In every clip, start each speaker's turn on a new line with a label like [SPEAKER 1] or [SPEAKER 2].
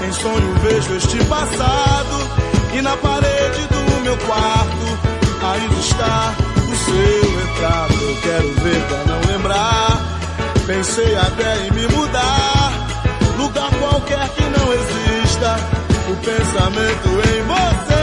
[SPEAKER 1] Em sonho vejo este passado, e na parede do meu quarto ainda está o seu retrato. Eu quero ver pra não lembrar. Pensei até em me mudar, lugar qualquer que não exista o pensamento em você.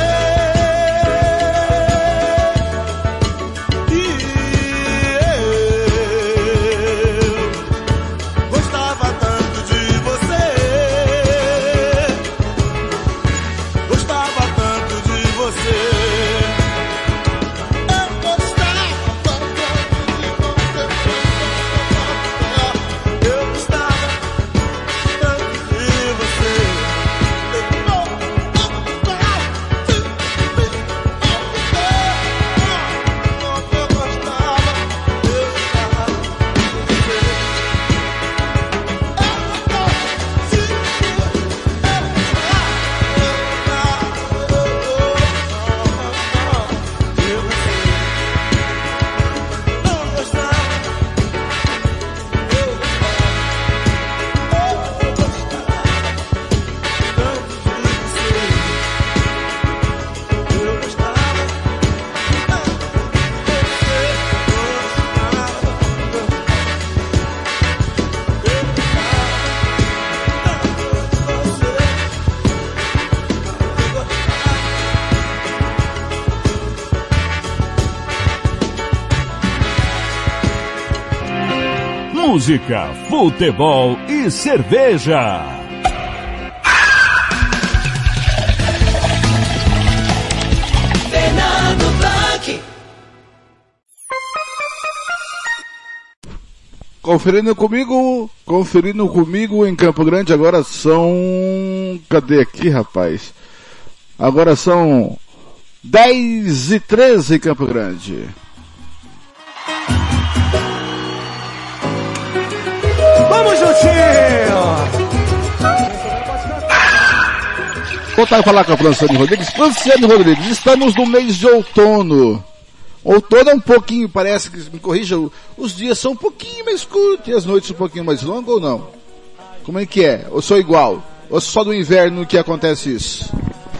[SPEAKER 2] Música, futebol e cerveja.
[SPEAKER 3] Fernando Blanc.
[SPEAKER 4] Conferindo comigo em Campo Grande, agora são... Cadê aqui, rapaz? Agora são 10h13 em Campo Grande.
[SPEAKER 3] Vamos juntinho!
[SPEAKER 4] Voltar a falar com a Franciane Rodrigues. Franciane Rodrigues, estamos no mês de outono. Outono é um pouquinho, parece que, me corrija, os dias são um pouquinho mais curtos e as noites um pouquinho mais longas ou não? Como é que é? Ou só igual? Ou só no inverno que acontece isso?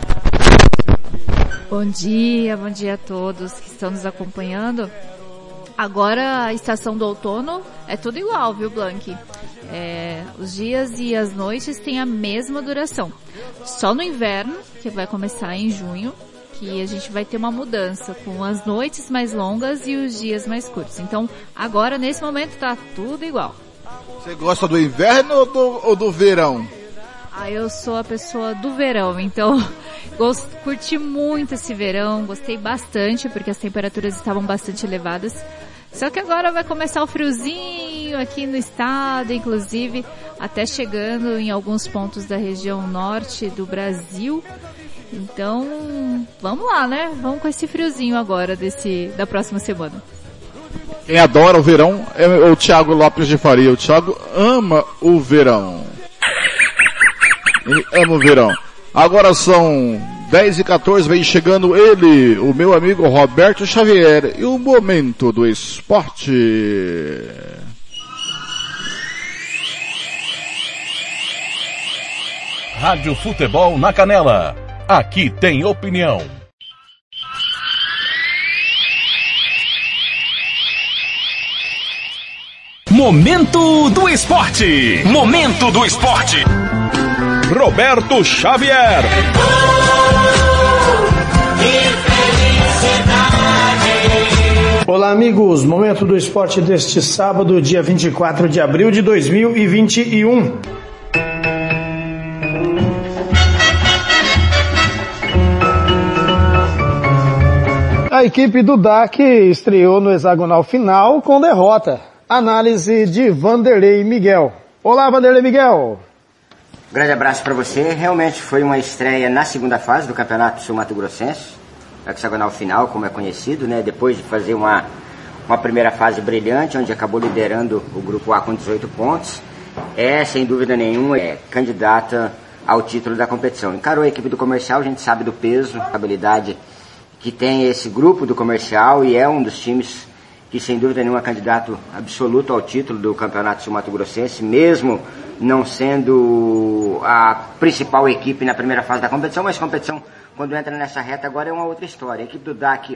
[SPEAKER 5] Bom dia a todos que estão nos acompanhando. Agora a estação do outono é tudo igual, viu, Blanc? Os dias e as noites têm a mesma duração. Só no inverno, que vai começar em junho, que a gente vai ter uma mudança com as noites mais longas e os dias mais curtos. Então, agora, nesse momento, tá tudo igual.
[SPEAKER 4] Você gosta do inverno ou do verão?
[SPEAKER 5] Eu sou a pessoa do verão, então curti muito esse verão, gostei bastante, porque as temperaturas estavam bastante elevadas. Só que agora vai começar o friozinho aqui no estado, inclusive até chegando em alguns pontos da região norte do Brasil. Então, vamos lá, né? Vamos com esse friozinho agora da próxima semana.
[SPEAKER 4] Quem adora o verão é o Thiago Lopes de Faria. O Thiago ama o verão. Ele ama o verão. Agora são 10h14, vem chegando ele, o meu amigo Roberto Xavier, e o Momento do Esporte.
[SPEAKER 2] Rádio Futebol na Canela. Aqui tem opinião. Momento do Esporte. Momento do Esporte. Roberto Xavier.
[SPEAKER 6] Olá, amigos. Momento do Esporte deste sábado, dia 24 de abril de 2021. A equipe do DAC estreou no hexagonal final com derrota. Análise de Vanderlei Miguel. Olá, Vanderlei Miguel.
[SPEAKER 7] Grande abraço para você. Realmente foi uma estreia na segunda fase do Campeonato Sul-Mato-Grossense, hexagonal final, como é conhecido, né? Depois de fazer uma primeira fase brilhante, onde acabou liderando o grupo A com 18 pontos, sem dúvida nenhuma, candidata ao título da competição. Encarou a equipe do Comercial, a gente sabe do peso, a habilidade que tem esse grupo do Comercial, e é um dos times que sem dúvida nenhuma é candidato absoluto ao título do Campeonato Sul-Mato-Grossense, mesmo não sendo a principal equipe na primeira fase da competição, mas competição quando entra nessa reta agora é uma outra história. A equipe do DAC,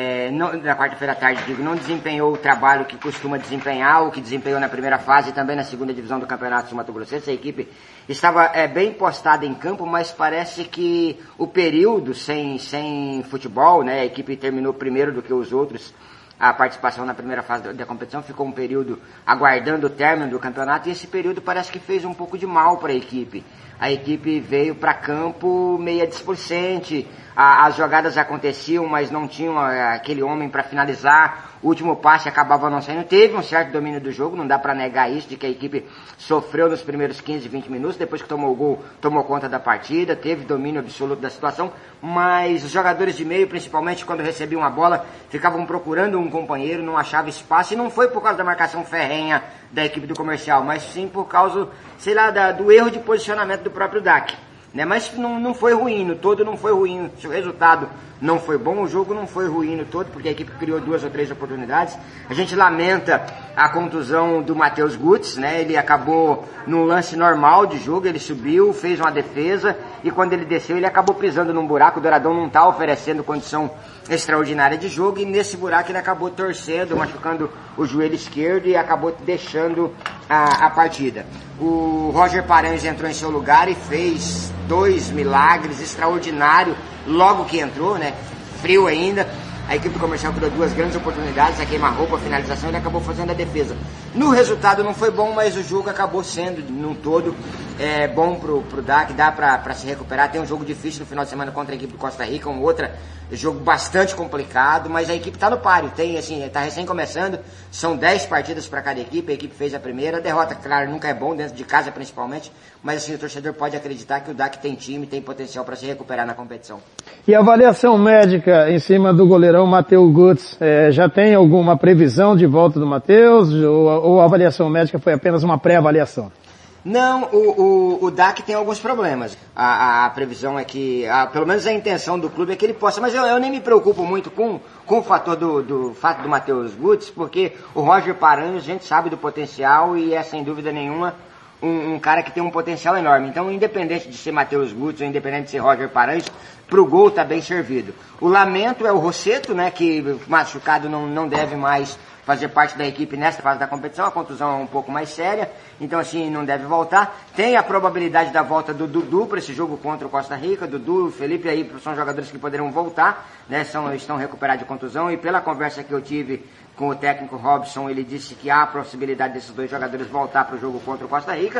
[SPEAKER 7] na quarta-feira à tarde, não desempenhou o trabalho que costuma desempenhar, o que desempenhou na primeira fase e também na segunda divisão do Campeonato Sul-Mato-Grossense. A equipe estava bem postada em campo, mas parece que o período sem futebol, né, a equipe terminou primeiro do que os outros. A participação na primeira fase da competição ficou um período aguardando o término do campeonato e esse período parece que fez um pouco de mal para a equipe. A equipe veio para campo meia displicente, as jogadas aconteciam, mas não tinham aquele homem para finalizar, o último passe acabava não saindo. Teve um certo domínio do jogo, não dá para negar isso, de que a equipe sofreu nos primeiros 15, 20 minutos, depois que tomou o gol, tomou conta da partida, teve domínio absoluto da situação, mas os jogadores de meio, principalmente quando recebiam a bola, ficavam procurando um companheiro, não achavam espaço, e não foi por causa da marcação ferrenha da equipe do Comercial, mas sim por causa, sei lá, do erro de posicionamento do próprio DAC. Né? Mas não foi ruim, no todo não foi ruim. Se o resultado não foi bom, o jogo não foi ruim no todo, porque a equipe criou 2 ou 3 oportunidades. A gente lamenta a contusão do Matheus Gutz, né? Ele acabou num lance normal de jogo, ele subiu, fez uma defesa, e quando ele desceu ele acabou pisando num buraco. O Douradão não está oferecendo condição extraordinária de jogo, e nesse buraco ele acabou torcendo, machucando o joelho esquerdo e acabou deixando a partida. O Roger Paranhos entrou em seu lugar e fez 2 milagres extraordinários logo que entrou, né? Frio ainda. A equipe Comercial criou 2 grandes oportunidades, a queima-roupa, a finalização, ele acabou fazendo a defesa. No resultado não foi bom, mas o jogo acabou sendo, num todo, bom pro DAC, dá pra se recuperar. Tem um jogo difícil no final de semana contra a equipe do Costa Rica, um outro jogo bastante complicado, mas a equipe tá no páreo, tá recém começando, são 10 partidas para cada equipe, a equipe fez a primeira, a derrota, claro, nunca é bom, dentro de casa principalmente, mas assim, o torcedor pode acreditar que o DAC tem time, tem potencial para se recuperar na competição.
[SPEAKER 6] E a avaliação médica em cima do goleirão Matheus Gutz, já tem alguma previsão de volta do Matheus, ou a avaliação médica foi apenas uma pré-avaliação?
[SPEAKER 7] Não, o DAC tem alguns problemas. A previsão é que, pelo menos a intenção do clube é que ele possa, mas eu nem me preocupo muito com o fator do fato do Matheus Gutz, porque o Roger Paranhos, a gente sabe do potencial e é sem dúvida nenhuma um cara que tem um potencial enorme. Então, independente de ser Matheus Gutz ou independente de ser Roger Paranhos, pro gol tá bem servido. O lamento é o Rosseto, né, que machucado não deve mais fazer parte da equipe nesta fase da competição, a contusão é um pouco mais séria, então assim, não deve voltar. Tem a probabilidade da volta do Dudu para esse jogo contra o Costa Rica. Dudu, Felipe aí são jogadores que poderão voltar, né, estão recuperados de contusão, e pela conversa que eu tive com o técnico Robson, ele disse que há a possibilidade desses 2 jogadores voltar para o jogo contra o Costa Rica.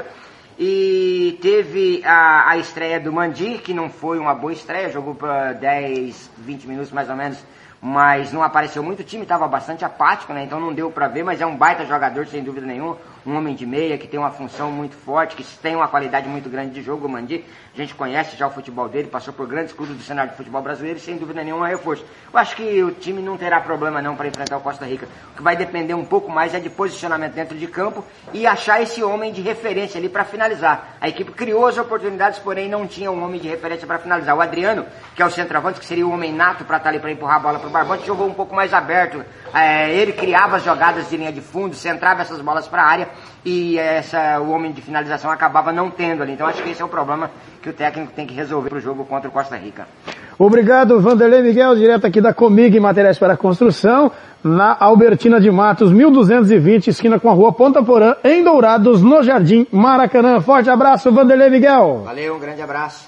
[SPEAKER 7] E teve a estreia do Mandi, que não foi uma boa estreia, jogou para 10, 20 minutos mais ou menos, mas não apareceu muito, o time estava bastante apático, né? Então não deu para ver, mas é um baita jogador, sem dúvida nenhuma, um homem de meia, que tem uma função muito forte, que tem uma qualidade muito grande de jogo. O Mandi, a gente conhece já o futebol dele, passou por grandes clubes do cenário de futebol brasileiro e sem dúvida nenhuma é reforço. Eu acho que o time não terá problema não para enfrentar o Costa Rica. O que vai depender um pouco mais é de posicionamento dentro de campo e achar esse homem de referência ali para finalizar. A equipe criou as oportunidades, porém não tinha um homem de referência para finalizar. O Adriano, que é o centroavante, que seria o homem nato para estar ali para empurrar a bola para o Barbante, jogou um pouco mais aberto. Ele criava as jogadas de linha de fundo, centrava essas bolas para a área e o homem de finalização acabava não tendo ali. Então acho que esse é o problema que o técnico tem que resolver para o jogo contra o Costa Rica.
[SPEAKER 6] Obrigado, Vanderlei Miguel, direto aqui da Comig Materiais para Construção, na Albertina de Matos, 1220, esquina com a rua Ponta Porã, em Dourados, no Jardim Maracanã. Forte abraço, Vanderlei Miguel.
[SPEAKER 7] Valeu, um grande abraço.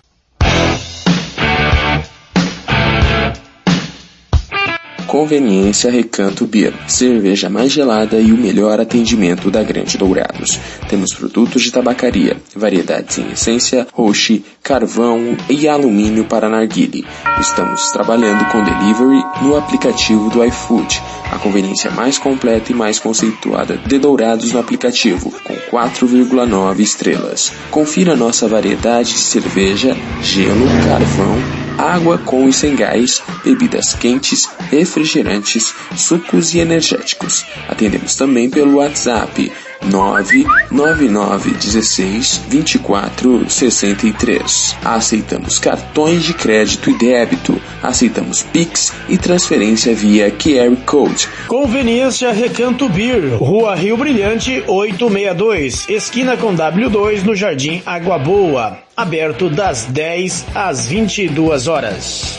[SPEAKER 8] Conveniência Recanto Beer, cerveja mais gelada e o melhor atendimento da Grande Dourados. Temos produtos de tabacaria, variedades em essência, roxi, carvão e alumínio para narguile. Estamos trabalhando com delivery no aplicativo do iFood, a conveniência mais completa e mais conceituada de Dourados no aplicativo, com 4,9 estrelas. Confira nossa variedade de cerveja, gelo, carvão, água com e sem gás, bebidas quentes, refrigerantes, sucos e energéticos. Atendemos também pelo WhatsApp 999162463. Aceitamos cartões de crédito e débito. Aceitamos Pix e transferência via QR Code.
[SPEAKER 6] Conveniência Recanto Beer, Rua Rio Brilhante 862, esquina com W2 no Jardim Água Boa. Aberto das 10 às 22 horas.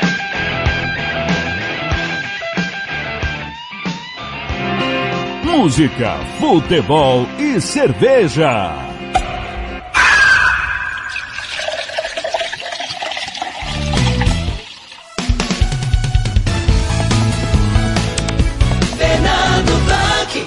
[SPEAKER 2] Música, futebol e cerveja.
[SPEAKER 3] Fernando Blanc.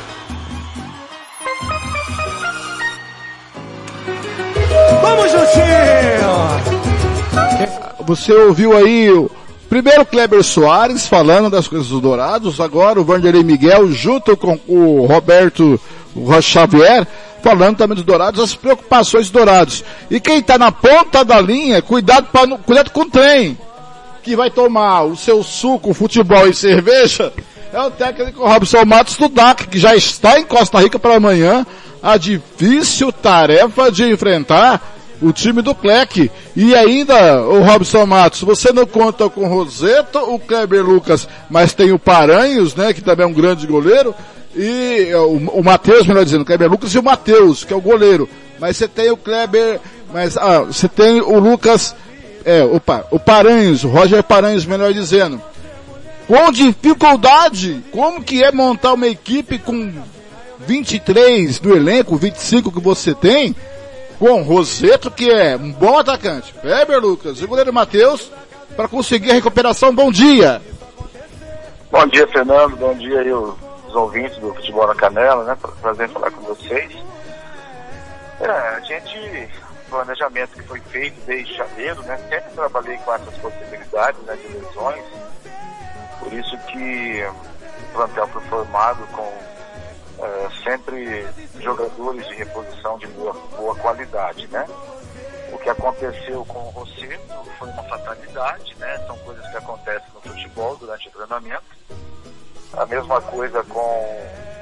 [SPEAKER 3] Vamos juntinho!
[SPEAKER 4] Você ouviu aí o primeiro Kleber Soares falando das coisas dos Dourados, agora o Vanderlei Miguel junto com o Roberto Xavier falando também dos Dourados, as preocupações dos Dourados. E quem está na ponta da linha, cuidado com o trem, que vai tomar o seu suco, futebol e cerveja, é o técnico Robson Matos do DAC, que já está em Costa Rica para amanhã, a difícil tarefa de enfrentar o time do Clec. E ainda, o Robson Matos, você não conta com o Roseto, o Kleber Lucas, mas tem o Paranhos, né, que também é um grande goleiro, e o Matheus, melhor dizendo, o Kleber Lucas e o Matheus, que é o goleiro. Mas você tem o Kleber, você tem o Lucas, o Paranhos, o Roger Paranhos, melhor dizendo. Com dificuldade, como que é montar uma equipe com 23 do elenco, 25 que você tem, com Roseto, que é um bom atacante, Kleber Lucas e o goleiro Matheus, para conseguir a recuperação. Bom dia!
[SPEAKER 9] Bom dia, Fernando, bom dia aí os ouvintes do Futebol na Canela, né? Prazer falar com vocês. A gente, planejamento que foi feito desde janeiro, né? Sempre trabalhei com essas possibilidades, né, de lesões, por isso que o plantel foi formado com sempre jogadores de reposição de boa qualidade, né? O que aconteceu com o Roseto foi uma fatalidade, né? São coisas que acontecem no futebol durante o treinamento. A mesma coisa com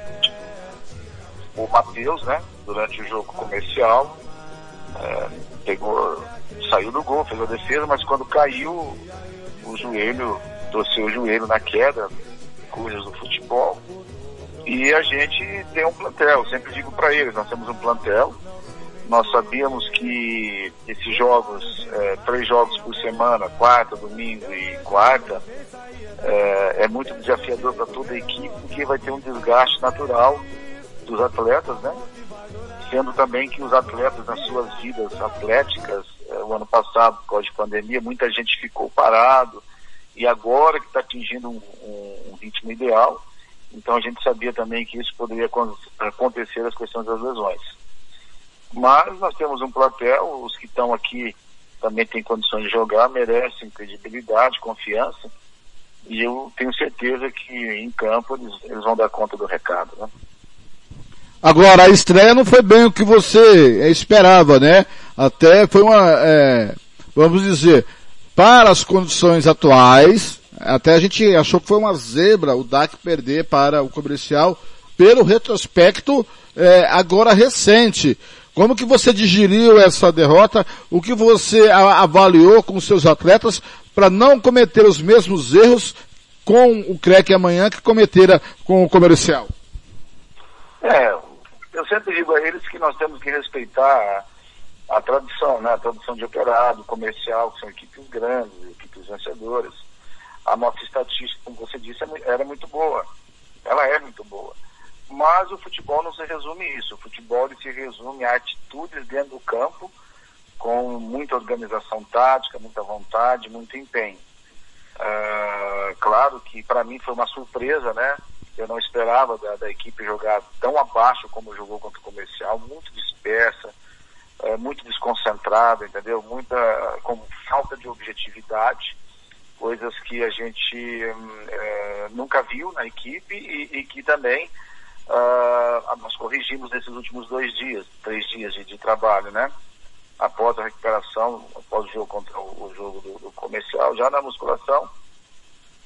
[SPEAKER 9] o Matheus, né? Durante o jogo comercial, saiu do gol, fez a defesa, mas quando caiu o joelho, torceu o joelho na queda, coisas do futebol. E a gente tem um plantel, eu sempre digo para eles, nós temos um plantel, nós sabíamos que esses jogos, 3 jogos por semana, quarta, domingo e quarta, é muito desafiador para toda a equipe, porque vai ter um desgaste natural dos atletas, né? Sendo também que os atletas nas suas vidas atléticas, o ano passado, por causa de pandemia, muita gente ficou parado, e agora que está atingindo um ritmo ideal, então a gente sabia também que isso poderia acontecer, as questões das lesões. Mas nós temos um plantel, os que estão aqui também têm condições de jogar, merecem credibilidade, confiança, e eu tenho certeza que em campo eles vão dar conta do recado, né?
[SPEAKER 4] Agora, a estreia não foi bem o que você esperava, né? Até foi vamos dizer, para as condições atuais, até a gente achou que foi uma zebra o DAC perder para o Comercial pelo retrospecto agora recente. Como que você digeriu essa derrota? O que você avaliou com os seus atletas para não cometer os mesmos erros com o CREC amanhã que cometera com o Comercial?
[SPEAKER 9] Eu sempre digo a eles que nós temos que respeitar a tradição, né? A tradição de Operário, Comercial, que são equipes grandes, equipes vencedoras. A nossa estatística, como você disse, era muito boa. Ela é muito boa. Mas o futebol não se resume a isso. O futebol ele se resume a atitudes dentro do campo, com muita organização tática, muita vontade, muito empenho. Claro que para mim foi uma surpresa, né? Eu não esperava da equipe jogar tão abaixo como jogou contra o Comercial, muito dispersa, muito desconcentrada, entendeu? Com falta de objetividade, coisas que a gente nunca viu na equipe e que também nós corrigimos nesses últimos 3 dias de trabalho, né? Após a recuperação, após o jogo contra o jogo do Comercial, já na musculação,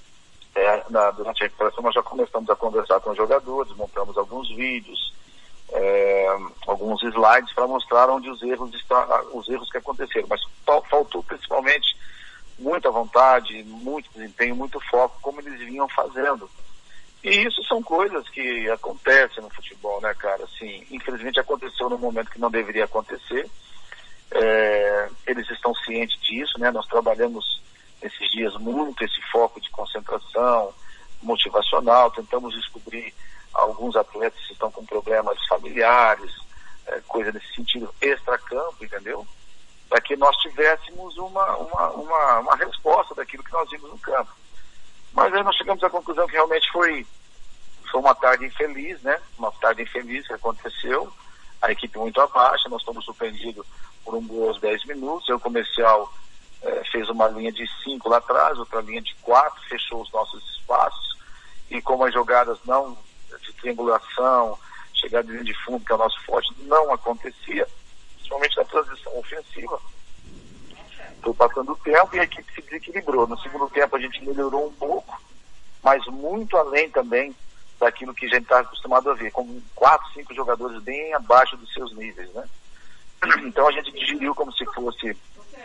[SPEAKER 9] durante a recuperação nós já começamos a conversar com os jogadores, montamos alguns vídeos, alguns slides para mostrar onde os erros que aconteceram, mas faltou principalmente muita vontade, muito desempenho, muito foco, como eles vinham fazendo. E isso são coisas que acontecem no futebol, né, cara? Assim, infelizmente aconteceu no momento que não deveria acontecer. Eles estão cientes disso, né? Nós trabalhamos esses dias muito esse foco de concentração motivacional, tentamos descobrir alguns atletas que estão com problemas familiares, coisa nesse sentido extracampo, entendeu? Para que nós tivéssemos uma resposta daquilo que nós vimos no campo. Mas aí nós chegamos à conclusão que realmente foi uma tarde infeliz, né? Uma tarde infeliz que aconteceu, a equipe muito abaixo, nós estamos surpreendidos por um gol aos 10 minutos, o comercial fez uma linha de 5 lá atrás, outra linha de 4, fechou os nossos espaços, e como as jogadas não de triangulação, chegada de linha de fundo, que é o nosso forte, não acontecia, principalmente na transição ofensiva. Foi passando o tempo e a equipe se desequilibrou. No segundo tempo a gente melhorou um pouco, mas muito além também daquilo que a gente está acostumado a ver, com 4, 5 jogadores bem abaixo dos seus níveis, né? Então a gente digeriu como se fosse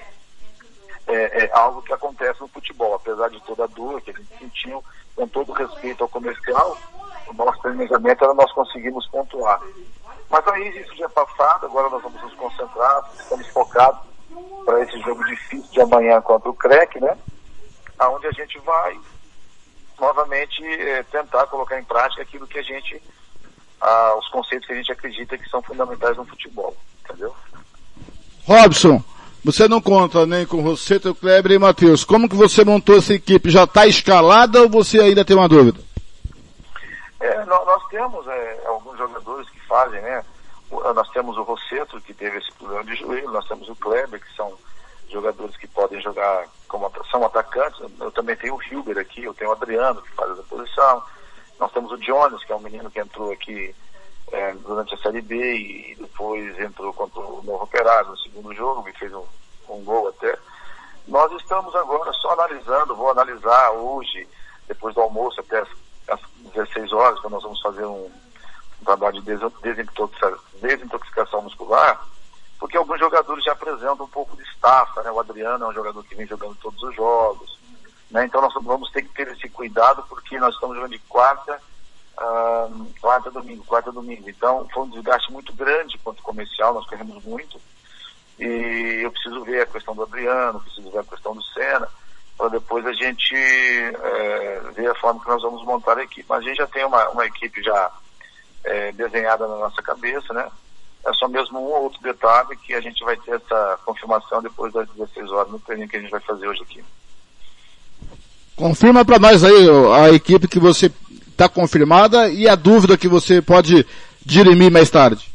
[SPEAKER 9] algo que acontece no futebol, apesar de toda a dor que a gente sentiu, com todo o respeito ao comercial, o nosso planejamento era nós conseguimos pontuar. Mas aí isso já é passado, agora nós vamos nos concentrar, estamos focados para esse jogo difícil de amanhã contra o CREC, né? Aonde a gente vai novamente tentar colocar em prática aquilo que a gente, os conceitos que a gente acredita que são fundamentais no futebol, entendeu?
[SPEAKER 4] Robson, você não conta nem com Rosseto, Kleber e Matheus. Como que você montou essa equipe? Já está escalada ou você ainda tem uma dúvida?
[SPEAKER 9] Nós temos alguns jogadores que fazem, né? Nós temos o Rosseto, que teve esse problema de joelho, nós temos o Kleber, que são jogadores que podem jogar são atacantes. Eu também tenho o Hilber aqui, eu tenho o Adriano, que faz essa posição. Nós temos o Jones, que é um menino que entrou aqui durante a Série B e depois entrou contra o Novo Operário no segundo jogo, me fez um gol até. Nós estamos agora só analisando, vou analisar hoje, depois do almoço, até às 16 horas, quando nós vamos fazer um trabalho de desintoxicação muscular, porque alguns jogadores já apresentam um pouco de estafa, né? O Adriano é um jogador que vem jogando todos os jogos, né? Então nós vamos ter que ter esse cuidado, porque nós estamos jogando de quarta a domingo. Então foi um desgaste muito grande quanto comercial, nós corremos muito, e eu preciso ver a questão do Adriano, preciso ver a questão do Senna, para depois a gente ver a forma que nós vamos montar a equipe. Mas a gente já tem uma equipe já desenhada na nossa cabeça, né? É só mesmo um ou outro detalhe que a gente vai ter essa confirmação depois das 16 horas no treino que a gente vai fazer hoje aqui.
[SPEAKER 4] Confirma para nós aí a equipe que você está confirmada e a dúvida que você pode dirimir mais tarde.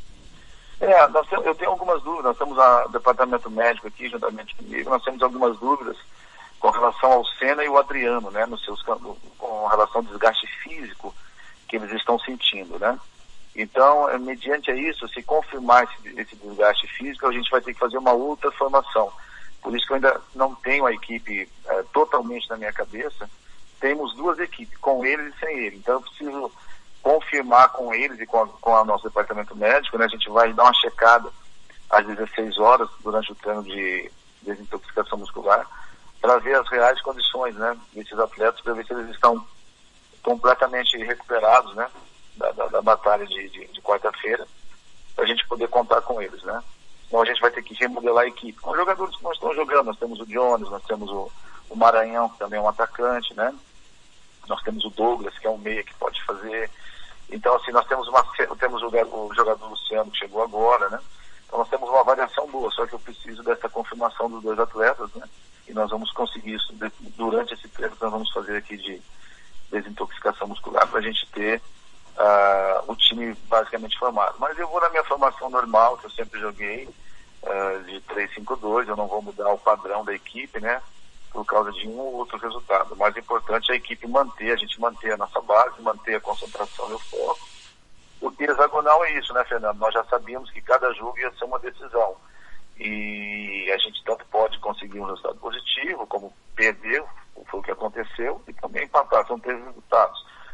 [SPEAKER 9] Eu tenho algumas dúvidas. Nós temos o departamento médico aqui juntamente comigo, nós temos algumas dúvidas com relação ao Senna e o Adriano, né, com relação ao desgaste físico que eles estão sentindo, né? Então, mediante isso, se confirmar esse desgaste físico, a gente vai ter que fazer uma outra formação. Por isso que eu ainda não tenho a equipe totalmente na minha cabeça. Temos duas equipes, com eles e sem eles. Então eu preciso confirmar com eles e com o nosso departamento médico, né? A gente vai dar uma checada às 16 horas durante o treino de desintoxicação muscular para ver as reais condições, né, desses atletas, para ver se eles estão completamente recuperados, né, da batalha de quarta-feira, para a gente poder contar com eles, né. Então a gente vai ter que remodelar a equipe. Com os jogadores que nós estamos jogando, nós temos o Jones, nós temos o Maranhão, que também é um atacante, né. Nós temos o Douglas, que é um meia que pode fazer. Então, assim, nós temos o jogador Luciano, que chegou agora, né. Então nós temos uma variação boa, só que eu preciso dessa confirmação dos dois atletas, né. E nós vamos conseguir isso durante esse treino que nós vamos fazer aqui de desintoxicação muscular, para a gente ter o time basicamente formado. Mas eu vou na minha formação normal, que eu sempre joguei, de 3-5-2, eu não vou mudar o padrão da equipe, né, por causa de um ou outro resultado. O mais importante é a equipe a gente manter a nossa base, manter a concentração e o foco. Porque hexagonal é isso, né, Fernando? Nós já sabíamos que cada jogo ia ser uma decisão. E a gente tanto pode conseguir um resultado positivo, como perder, foi o que aconteceu, e também empatar, são 3 resultados.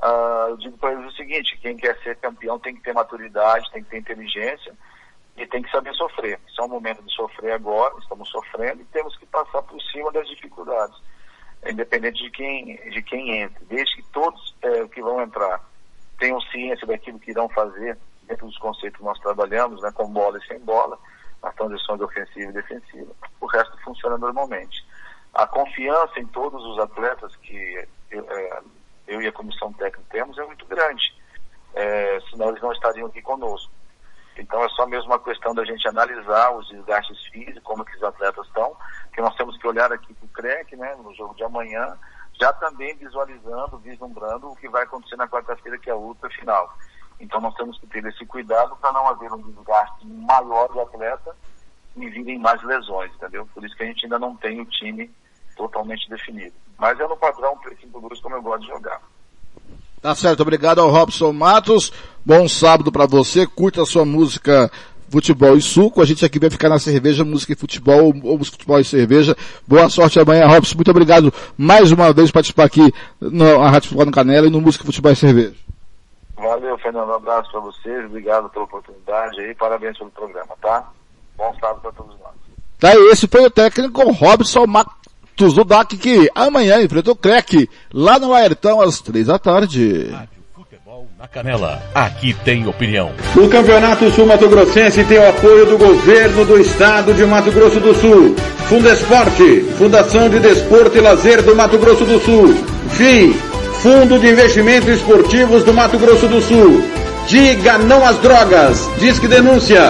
[SPEAKER 9] eu digo para eles o seguinte: quem quer ser campeão tem que ter maturidade, tem que ter inteligência e tem que saber sofrer. Isso é um momento de sofrer agora, estamos sofrendo e temos que passar por cima das dificuldades, independente de quem entre, desde que todos que vão entrar tenham ciência daquilo que irão fazer dentro dos conceitos que nós trabalhamos, né, com bola e sem bola, as transições ofensiva e defensiva. O resto funciona normalmente. A confiança em todos os atletas que eu e a comissão técnica temos é muito grande, senão eles não estariam aqui conosco. Então é só mesmo uma questão da gente analisar os desgastes físicos, como que os atletas estão, que nós temos que olhar aqui para o CREC, né, no jogo de amanhã, já também vislumbrando o que vai acontecer na quarta-feira, que é a luta final. Então nós temos que ter esse cuidado para não haver um desgaste maior do atleta e virem mais lesões, entendeu? Por isso que a gente ainda não tem o time totalmente definido. Mas é no padrão 3-5-2 como eu gosto de jogar.
[SPEAKER 4] Tá certo, obrigado ao Robson Matos. Bom sábado pra você, curta a sua música futebol e suco. A gente aqui vai ficar na cerveja, música e futebol, ou música, futebol e cerveja. Boa sorte amanhã, Robson. Muito obrigado mais uma vez por participar aqui na Rádio Futebol no Canela e no Música, Futebol e Cerveja.
[SPEAKER 9] Valeu, Fernando. Um abraço pra vocês. Obrigado pela oportunidade aí. Parabéns pelo programa, tá? Bom sábado pra todos nós.
[SPEAKER 4] Tá, esse foi o técnico Robson Matos do DAC, que amanhã enfrenta o CREC lá no Laertão às 3h.
[SPEAKER 2] Rádio Futebol na Canela. Aqui tem opinião.
[SPEAKER 10] O Campeonato Sul Mato Grossense tem o apoio do Governo do Estado de Mato Grosso do Sul. Fundesporte, Fundação de Desporto e Lazer do Mato Grosso do Sul. FII, Fundo de Investimentos Esportivos do Mato Grosso do Sul. Diga não às drogas. Disque denúncia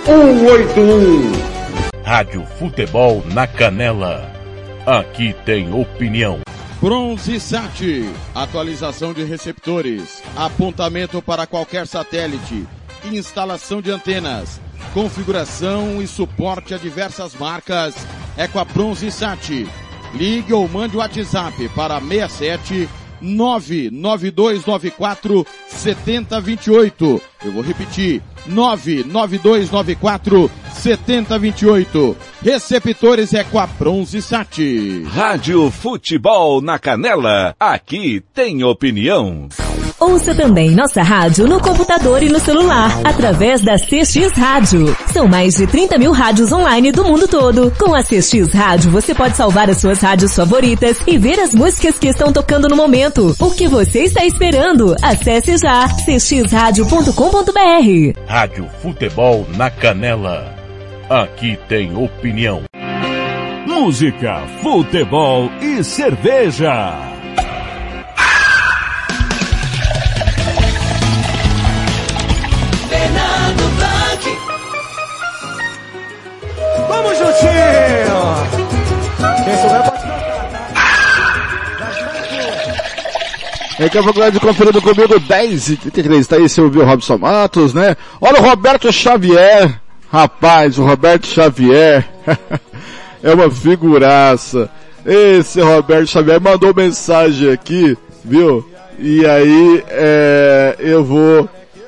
[SPEAKER 10] 181.
[SPEAKER 2] Rádio Futebol na Canela. Aqui tem opinião.
[SPEAKER 10] Bronze Sat, atualização de receptores, apontamento para qualquer satélite, instalação de antenas, configuração e suporte a diversas marcas. É com a Bronze Sat. Ligue ou mande o WhatsApp para 67 99294 7028. Eu vou repetir, 99294 7028. Receptores é com a Bronze Sat.
[SPEAKER 2] Rádio Futebol na Canela. Aqui tem opinião.
[SPEAKER 11] Ouça também nossa rádio no computador e no celular, através da CX Rádio. São mais de 30 mil rádios online do mundo todo. Com a CX Rádio, você pode salvar as suas rádios favoritas e ver as músicas que estão tocando no momento. O que você está esperando? Acesse já cxradio.com.br.
[SPEAKER 2] Rádio Futebol na Canela. Aqui tem opinião. Música, futebol e cerveja.
[SPEAKER 3] Vamos juntinho! Quem souber pode cantar, tá?
[SPEAKER 4] Daqui a pouco de conferindo comigo 10h33, tá aí, você ouviu o Robson Matos, né? Olha o Roberto Xavier, rapaz, o Roberto Xavier é uma figuraça. Esse Roberto Xavier mandou mensagem aqui, viu? E aí, eu vou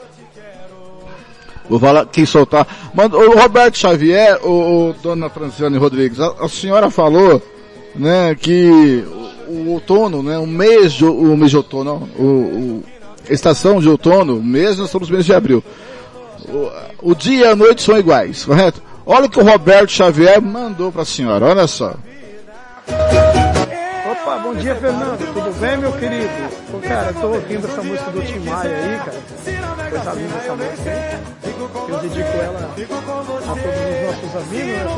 [SPEAKER 4] falar, quem soltar. O Roberto Xavier, o dona Franciane Rodrigues, a senhora falou, né, que o outono, né, o mês de outono, a estação de outono, mês, nós estamos no mês de abril. O dia e a noite são iguais, correto? Olha o que o Roberto Xavier mandou pra senhora, olha só.
[SPEAKER 6] Opa, bom dia, Fernando. Tudo bem, meu querido? Pô, cara, eu tô ouvindo essa música do Tim Maia aí, cara. Coisa linda essa música aí. Eu dedico ela a todos os nossos amigos, né?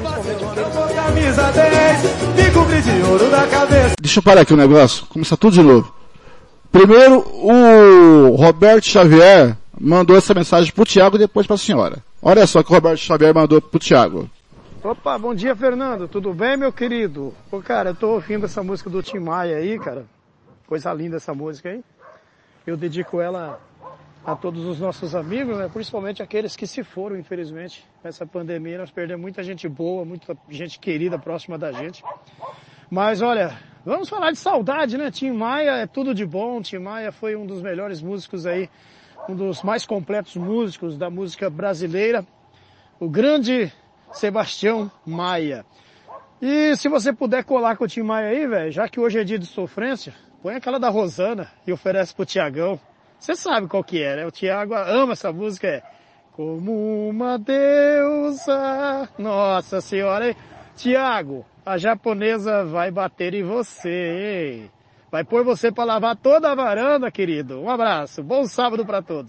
[SPEAKER 6] Principalmente
[SPEAKER 4] Deixa eu parar aqui o negócio, começar tudo de novo. Primeiro, o Roberto Xavier mandou essa mensagem pro Thiago e depois pra senhora. Olha só que o Roberto Xavier mandou pro Thiago.
[SPEAKER 6] Opa, bom dia, Fernando. Tudo bem, meu querido? Pô, cara, eu tô ouvindo essa música do Tim Maia aí, cara. Coisa linda essa música aí. Eu dedico ela a todos os nossos amigos, né? Principalmente aqueles que se foram, infelizmente. Nessa pandemia nós perdemos muita gente boa, muita gente querida próxima da gente. Mas olha, vamos falar de saudade, né? Tim Maia é tudo de bom. Tim Maia foi um dos melhores músicos aí, um dos mais completos músicos da música brasileira. O grande Sebastião Maia. E se você puder colar com o Tim Maia aí, velho, já que hoje é dia de sofrência, Põe aquela da Rosana e oferece pro Tiagão. Você sabe qual que é, né? O Tiago ama essa música, é Como uma Deusa. Nossa Senhora, hein? Tiago, a japonesa vai bater em você, hein? Vai pôr você pra lavar toda a varanda, querido. Um abraço, bom sábado pra todos.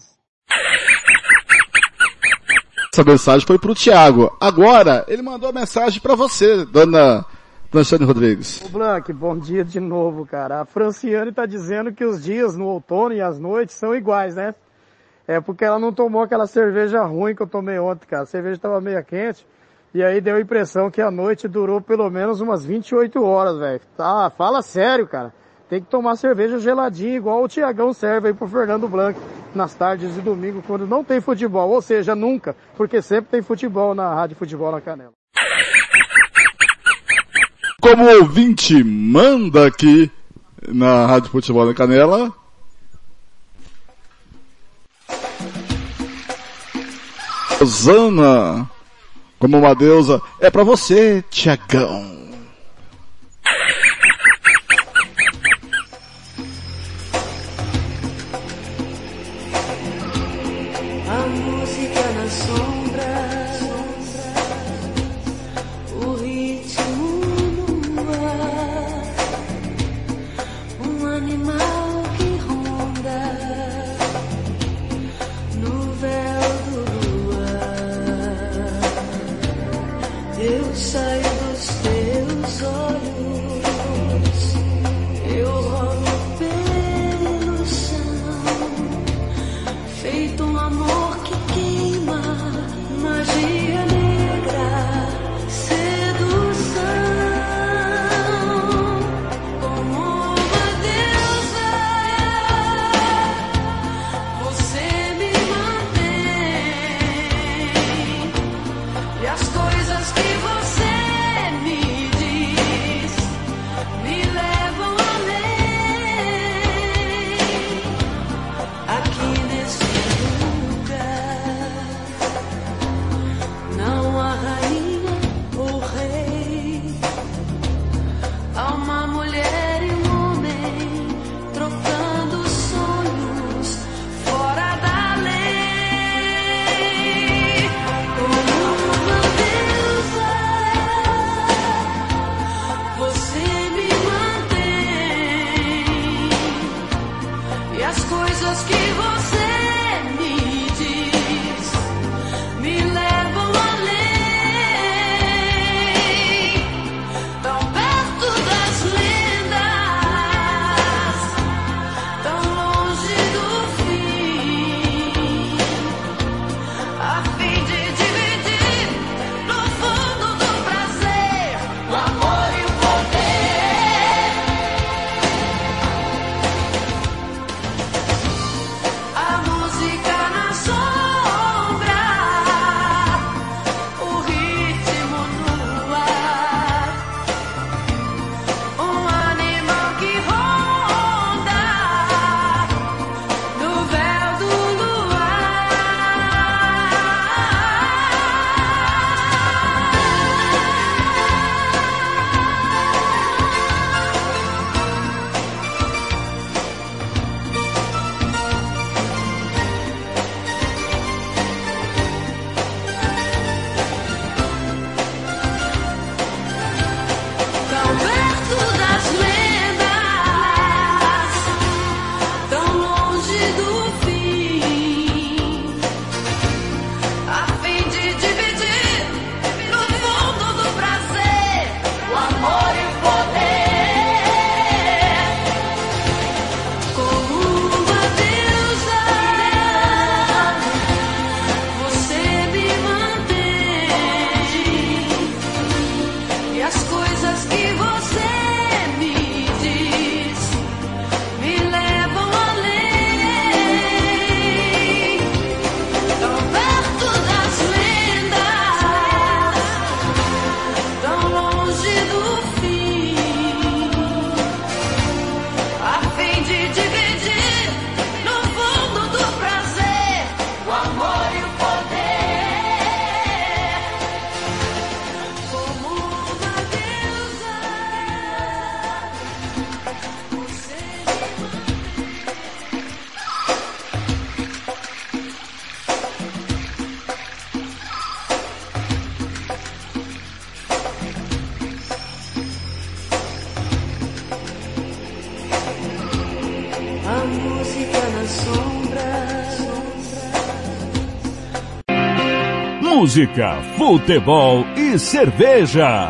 [SPEAKER 4] Essa mensagem foi pro Thiago. Agora, ele mandou a mensagem pra você, dona Shane Rodrigues.
[SPEAKER 6] Ô Blanc, bom dia de novo, cara. A Franciane tá dizendo que os dias no outono e as noites são iguais, né? É porque ela não tomou aquela cerveja ruim que eu tomei ontem, cara. A cerveja tava meio quente. E aí deu a impressão que a noite durou pelo menos umas 28 horas, velho. Tá, fala sério, cara. Tem que tomar cerveja geladinha, igual o Tiagão serve aí pro Fernando Blanc nas tardes de domingo, quando não tem futebol. Ou seja, nunca, porque sempre tem futebol na Rádio Futebol na Canela.
[SPEAKER 4] Como ouvinte manda aqui na Rádio Futebol na Canela. Rosana, como uma deusa, é pra você, Tiagão.
[SPEAKER 12] A música nas sombras, o ritmo no ar, um animal que ronda no véu do luar. Eu saio dos teus olhos, eu rolo pelo chão, feito um amor que queima, magia negra, sedução, como uma deusa, você me mantém, e as coisas que você me diz
[SPEAKER 13] Música, futebol e cerveja.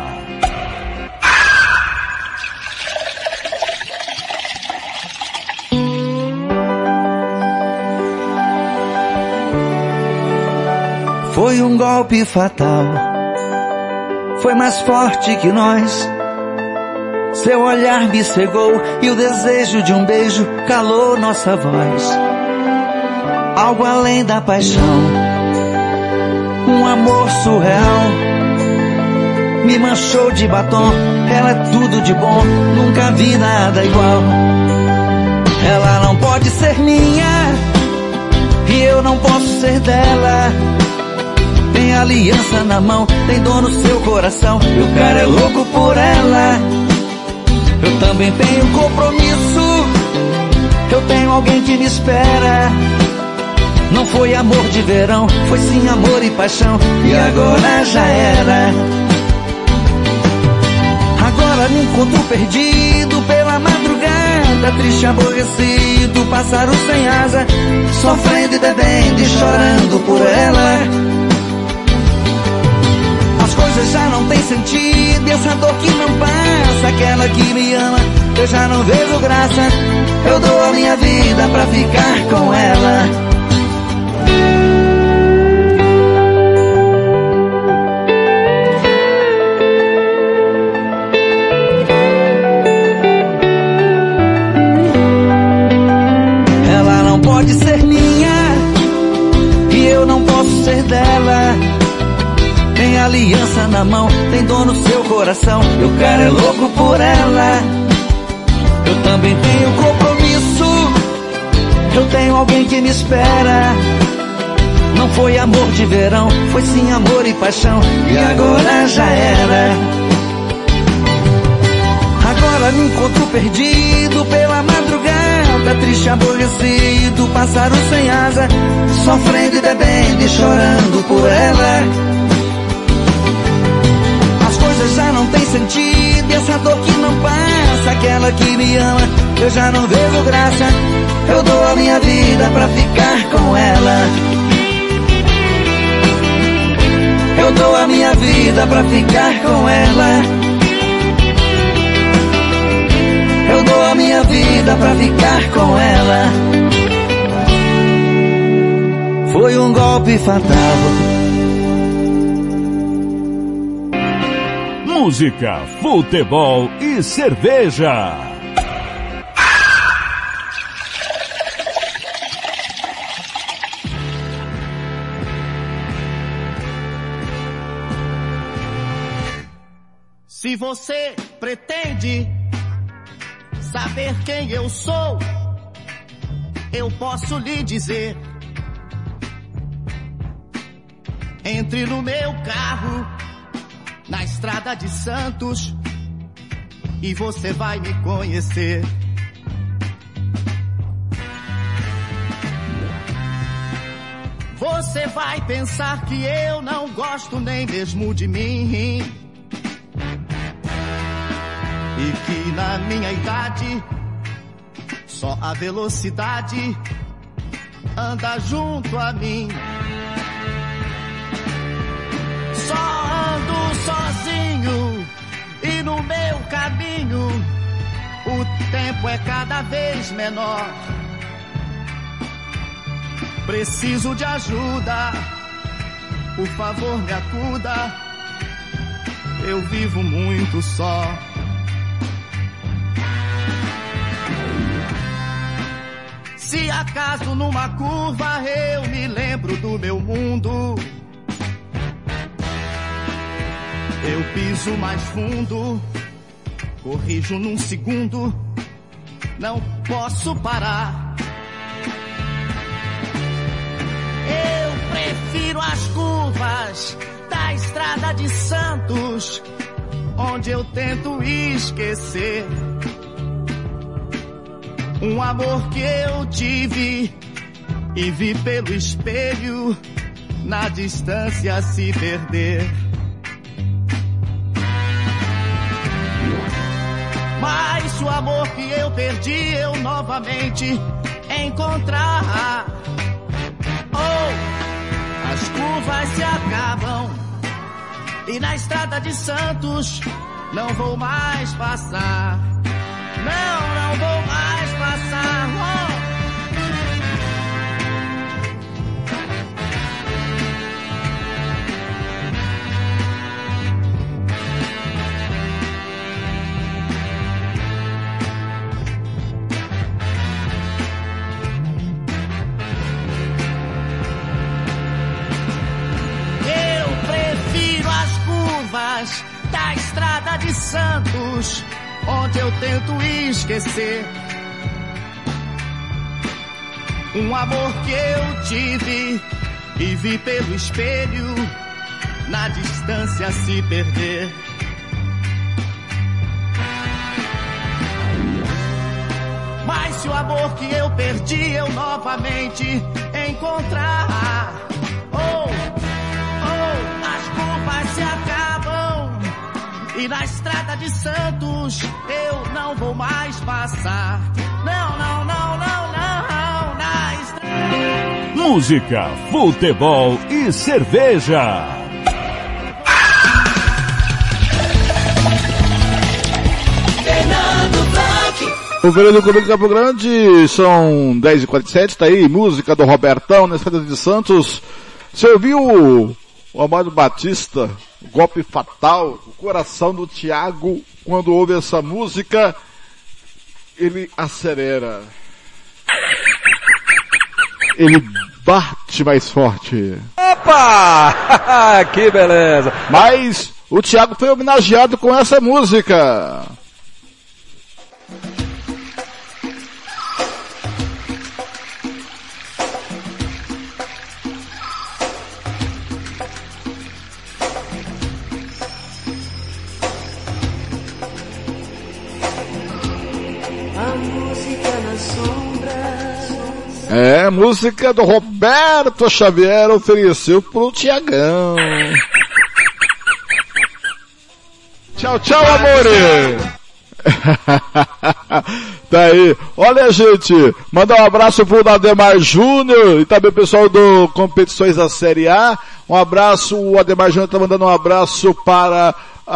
[SPEAKER 14] Foi um golpe fatal, foi mais forte que nós. Seu olhar me cegou e o desejo de um beijo calou nossa voz. Algo além da paixão, um amor surreal. Me manchou de batom, ela é tudo de bom, nunca vi nada igual. Ela não pode ser minha e eu não posso ser dela. Tem aliança na mão, tem dor no seu coração, e o cara é louco por ela. Eu também tenho compromisso, eu tenho alguém que me espera. Não foi amor de verão, foi sim amor e paixão, e agora já era. Agora me encontro perdido pela madrugada, triste, aborrecido, pássaro sem asa, sofrendo e bebendo e chorando por ela. As coisas já não têm sentido, e essa dor que não passa, aquela que me ama, eu já não vejo graça. Eu dou a minha vida pra ficar com ela. Ela não pode ser minha e eu não posso ser dela. Tem aliança na mão, tem dor no seu coração, e o cara é louco por ela. Eu também tenho compromisso, eu tenho alguém que me espera. Não foi amor de verão, foi sim amor e paixão, e agora já era. Agora me encontro perdido pela madrugada, triste, aborrecido, pássaro sem asa, sofrendo e bebendo e chorando por ela. Já não tem sentido, e essa dor que não passa, aquela que me ama, eu já não vejo graça. Eu dou a minha vida pra ficar com ela. Eu dou a minha vida pra ficar com ela. Eu dou a minha vida pra ficar com ela. Foi um golpe fatal.
[SPEAKER 13] Música, futebol e cerveja.
[SPEAKER 15] Se você pretende saber quem eu sou, eu posso lhe dizer. Entre no meu carro na estrada de Santos e você vai me conhecer. Você vai pensar que eu não gosto nem mesmo de mim, e que na minha idade só a velocidade anda junto a mim. Só ando sozinho e no meu caminho o tempo é cada vez menor. Preciso de ajuda, por favor me acuda, eu vivo muito só. Se acaso numa curva eu me lembro do meu mundo, eu piso mais fundo, corrijo num segundo, não posso parar. Eu prefiro as curvas da estrada de Santos, onde eu tento esquecer um amor que eu tive e vi pelo espelho na distância se perder. Mas o amor que eu perdi eu novamente encontrar. Oh, as curvas curvas se acabam e na estrada de Santos não vou mais passar. Não vou mais passar. Oh! Da estrada de Santos, onde eu tento esquecer um amor que eu tive e vi pelo espelho na distância se perder. Mas se o amor que eu perdi eu novamente encontrar, as culpas se acabam e na estrada de Santos eu não vou mais passar. Não, na estrada.
[SPEAKER 13] Música, futebol e cerveja.
[SPEAKER 4] O vereador Comigo de Campo Grande, são 10h47, tá aí, música do Robertão na estrada de Santos. Você ouviu o Amado Batista, Golpe Fatal, o coração do Thiago, quando ouve essa música, ele acelera. Ele bate mais forte.
[SPEAKER 3] Opa! Que beleza!
[SPEAKER 4] Mas o Thiago foi homenageado com essa música. É, música do Roberto Xavier ofereceu pro Tiagão. Tchau, tchau, amore! Tá aí. Olha, gente, mandar um abraço pro Ademar Júnior e também o pessoal do Competições da Série A. Um abraço, o Ademar Júnior tá mandando um abraço para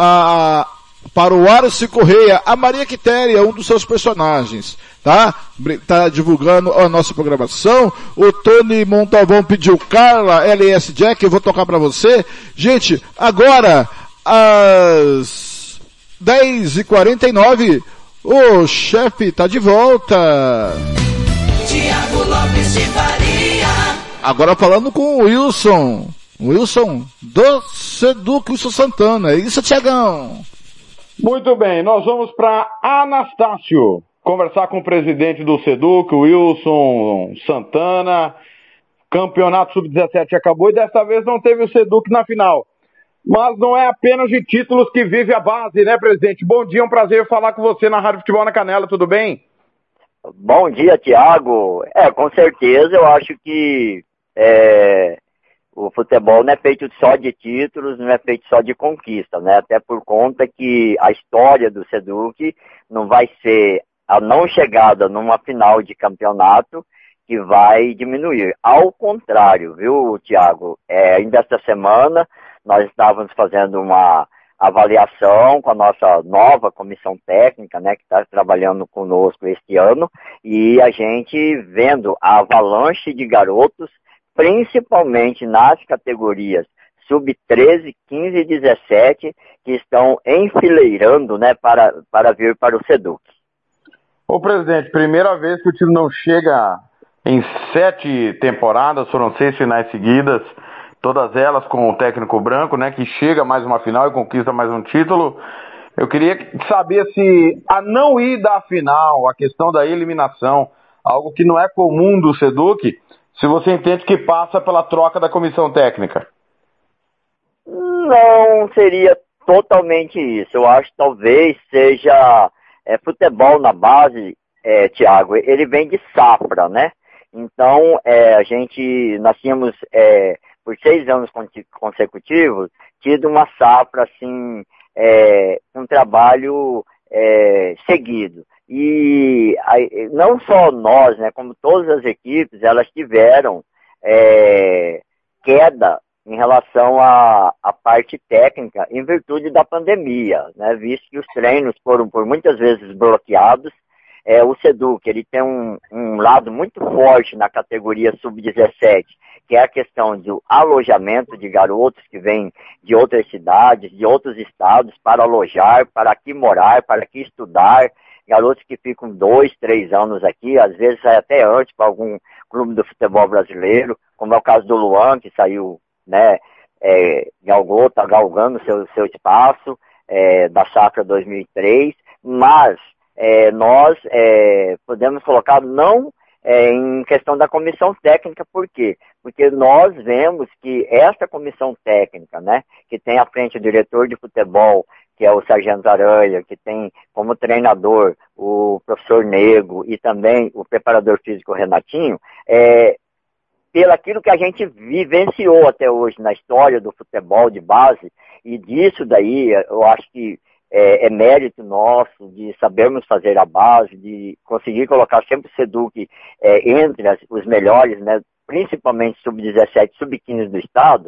[SPEAKER 4] o Arce Correia, a Maria Quitéria, um dos seus personagens, tá? Tá divulgando a nossa programação. O Tony Montalvão pediu Carla, LS Jack, eu vou tocar pra você. Gente, agora, às 10h49, o chefe tá de volta.
[SPEAKER 12] Tiago Lopes de Faria.
[SPEAKER 4] Agora falando com o Wilson do Seduc, Wilson Santana. É isso, Tiagão.
[SPEAKER 10] Muito bem, nós vamos para Anastácio conversar com o presidente do Seduc, Wilson Santana. Campeonato Sub-17 acabou e dessa vez não teve o Seduc na final. Mas não é apenas de títulos que vive a base, né, presidente? Bom dia, é um prazer falar com você na Rádio Futebol na Canela, tudo bem?
[SPEAKER 16] Bom dia, Thiago. Com certeza, eu acho que o futebol não é feito só de títulos, não é feito só de conquista, né? Até por conta que a história do Seduc não vai ser a não chegada numa final de campeonato que vai diminuir. Ao contrário, viu, Thiago? Ainda esta semana nós estávamos fazendo uma avaliação com a nossa nova comissão técnica, né, que está trabalhando conosco este ano, e a gente vendo a avalanche de garotos, principalmente nas categorias sub-13, 15 e 17, que estão enfileirando, né, para vir para o Seduc.
[SPEAKER 10] Ô presidente, primeira vez que o time não chega em 7 temporadas, foram 6 finais seguidas, todas elas com o técnico branco, né, que chega mais uma final e conquista mais um título. Eu queria saber se a não ida à final, a questão da eliminação, algo que não é comum do Seduc, se você entende que passa pela troca da comissão técnica.
[SPEAKER 16] Não seria totalmente isso. Eu acho que talvez seja futebol na base, Thiago, ele vem de safra, né? Então, nós tínhamos, por 6 anos consecutivos, tido uma safra, assim, um trabalho seguido. E não só nós, né, como todas as equipes, elas tiveram queda em relação à parte técnica, em virtude da pandemia, né? Visto que os treinos foram por muitas vezes bloqueados. O SEDUC, ele tem um lado muito forte na categoria sub-17, que é a questão do alojamento de garotos que vêm de outras cidades, de outros estados, para alojar, para aqui morar, para aqui estudar. Garotos que ficam 2, 3 anos aqui, às vezes sai até antes para algum clube do futebol brasileiro, como é o caso do Luan, que saiu, né, tá galgando seu espaço, da safra 2003, mas nós podemos colocar não em questão da comissão técnica. Por quê? Porque nós vemos que esta comissão técnica, né, que tem à frente o diretor de futebol, que é o Sargento Aranha, que tem como treinador o professor Nego e também o preparador físico Renatinho, pelo aquilo que a gente vivenciou até hoje na história do futebol de base, e disso daí eu acho que é mérito nosso de sabermos fazer a base, de conseguir colocar sempre o SEDUC entre os melhores, né, principalmente sub-17, sub-15 do estado.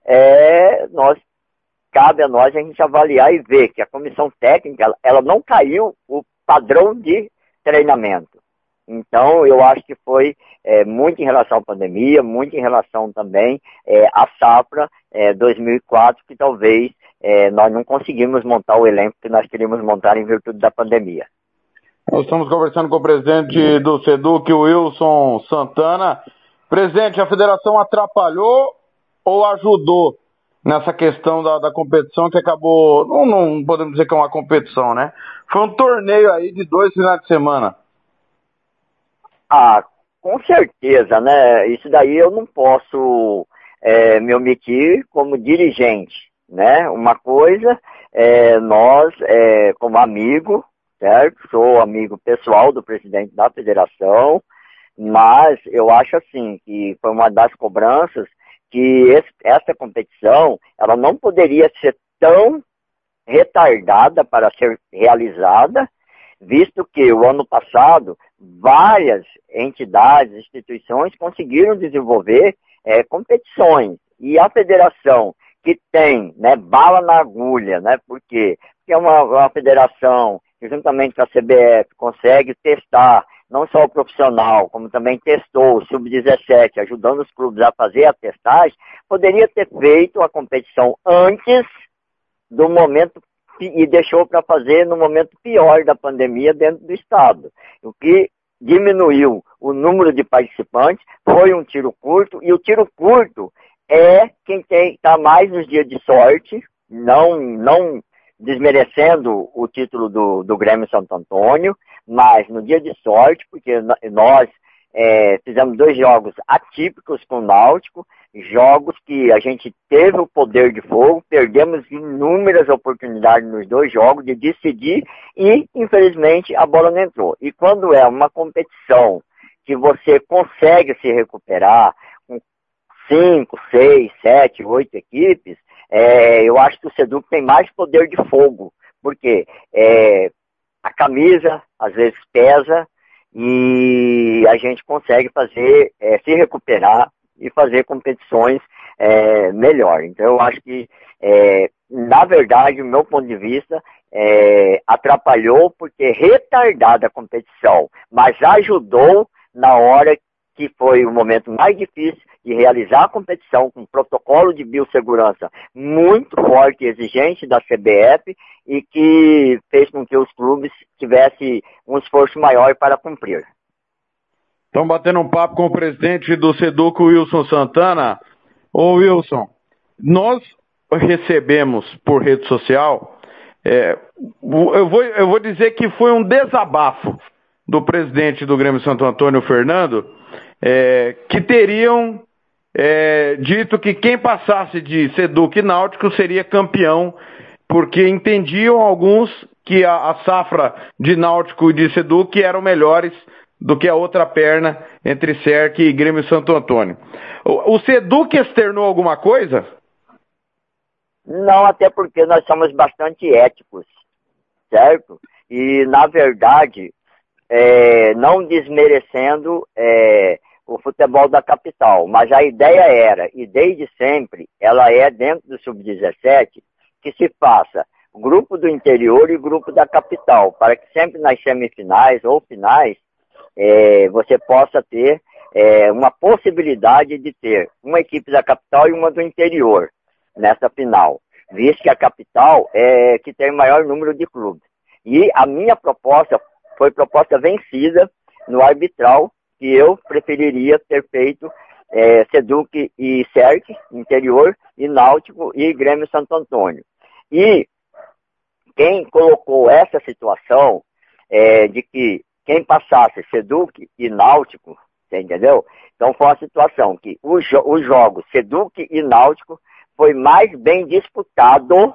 [SPEAKER 16] Cabe a nós a gente avaliar e ver que a comissão técnica, ela não caiu o padrão de treinamento. Então, eu acho que foi muito em relação à pandemia, muito em relação também à safra 2004, que talvez nós não conseguimos montar o elenco que nós queríamos montar em virtude da pandemia.
[SPEAKER 10] Nós estamos conversando com o presidente do SEDUC, o Wilson Santana. Presidente, a federação atrapalhou ou ajudou nessa questão da competição que acabou, não podemos dizer que é uma competição, né? Foi um torneio aí de 2 finais de semana.
[SPEAKER 16] Com certeza, né? Isso daí eu não posso me omitir como dirigente, né? Uma coisa, nós, como amigo, certo? Sou amigo pessoal do presidente da federação, mas eu acho assim, que foi uma das cobranças que essa competição, ela não poderia ser tão retardada para ser realizada, visto que o ano passado várias entidades, instituições conseguiram desenvolver competições, e a federação que tem, né, bala na agulha, né, porque é uma federação que juntamente com a CBF consegue testar não só o profissional, como também testou o sub-17, ajudando os clubes a fazer a testagem, poderia ter feito a competição antes do momento e deixou para fazer no momento pior da pandemia dentro do estado. O que diminuiu o número de participantes foi um tiro curto, e o tiro curto é quem está mais nos dias de sorte, não desmerecendo o título do Grêmio Santo Antônio, mas no dia de sorte, porque nós fizemos 2 jogos atípicos com o Náutico, jogos que a gente teve o poder de fogo, perdemos inúmeras oportunidades nos 2 jogos de decidir e, infelizmente, a bola não entrou. E quando é uma competição que você consegue se recuperar com 5, 6, 7, 8 equipes, eu acho que o SEDUC tem mais poder de fogo, porque a camisa às vezes pesa e a gente consegue fazer, se recuperar e fazer competições melhor. Então eu acho que, na verdade, do meu ponto de vista, atrapalhou porque retardada a competição, mas ajudou na hora que foi o momento mais difícil de realizar a competição com um protocolo de biossegurança muito forte e exigente da CBF, e que fez com que os clubes tivessem um esforço maior para cumprir.
[SPEAKER 10] Estamos batendo um papo com o presidente do SEDUC, Wilson Santana. Ô Wilson, nós recebemos por rede social, eu vou dizer que foi um desabafo do presidente do Grêmio Santo Antônio, Fernando, que teriam dito que quem passasse de SEDUC e Náutico seria campeão, porque entendiam alguns que a safra de Náutico e de SEDUC eram melhores do que a outra perna entre SERC e Grêmio Santo Antônio. O SEDUC externou alguma coisa?
[SPEAKER 16] Não, até porque nós somos bastante éticos, certo? E, na verdade, não desmerecendo o futebol da capital, mas a ideia era, e desde sempre, ela é dentro do Sub-17, que se faça grupo do interior e grupo da capital, para que sempre nas semifinais ou finais, você possa ter uma possibilidade de ter uma equipe da capital e uma do interior nessa final, visto que a capital é que tem o maior número de clubes. E a minha proposta foi proposta vencida no arbitral, que eu preferiria ter feito Seduc e Cerc, interior, e Náutico e Grêmio Santo Antônio. E quem colocou essa situação de que quem passasse Seduc e Náutico, você entendeu? Então foi uma situação que os jogos Seduc e Náutico foi mais bem disputado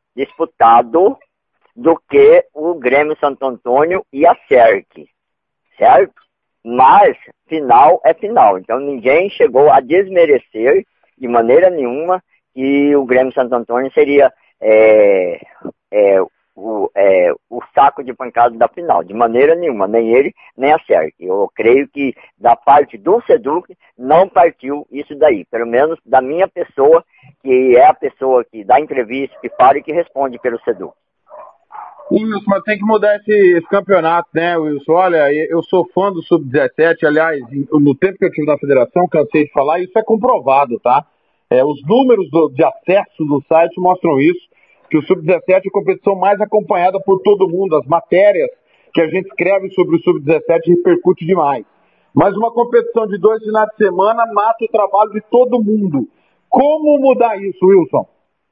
[SPEAKER 16] do que o Grêmio Santo Antônio e a Cerc, certo? Mas final é final, então ninguém chegou a desmerecer de maneira nenhuma que o Grêmio Santo Antônio seria o saco de pancada da final, de maneira nenhuma, nem ele, nem a Cerc. Eu creio que da parte do Seduc não partiu isso daí, pelo menos da minha pessoa, que é a pessoa que dá entrevista, que fala e que responde pelo Seduc.
[SPEAKER 10] Wilson, mas tem que mudar esse campeonato, né, Wilson? Olha, eu sou fã do Sub-17, aliás, no tempo que eu tive na federação, cansei de falar, isso é comprovado, tá? Os números de acesso do site mostram isso, que o Sub-17 é a competição mais acompanhada por todo mundo, as matérias que a gente escreve sobre o Sub-17 repercute demais. Mas uma competição de 2 finais de semana mata o trabalho de todo mundo. Como mudar isso, Wilson?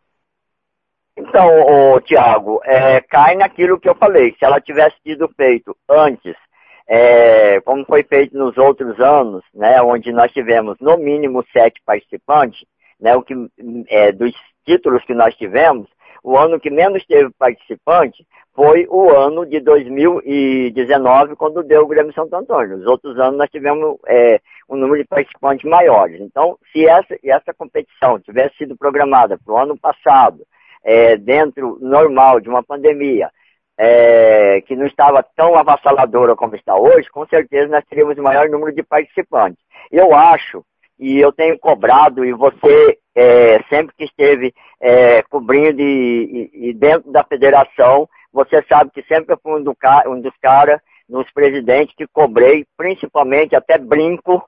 [SPEAKER 16] Então, Thiago, cai naquilo que eu falei. Se ela tivesse sido feito antes, como foi feito nos outros anos, né, onde nós tivemos no mínimo 7 participantes, né, dos títulos que nós tivemos, o ano que menos teve participante foi o ano de 2019, quando deu o Grêmio Santo Antônio. Os outros anos nós tivemos um número de participantes maiores. Então, se essa competição tivesse sido programada para o ano passado, dentro normal de uma pandemia, que não estava tão avassaladora como está hoje, com certeza nós teríamos o maior número de participantes. Eu acho, e eu tenho cobrado, e você sempre que esteve cobrindo e dentro da federação, você sabe que sempre eu fui um dos caras, dos presidentes que cobrei, principalmente até brinco,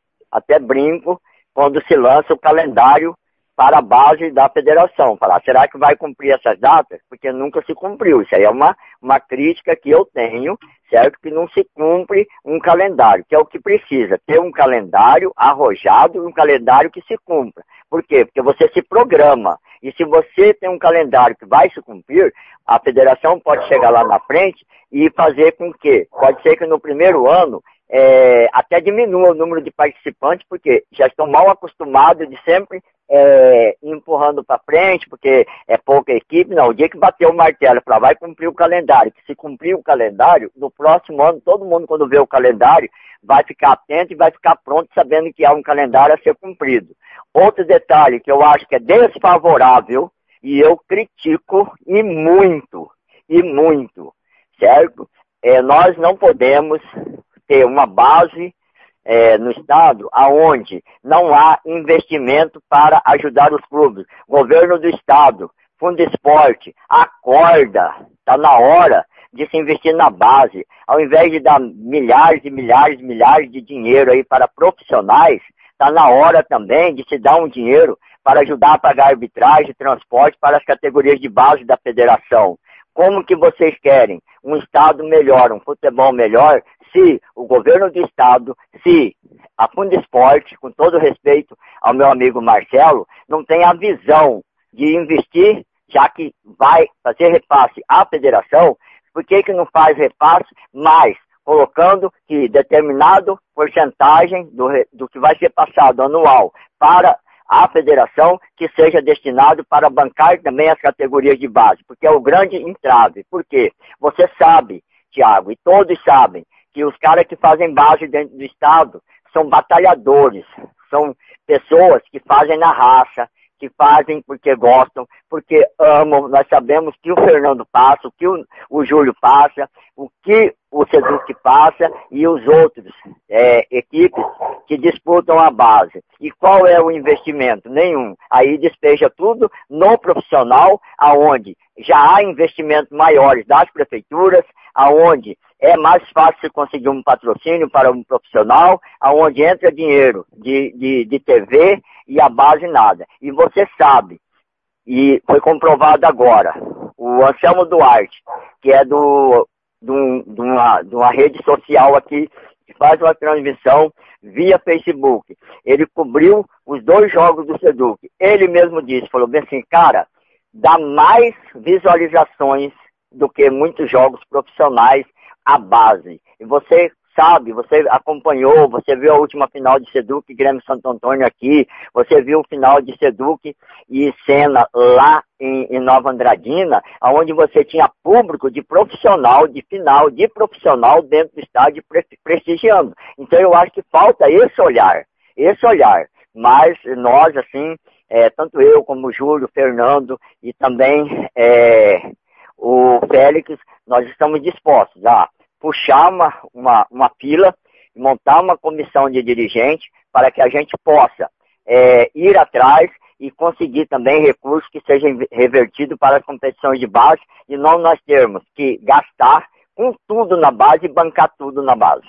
[SPEAKER 16] quando se lança o calendário para a base da federação. Falar, será que vai cumprir essas datas? Porque nunca se cumpriu. Isso aí é uma crítica que eu tenho, certo? Que não se cumpre um calendário, que é o que precisa. Ter um calendário arrojado e um calendário que se cumpra. Por quê? Porque você se programa. E se você tem um calendário que vai se cumprir, a federação pode chegar lá na frente e fazer com que, pode ser que no primeiro ano, até diminua o número de participantes, porque já estão mal acostumados de sempre empurrando para frente, porque é pouca equipe. Não, o dia que bater o martelo para vai cumprir o calendário, que se cumprir o calendário, no próximo ano, todo mundo quando vê o calendário, vai ficar atento e vai ficar pronto sabendo que há um calendário a ser cumprido. Outro detalhe que eu acho que é desfavorável, e eu critico e muito, certo? Nós não podemos ter uma base no estado aonde não há investimento para ajudar os clubes. Governo do estado, Fundo Esporte, acorda, está na hora de se investir na base. Ao invés de dar milhares e milhares de dinheiro aí para profissionais, está na hora também de se dar um dinheiro para ajudar a pagar arbitragem e transporte para as categorias de base da federação. Como que vocês querem um estado melhor, um futebol melhor, se o governo do estado, se a Fundo Esporte, com todo respeito ao meu amigo Marcelo, não tem a visão de investir, já que vai fazer repasse à federação, por que não faz repasse, mas colocando que determinado porcentagem do que vai ser passado anual para a federação, que seja destinado para bancar também as categorias de base, porque é o grande entrave. Por quê? Você sabe, Thiago, e todos sabem, que os caras que fazem base dentro do estado são batalhadores, são pessoas que fazem na raça, que fazem porque gostam, porque amam. Nós sabemos que o Fernando passa, o que o Júlio passa, o que o Seduc passa e os outros equipes que disputam a base. E qual é o investimento? Nenhum. Aí despeja tudo no profissional, aonde já há investimentos maiores das prefeituras, aonde é mais fácil conseguir um patrocínio para um profissional, aonde entra dinheiro de TV e a base nada. E você sabe, e foi comprovado agora, o Anselmo Duarte, que é de uma rede social aqui, que faz uma transmissão via Facebook. Ele cobriu os 2 jogos do Seduc. Ele mesmo disse, falou bem assim, cara, dá mais visualizações do que muitos jogos profissionais à base. E você sabe, você acompanhou, você viu a última final de Seduc e Grêmio Santo Antônio aqui, você viu o final de Seduc e Sena lá em Nova Andradina, onde você tinha público de profissional, de final, de profissional dentro do estádio prestigiando. Então eu acho que falta esse olhar. Mas nós, assim, tanto eu como o Júlio, Fernando e também o Félix, nós estamos dispostos a puxar uma fila, montar uma comissão de dirigente para que a gente possa ir atrás e conseguir também recursos que sejam revertidos para as competições de base e não nós termos que gastar com tudo na base e bancar tudo na base.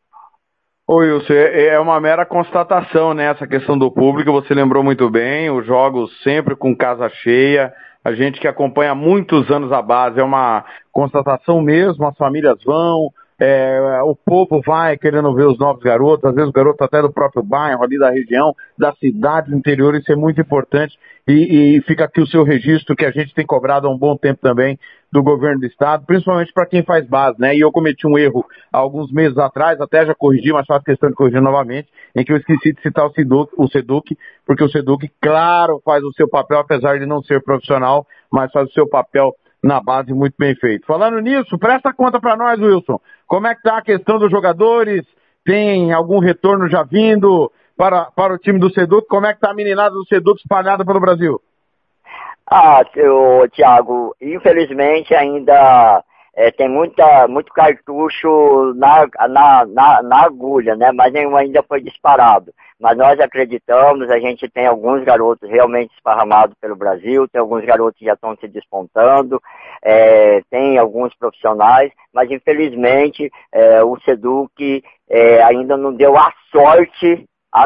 [SPEAKER 10] Ô Wilson, é uma mera constatação, né, essa questão do público, você lembrou muito bem, os jogos sempre com casa cheia, a gente que acompanha há muitos anos a base, é uma constatação mesmo, as famílias vão, o povo vai querendo ver os novos garotos, às vezes o garoto até do próprio bairro, ali da região, da cidade, do interior, isso é muito importante, e fica aqui o seu registro, que a gente tem cobrado há um bom tempo também do governo do estado, principalmente para quem faz base, né? E eu cometi um erro há alguns meses atrás, até já corrigi, mas faço questão de corrigir novamente, em que eu esqueci de citar o Seduc, porque o Seduc, claro, faz o seu papel, apesar de não ser profissional, mas faz o seu papel na base muito bem feito. Falando nisso, presta conta para nós, Wilson. Como é que tá a questão dos jogadores? Tem algum retorno já vindo para o time do Seduc? Como é que tá a meninada do Seduc espalhada pelo Brasil?
[SPEAKER 16] Thiago, infelizmente ainda tem muito cartucho na agulha, né? Mas nenhum ainda foi disparado. Mas nós acreditamos, a gente tem alguns garotos realmente esparramados pelo Brasil, tem alguns garotos que já estão se despontando, tem alguns profissionais, mas infelizmente o Seduc ainda não deu a sorte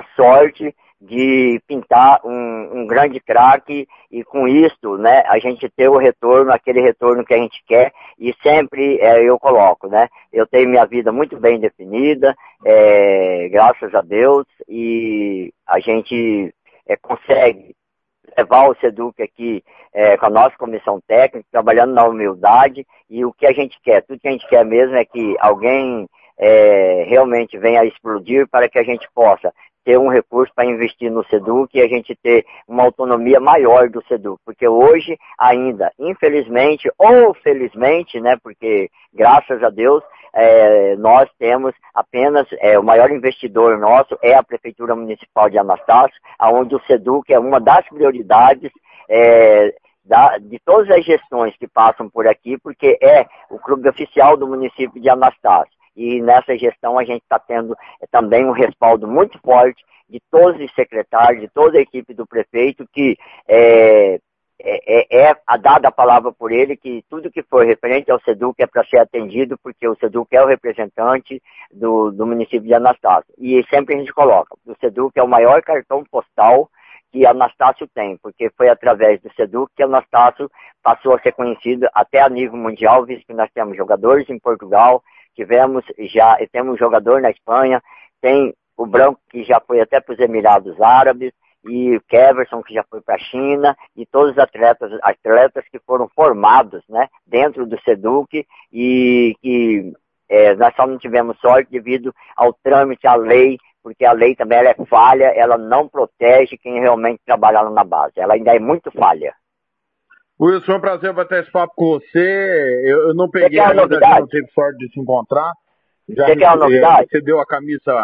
[SPEAKER 16] de pintar um grande craque e com isso, né, a gente ter o retorno, aquele retorno que a gente quer e sempre eu coloco, né, eu tenho minha vida muito bem definida, graças a Deus, e a gente consegue levar o Seduc aqui com a nossa comissão técnica, trabalhando na humildade, e o que a gente quer, tudo que a gente quer mesmo é que alguém realmente venha a explodir para que a gente possa ter um recurso para investir no Seduc e a gente ter uma autonomia maior do Seduc, porque hoje ainda, infelizmente ou felizmente, né, porque graças a Deus nós temos apenas, o maior investidor nosso é a Prefeitura Municipal de Anastácio, onde o Seduc é uma das prioridades de todas as gestões que passam por aqui, porque é o clube oficial do município de Anastácio. E nessa gestão a gente está tendo também um respaldo muito forte de todos os secretários, de toda a equipe do prefeito, que dada a palavra por ele, que tudo que for referente ao Seduc é para ser atendido, porque o Seduc é o representante do município de Anastácio. E sempre a gente coloca, o Seduc é o maior cartão postal que Anastácio tem, porque foi através do Seduc que Anastácio passou a ser conhecido até a nível mundial, visto que nós temos jogadores em Portugal, temos um jogador na Espanha, tem o Branco que já foi até para os Emirados Árabes, e o Keverson que já foi para a China, e todos os atletas que foram formados, né, dentro do Seduc, e que nós só não tivemos sorte devido ao trâmite, à lei, porque a lei também ela é falha, ela não protege quem realmente trabalha na base, ela ainda é muito falha.
[SPEAKER 10] Wilson, é um prazer bater esse papo com você. Eu não peguei ainda, não tive sorte de se encontrar. Já
[SPEAKER 16] você quer uma novidade?
[SPEAKER 10] Você deu a camisa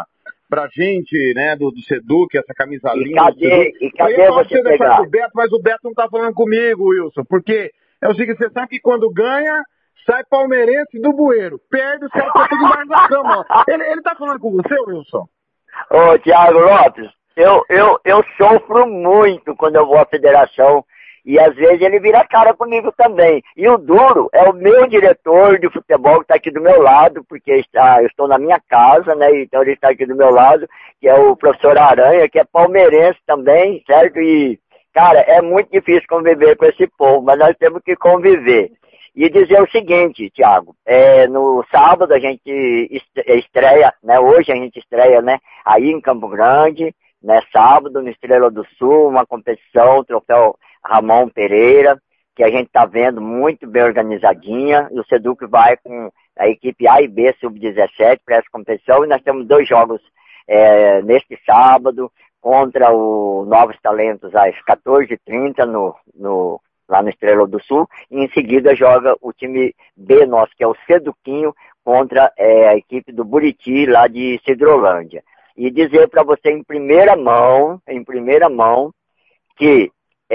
[SPEAKER 10] pra gente, né, do Seduc, essa camisa linda.
[SPEAKER 16] E cadê você pegar?
[SPEAKER 10] Do Beto, mas o Beto não tá falando comigo, Wilson, porque é o seguinte, você sabe que quando ganha, sai palmeirense do bueiro, perde, os caras ficam embaixo da cama, ó. Ele tá falando com você, Wilson?
[SPEAKER 16] Ô, Thiago Lopes, eu sofro muito quando eu vou à federação e às vezes ele vira cara comigo também. E o duro é o meu diretor de futebol que está aqui do meu lado, porque eu estou na minha casa, né? Então ele está aqui do meu lado, que é o professor Aranha, que é palmeirense também, certo? E, cara, é muito difícil conviver com esse povo, mas nós temos que conviver. E dizer o seguinte, Thiago, no sábado a gente estreia, né? Hoje a gente estreia, né? Aí em Campo Grande, né? Sábado, no Estrela do Sul, uma competição, troféu Ramon Pereira, que a gente está vendo muito bem organizadinha, e o Seduc vai com a equipe A e B Sub-17 para essa competição, e nós temos 2 jogos neste sábado, contra o Novos Talentos às 14h30 lá no Estrela do Sul, e em seguida joga o time B nosso, que é o Seduquinho, contra a equipe do Buriti, lá de Cidrolândia. E dizer para você em primeira mão, que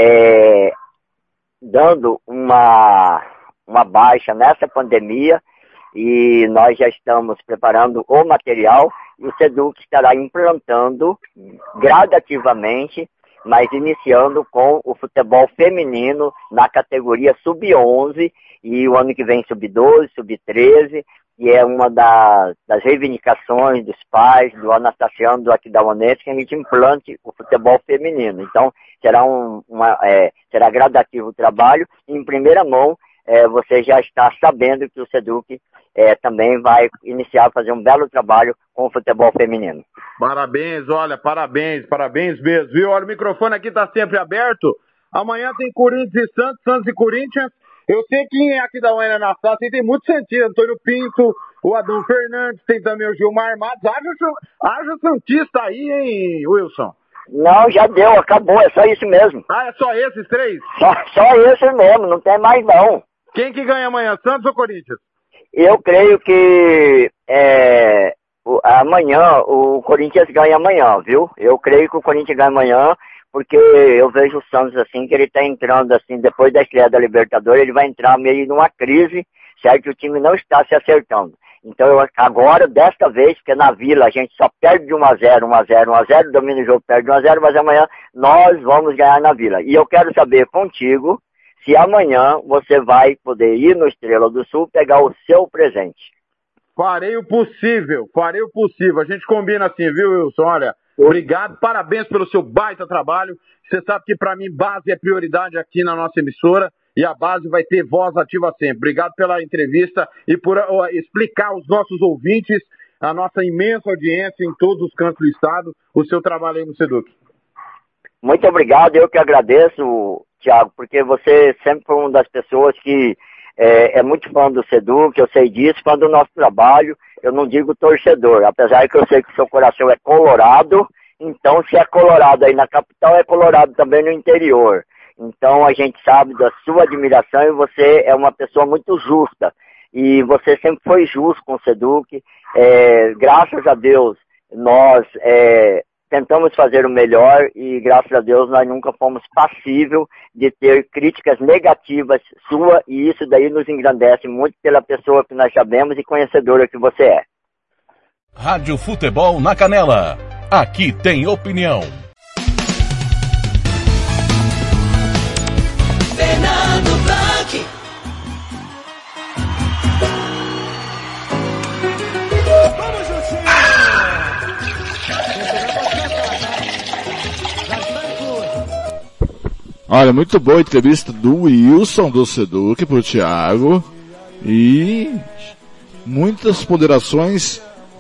[SPEAKER 16] dando uma baixa nessa pandemia, e nós já estamos preparando o material, e o Seduc estará implantando gradativamente, mas iniciando com o futebol feminino na categoria Sub-11, e o ano que vem Sub-12, Sub-13, e é uma das reivindicações dos pais, do Anastasiano, do Aquidauanense, que a gente implante o futebol feminino. Então, será gradativo o trabalho, e em primeira mão, você já está sabendo que o Seduc também vai iniciar a fazer um belo trabalho com o futebol feminino.
[SPEAKER 10] Parabéns, olha, parabéns mesmo, viu? Olha, o microfone aqui está sempre aberto. Amanhã tem Corinthians e Santos, Santos e Corinthians. Eu sei que em Aquidauana na Sala tem muito sentido. Antônio Pinto, o Adão Fernandes, tem também o Gilmar Matos. Haja Santista aí, hein, Wilson?
[SPEAKER 16] Não, já deu, acabou, é só isso mesmo.
[SPEAKER 10] Ah, é só esses 3?
[SPEAKER 16] Só esses mesmo, não tem mais não.
[SPEAKER 10] Quem que ganha amanhã, Santos ou Corinthians?
[SPEAKER 16] Eu creio que amanhã, o Corinthians ganha amanhã, viu? Eu creio que o Corinthians ganha amanhã, porque eu vejo o Santos assim, que ele tá entrando assim, depois da estreia da Libertadores, ele vai entrar meio numa crise, certo? O time não está se acertando. Então, agora, desta vez, porque na Vila a gente só perde de 1-0, 1-0, 1-0, domina o jogo, perde 1-0, mas amanhã nós vamos ganhar na Vila. E eu quero saber contigo se amanhã você vai poder ir no Estrela do Sul pegar o seu presente.
[SPEAKER 10] Farei o possível. A gente combina assim, viu, Wilson? Olha, obrigado, parabéns pelo seu baita trabalho. Você sabe que para mim base é prioridade aqui na nossa emissora e a base vai ter voz ativa sempre. Obrigado pela entrevista e por explicar aos nossos ouvintes, a nossa imensa audiência em todos os cantos do estado, o seu trabalho aí no Seduc.
[SPEAKER 16] Muito obrigado, eu que agradeço, Thiago, porque você sempre foi uma das pessoas que é muito fã do Seduc, eu sei disso, fã do nosso trabalho. Eu não digo torcedor, apesar que eu sei que o seu coração é colorado, então se é colorado aí na capital, é colorado também no interior. Então a gente sabe da sua admiração e você é uma pessoa muito justa. E você sempre foi justo com o Seduc. Graças a Deus, nós tentamos fazer o melhor e graças a Deus nós nunca fomos passíveis de ter críticas negativas sua, e isso daí nos engrandece muito pela pessoa que nós sabemos e conhecedora que você é.
[SPEAKER 2] Rádio Futebol na Canela. Aqui tem opinião.
[SPEAKER 12] Fernando Blanc.
[SPEAKER 3] Vamos, Justinho!
[SPEAKER 4] Olha, muito boa a entrevista do Wilson do Seduc pro Thiago e muitas ponderações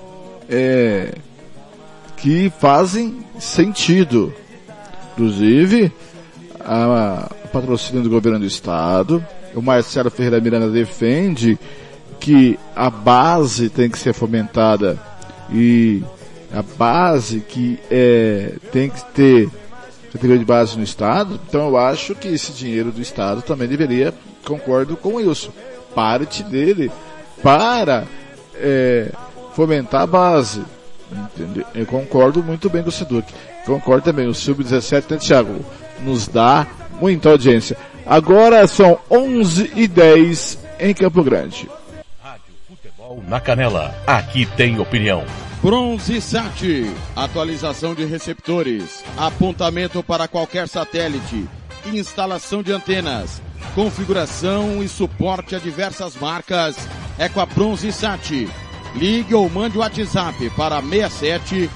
[SPEAKER 4] que fazem sentido. Inclusive, a patrocínio do governo do estado, o Marcelo Ferreira Miranda defende que a base tem que ser fomentada e a base que tem que ter categoria de base no estado. Então eu acho que esse dinheiro do estado também deveria, concordo com isso, parte dele para fomentar a base. Entendeu? Eu concordo muito bem com o Siduc. Concordo também, o Sub-17, né, Thiago? Nos dá muita audiência. Agora são 11h10 em Campo Grande.
[SPEAKER 2] Rádio Futebol na Canela. Aqui tem opinião.
[SPEAKER 10] Bronze Sat, atualização de receptores, apontamento para qualquer satélite, instalação de antenas, configuração e suporte a diversas marcas. É com a Bronze Sat. Ligue ou mande o WhatsApp para 67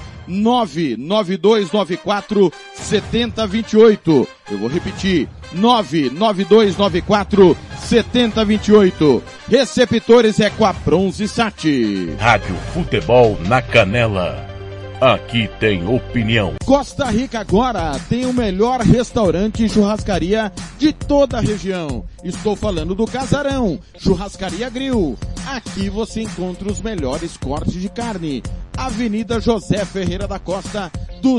[SPEAKER 10] 99294 7028. Eu vou repetir, 99294 7028. Receptores é com a Bronze Sat.
[SPEAKER 2] Rádio Futebol na Canela. Aqui tem opinião.
[SPEAKER 10] Costa Rica agora tem o melhor restaurante e churrascaria de toda a região. Estou falando do Casarão, Churrascaria Grill. Aqui você encontra os melhores cortes de carne. Avenida José Ferreira da Costa,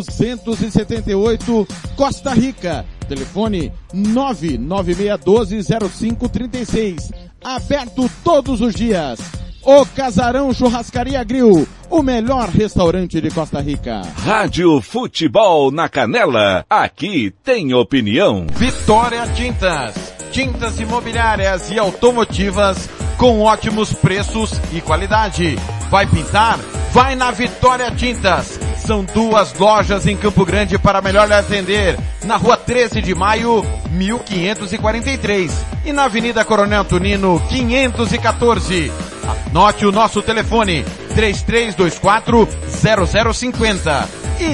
[SPEAKER 10] 278, Costa Rica. Telefone 996120536. Aberto todos os dias. O Casarão Churrascaria Grill, o melhor restaurante de Costa Rica.
[SPEAKER 2] Rádio Futebol na Canela. Aqui tem opinião.
[SPEAKER 17] Vitória Tintas. Tintas imobiliárias e automotivas com ótimos preços e qualidade. Vai pintar? Vai na Vitória Tintas. São 2 lojas em Campo Grande para melhor lhe atender. Na Rua 13 de Maio, 1543. E na Avenida Coronel Tunino, 514. Anote o nosso telefone, 3324-0050 e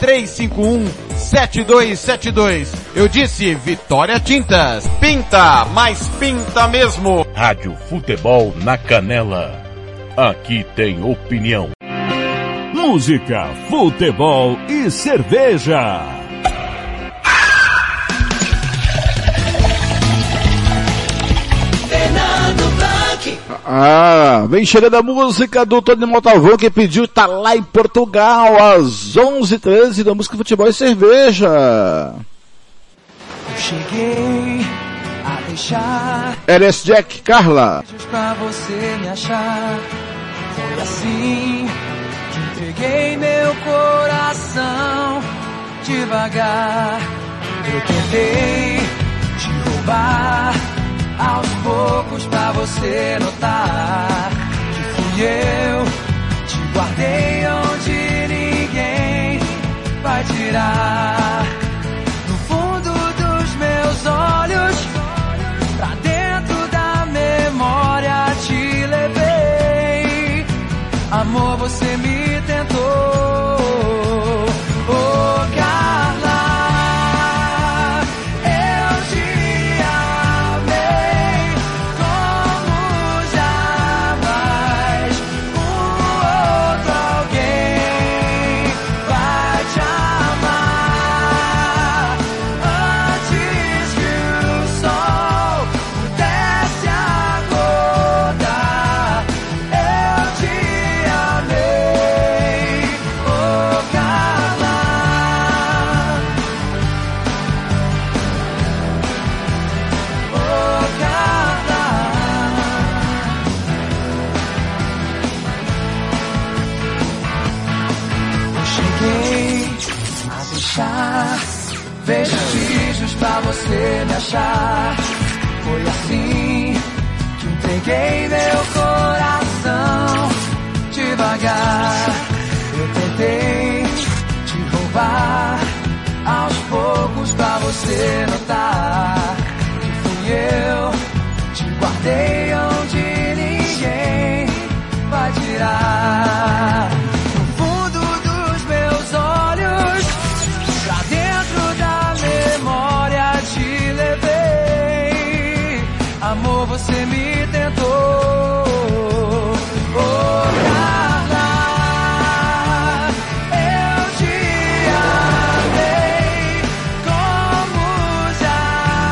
[SPEAKER 17] 3351-7272. Eu disse Vitória Tintas. Pinta, mas pinta mesmo.
[SPEAKER 2] Rádio Futebol na Canela. Aqui tem opinião.
[SPEAKER 13] Música, futebol e cerveja.
[SPEAKER 4] Vem chegando a música do Tony Montalvão que pediu, tá lá em Portugal, às 11h13 da música, futebol e cerveja.
[SPEAKER 15] Eu cheguei a deixar
[SPEAKER 4] LS Jack, Carla.
[SPEAKER 15] pra você me achar. Foi assim que entreguei meu coração devagar. Eu tentei te roubar aos poucos pra você notar que fui eu, te guardei onde ninguém vai tirar. No fundo dos meus olhos, pra dentro da memória te levei. Amor, você me tentou. Oh, Carla, vestígios pra você me achar. Foi assim que entreguei meu coração devagar. Eu tentei te roubar aos poucos pra você notar que fui eu, te guardei onde ninguém vai tirar. No fundo dos meus olhos, pra dentro da memória te levei. Amor, você me tentou. Oh, Carla, eu te amei como jamais.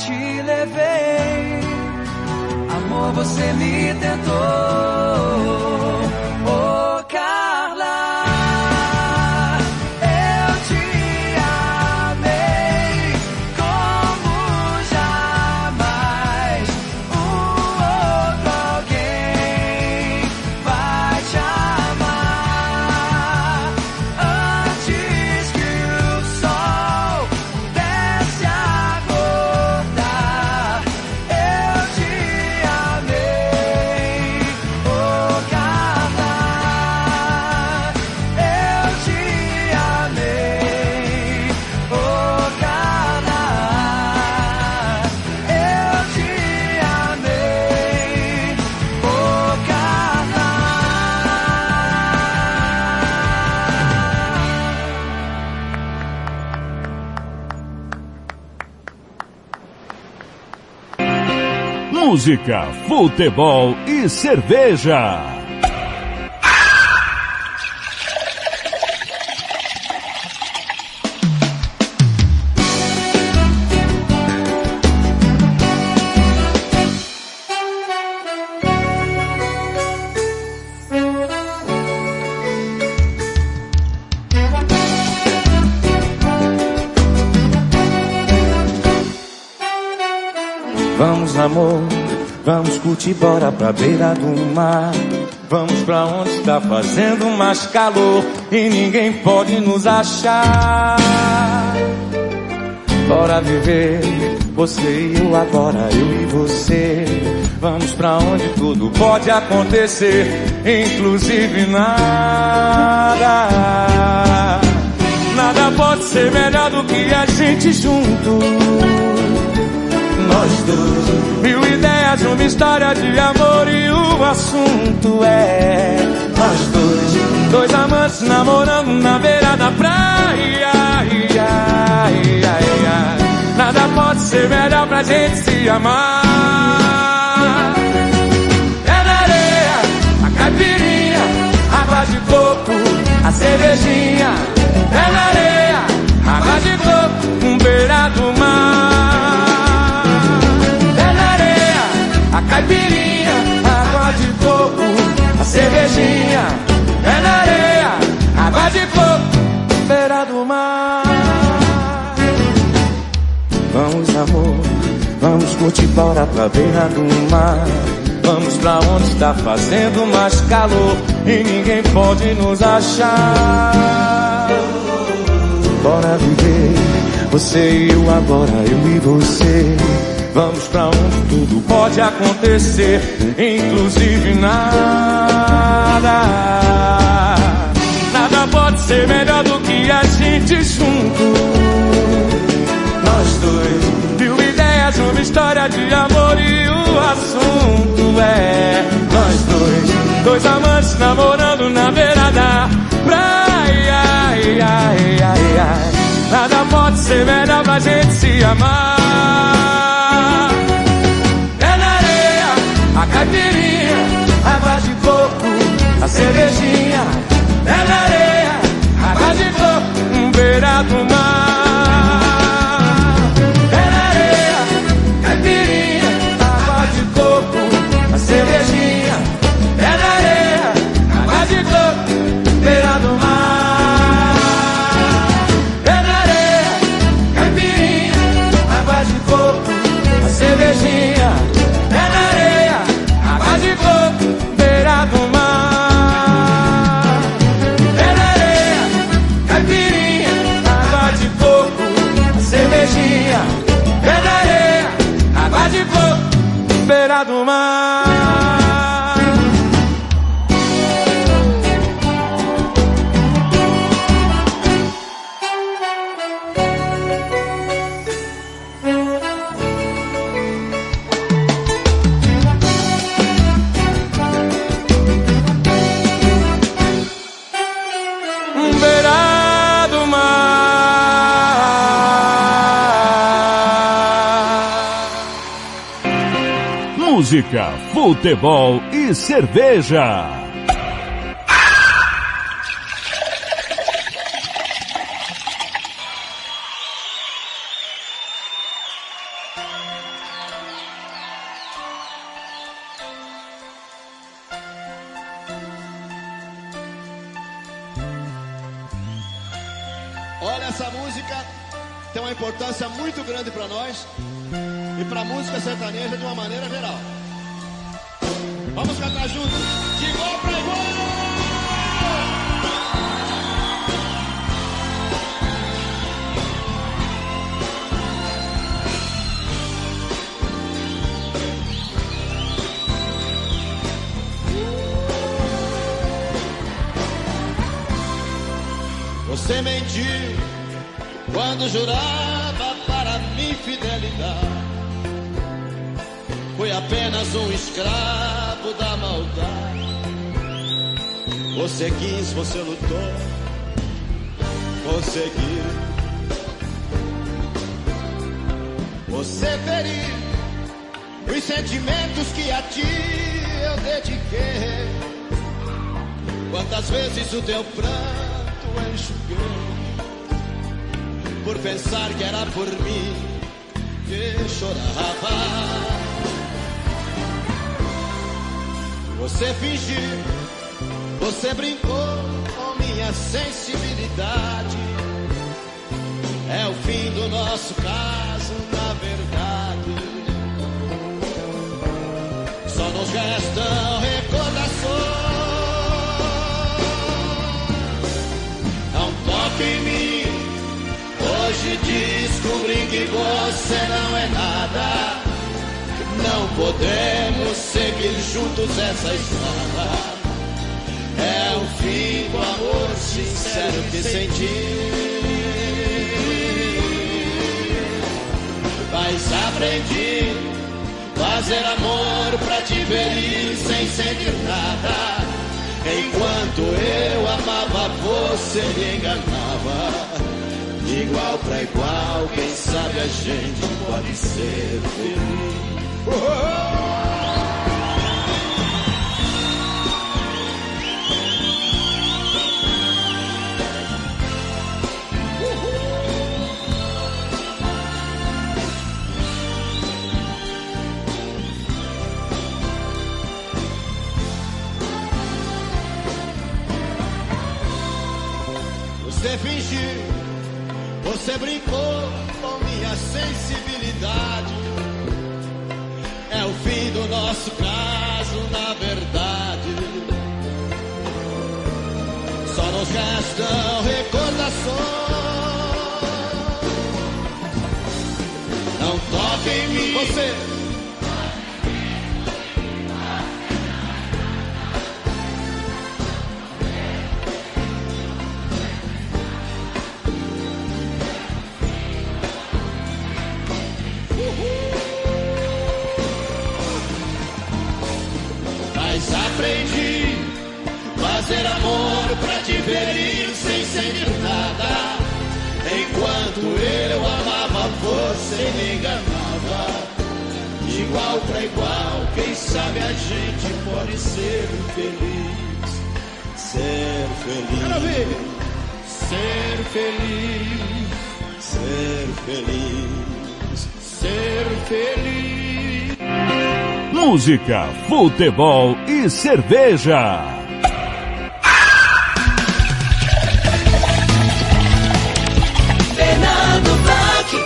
[SPEAKER 14] te levei. Amor, você me tentou. Oh, Carla, eu te amei como jamais outro alguém vai te amar. Antes que o sol pudesse acordar, eu te amei. Oh, Carla, eu te amei. Oh, Carla, eu te amei. Oh, Carla.
[SPEAKER 13] Música, futebol e cerveja.
[SPEAKER 18] Vamos, amor, vamos curtir, bora pra beira do mar. Vamos pra onde está fazendo mais calor e ninguém pode nos achar. Bora viver, você e eu agora, eu e você. Vamos pra onde tudo pode acontecer, inclusive nada. Nada pode ser melhor do que a gente junto. Nós dois, mil ideias, uma história de amor e o assunto é nós dois, dois amantes namorando na beira da praia. Nada pode ser melhor pra gente se amar. É na areia, a caipirinha, água de coco, a cervejinha. É na areia, água de coco, beira do mar. A caipirinha, água de coco, a cervejinha. É na areia, água de coco, beira do mar. Vamos, amor, vamos curtir, bora pra beira do mar. Vamos pra onde está fazendo mais calor e ninguém pode nos achar. Bora viver, você e eu agora, eu e você. Vamos pra onde tudo pode acontecer, inclusive nada. Nada pode ser melhor do que a gente junto. Nós dois, mil ideias, uma história de amor e o assunto é nós dois, dois amantes namorando na beira da praia. Nada pode ser melhor pra gente se amar. A caipirinha, água de coco, a cervejinha. É na areia, água de coco, beira do mar. É na areia, caipirinha, água de coco, a cervejinha. É na areia, água de coco, beira do mar. É na areia, caipirinha, água de coco, a cervejinha. É na areia, água de coco, beira do mar. É na areia, caipirinha, água de coco, a cervejinha. É na areia, água de coco, beira do mar.
[SPEAKER 13] Música, futebol e cerveja.
[SPEAKER 1] essa música tem uma importância muito grande para nós e para a música sertaneja de uma maneira geral. Vamos cantar juntos. De igual para igual! Você mentiu quando jurava para mim fidelidade. Foi apenas um escravo da maldade. Você quis, você lutou, você quis. Você feriu os sentimentos que a ti eu dediquei. Quantas vezes o teu pranto enxuguei por pensar que era por mim que chorava. Você fingiu, você brincou com minha sensibilidade. É o fim do nosso caso, na verdade. Só nos restam recordações. Não toque em mim. Hoje descobri que você não é nada. Não podemos seguir juntos essa estrada. É o fim do amor sincero que senti. Mas aprendi fazer amor pra te ver e sem sentir nada. Enquanto eu amava, você me enganava. De igual pra igual, quem sabe a gente pode ser feliz. Você fingiu, você brincou com minha sensibilidade. É o fim do nosso caso, na verdade. Só nos restam recordações. Não toque em mim, você. Aprendi fazer amor pra te ver e sem sentir nada. Enquanto eu amava, você me enganava. De igual pra igual, quem sabe a gente pode ser feliz. Ser feliz. Ser feliz. Ser feliz. Ser feliz.
[SPEAKER 13] Música, futebol e cerveja.
[SPEAKER 12] Fernando Blanc.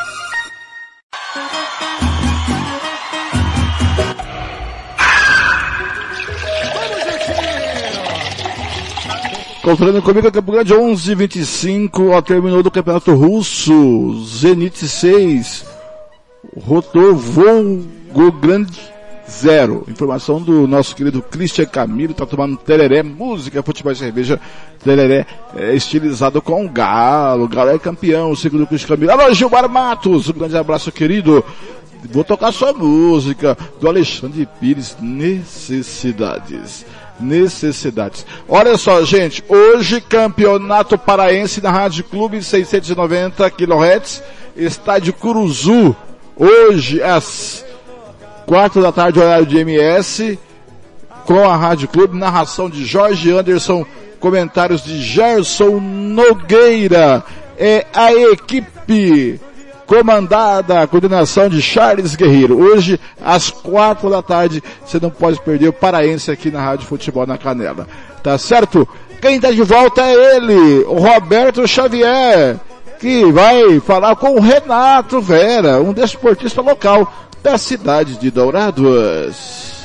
[SPEAKER 4] Conferindo comigo, Campo Grande 11:25, terminou do Campeonato Russo, Zenit 6, Rotor Volgograd 0. Informação do nosso querido Christian Camilo, tá tomando tereré, música, futebol e cerveja, tereré estilizado com o Galo. O Galo é campeão, segundo o Christian Camilo. Alô, Gilmar Matos, um grande abraço, querido. Vou tocar sua música, do Alexandre Pires, Necessidades. Olha só, gente, hoje Campeonato Paraense na Rádio Clube 690 kHz, Estádio Curuzu, hoje às 4 da tarde, horário de MS, com a Rádio Clube, narração de Jorge Anderson, comentários de Gerson Nogueira, é a equipe comandada, a coordenação de Charles Guerreiro. Hoje, às 4 da tarde, você não pode perder o Paraense aqui na Rádio Futebol na Canela. Tá certo? Quem tá de volta é ele, o Roberto Xavier. que vai falar com o Renato Vera, um desportista local da cidade de Dourados.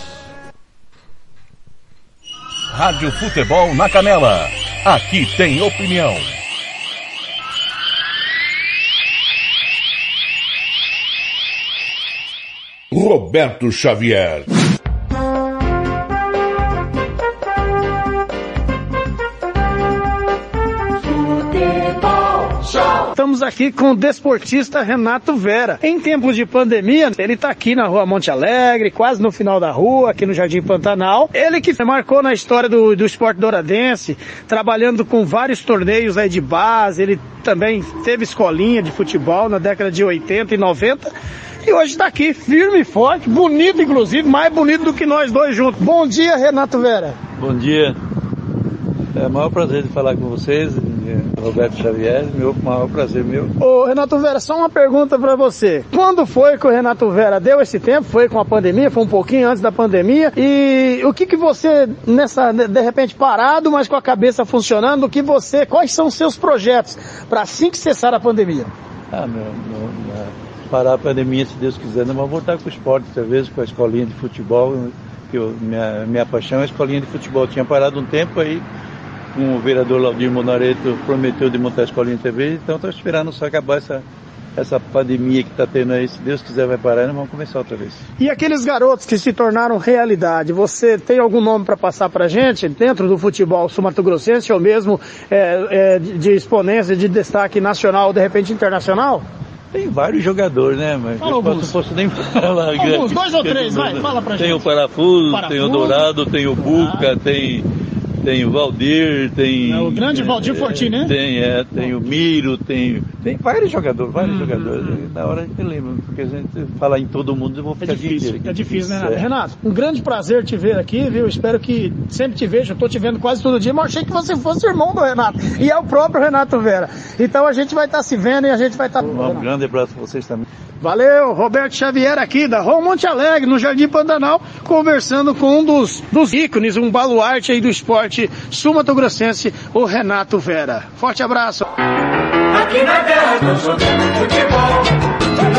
[SPEAKER 2] Rádio Futebol na Canela. Aqui tem opinião.
[SPEAKER 13] Roberto Xavier.
[SPEAKER 6] Estamos aqui com o desportista Renato Vera. Em tempos de pandemia, ele está aqui na Rua Monte Alegre, quase no final da rua, aqui no Jardim Pantanal. Ele que marcou na história do esporte douradense, trabalhando com vários torneios aí de base. Ele também teve escolinha de futebol na década de 80 e 90. E hoje está aqui, firme e forte, bonito inclusive, mais bonito do que nós dois juntos. Bom dia, Renato Vera.
[SPEAKER 19] Bom dia. É o maior prazer de falar com vocês, Roberto Xavier, meu maior prazer meu.
[SPEAKER 6] Ô Renato Vera, só uma pergunta para você. Quando foi que o Renato Vera deu esse tempo? Foi com a pandemia? Foi um pouquinho antes da pandemia? E o que você, de repente parado, mas com a cabeça funcionando, quais são os seus projetos para assim que cessar a pandemia?
[SPEAKER 19] Parar a pandemia, se Deus quiser, não vou voltar com o esporte, talvez com a escolinha de futebol, que minha paixão é a escolinha de futebol. Eu tinha parado um tempo aí, o vereador Laudir Monareto prometeu de montar a escolinha de TV, então estou esperando só acabar essa pandemia que está tendo aí. Se Deus quiser vai parar e nós vamos começar outra vez.
[SPEAKER 6] E aqueles garotos que se tornaram realidade, você tem algum nome para passar para a gente dentro do futebol sul-mato-grossense ou mesmo de exponência, de destaque nacional, de repente internacional?
[SPEAKER 19] Tem vários jogadores, né? Mas eu não posso nem falar.
[SPEAKER 6] Alguns, 2 ou 3, vai, fala pra gente.
[SPEAKER 19] Tem o Parafuso, tem o Dourado, tem o Buca, tem o Valdir, tem...
[SPEAKER 6] o grande Valdir Fortin, né?
[SPEAKER 19] Tem o Miro, tem vários jogadores. Na hora a gente lembra, porque a gente falar em todo mundo, eu vou ficar difícil.
[SPEAKER 6] É difícil, né, Renato? Um grande prazer te ver aqui, viu? Espero que sempre te veja, eu tô te vendo quase todo dia, mas achei que você fosse irmão do Renato. E é o próprio Renato Vera. Então a gente vai estar se vendo e a gente vai estar...
[SPEAKER 19] Um grande abraço pra vocês também.
[SPEAKER 6] Valeu, Roberto Xavier aqui da Rua Monte Alegre, no Jardim Pantanal, conversando com um dos ícones, um baluarte aí do esporte sul-mato-grossense, o Renato Vera. Forte abraço.
[SPEAKER 18] Aqui na terra tô jogando futebol.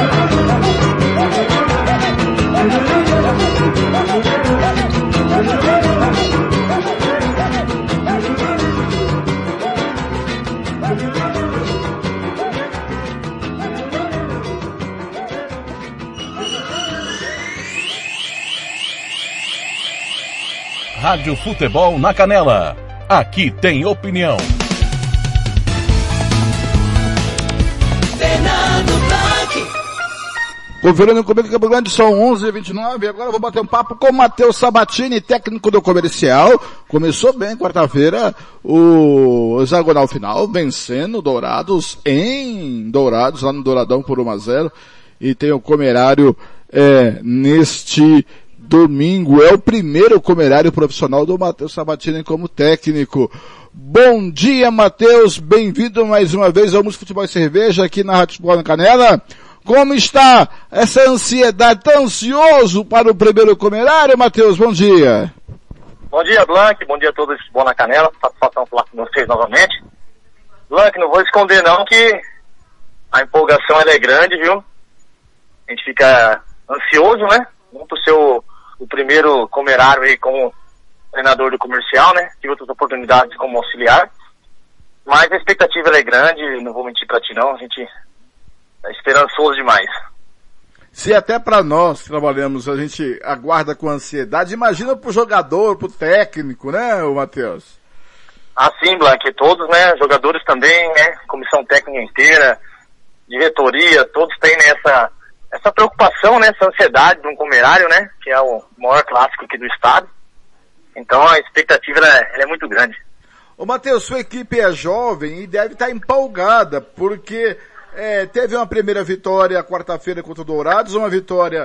[SPEAKER 2] Rádio Futebol na Canela. Aqui tem opinião.
[SPEAKER 4] Conferindo comigo que Campo Grande, são 11h29, agora eu vou bater um papo com o Matheus Sabatini, técnico do Comercial. Começou bem quarta-feira o hexagonal final, vencendo Dourados em Dourados, lá no Douradão por 1-0. E tem o Comerário neste domingo. É o primeiro Comerário profissional do Matheus Sabatini como técnico. Bom dia, Matheus, bem-vindo mais uma vez ao Música Futebol e Cerveja aqui na Rádio Futebol na Canela. Como está essa ansiedade? Tá ansioso para o primeiro Comerário, Matheus? Bom dia.
[SPEAKER 20] Bom dia, Blanc. Bom dia a todos do Futebol na Canela. Satisfação falar com vocês novamente. Blanc, não vou esconder não que a empolgação ela é grande, viu? A gente fica ansioso, né? Vamos pro o primeiro Comerário aí como treinador do Comercial, né? Tive outras oportunidades como auxiliar. Mas a expectativa ela é grande, não vou mentir pra ti não. A gente é esperançoso demais.
[SPEAKER 4] Se até para nós que trabalhamos a gente aguarda com ansiedade, imagina pro jogador, pro técnico, né, Matheus?
[SPEAKER 20] Assim, Blanc, todos, né, jogadores também, né, comissão técnica inteira, diretoria, todos têm essa preocupação, né, essa ansiedade de um Comerário, né, que é o maior clássico aqui do estado. Então a expectativa ela é muito grande.
[SPEAKER 4] Ô Matheus, sua equipe é jovem e deve estar empolgada, porque teve uma primeira vitória quarta-feira contra o Dourados, uma vitória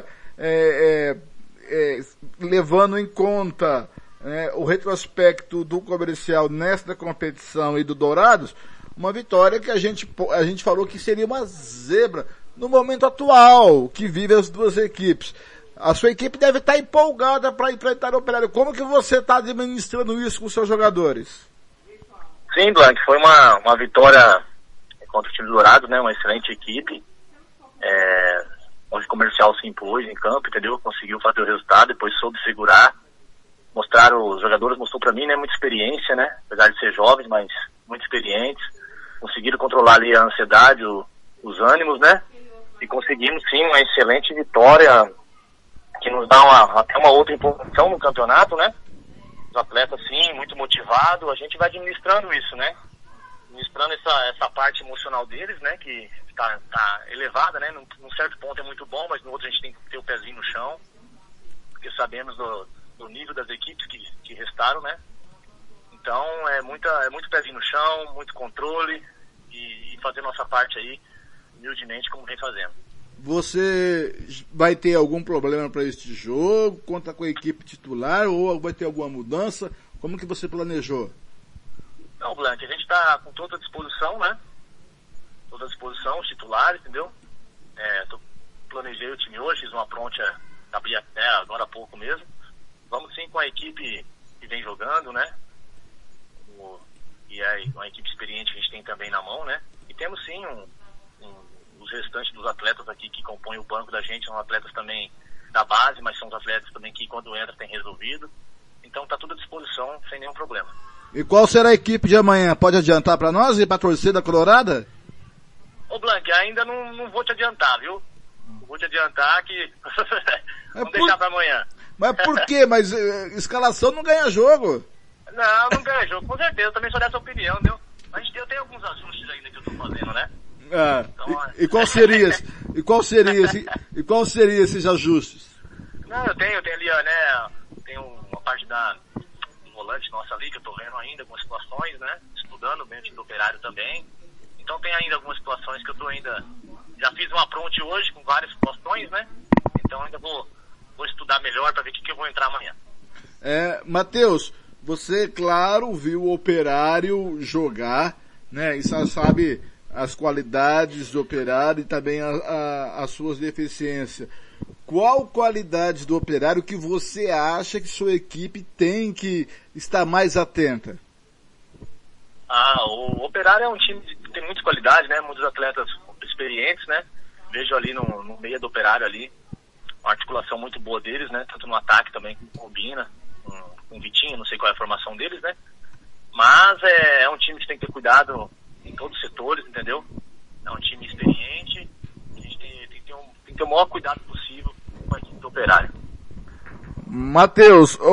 [SPEAKER 4] levando em conta o retrospecto do Comercial nesta competição e do Dourados, uma vitória que a gente falou que seria uma zebra no momento atual que vive as duas equipes. A sua equipe deve estar empolgada para enfrentar o Operário. Como que você está administrando isso com os seus jogadores?
[SPEAKER 20] Sim, Blanc, foi uma vitória contra o time do Dourado, né? Uma excelente equipe. Onde o Comercial se impôs em campo, entendeu? Conseguiu fazer o resultado, depois soube segurar. Os jogadores mostrou pra mim, né? Muita experiência, né? Apesar de ser jovens, mas muito experientes. Conseguiram controlar ali a ansiedade, os ânimos, né? E conseguimos sim uma excelente vitória que nos dá até uma outra empolgação no campeonato, né? Os atletas sim, muito motivados, a gente vai administrando isso, né? Administrando essa parte emocional deles, né? Que tá elevada, né? Num certo ponto é muito bom, mas no outro a gente tem que ter o pezinho no chão, porque sabemos do nível das equipes que restaram, né? Então é muito pezinho no chão, muito controle e fazer nossa parte aí humildemente como vem fazendo.
[SPEAKER 4] Você vai ter algum problema para este jogo? Conta com a equipe titular ou vai ter alguma mudança? Como que você planejou?
[SPEAKER 20] Não, Blanc, a gente está com toda a disposição, né? Toda a disposição, os titulares, entendeu? Planejei o time hoje, fiz uma pronta, abri até agora há pouco mesmo. Vamos sim com a equipe que vem jogando, né? E é uma equipe experiente que a gente tem também na mão, né? E temos sim os restantes dos atletas aqui que compõem o banco da gente, são atletas também da base, mas são os atletas também que quando entra tem resolvido. Então tá tudo à disposição, sem nenhum problema.
[SPEAKER 4] E qual será a equipe de amanhã? Pode adiantar para nós e para a torcida colorada?
[SPEAKER 20] Ô Blanc, ainda não vou te adiantar, viu? Vou te adiantar que vamos deixar para amanhã.
[SPEAKER 4] Mas por quê? Mas escalação não ganha jogo.
[SPEAKER 20] Não ganha jogo, com certeza, eu também sou dessa opinião, entendeu? Mas eu tenho alguns ajustes ainda que eu tô fazendo, né? Então,
[SPEAKER 4] e qual seria esses ajustes?
[SPEAKER 20] Não, eu tenho ali, né, tem uma parte do volante nossa ali que eu tô vendo ainda, algumas situações, né, estudando bem o time do Operário também. Então tem ainda algumas situações que eu tô já fiz uma pronte hoje com várias situações, né, então ainda vou estudar melhor para ver o que eu vou entrar amanhã.
[SPEAKER 4] Matheus, você, claro, viu o Operário jogar, né, e sabe as qualidades do Operário e também as suas deficiências. Qual qualidade do Operário que você acha que sua equipe tem que estar mais atenta?
[SPEAKER 20] O Operário é um time que tem muita qualidade, né? Muitos atletas experientes, né? Vejo ali no meio do Operário ali, uma articulação muito boa deles, né? Tanto no ataque também com combina, com o Vitinho, não sei qual é a formação deles, né? Mas é um time que tem que ter cuidado em todos os setores, entendeu? É um time experiente, a gente tem que ter o maior cuidado possível com a equipe do Operário.
[SPEAKER 4] Matheus,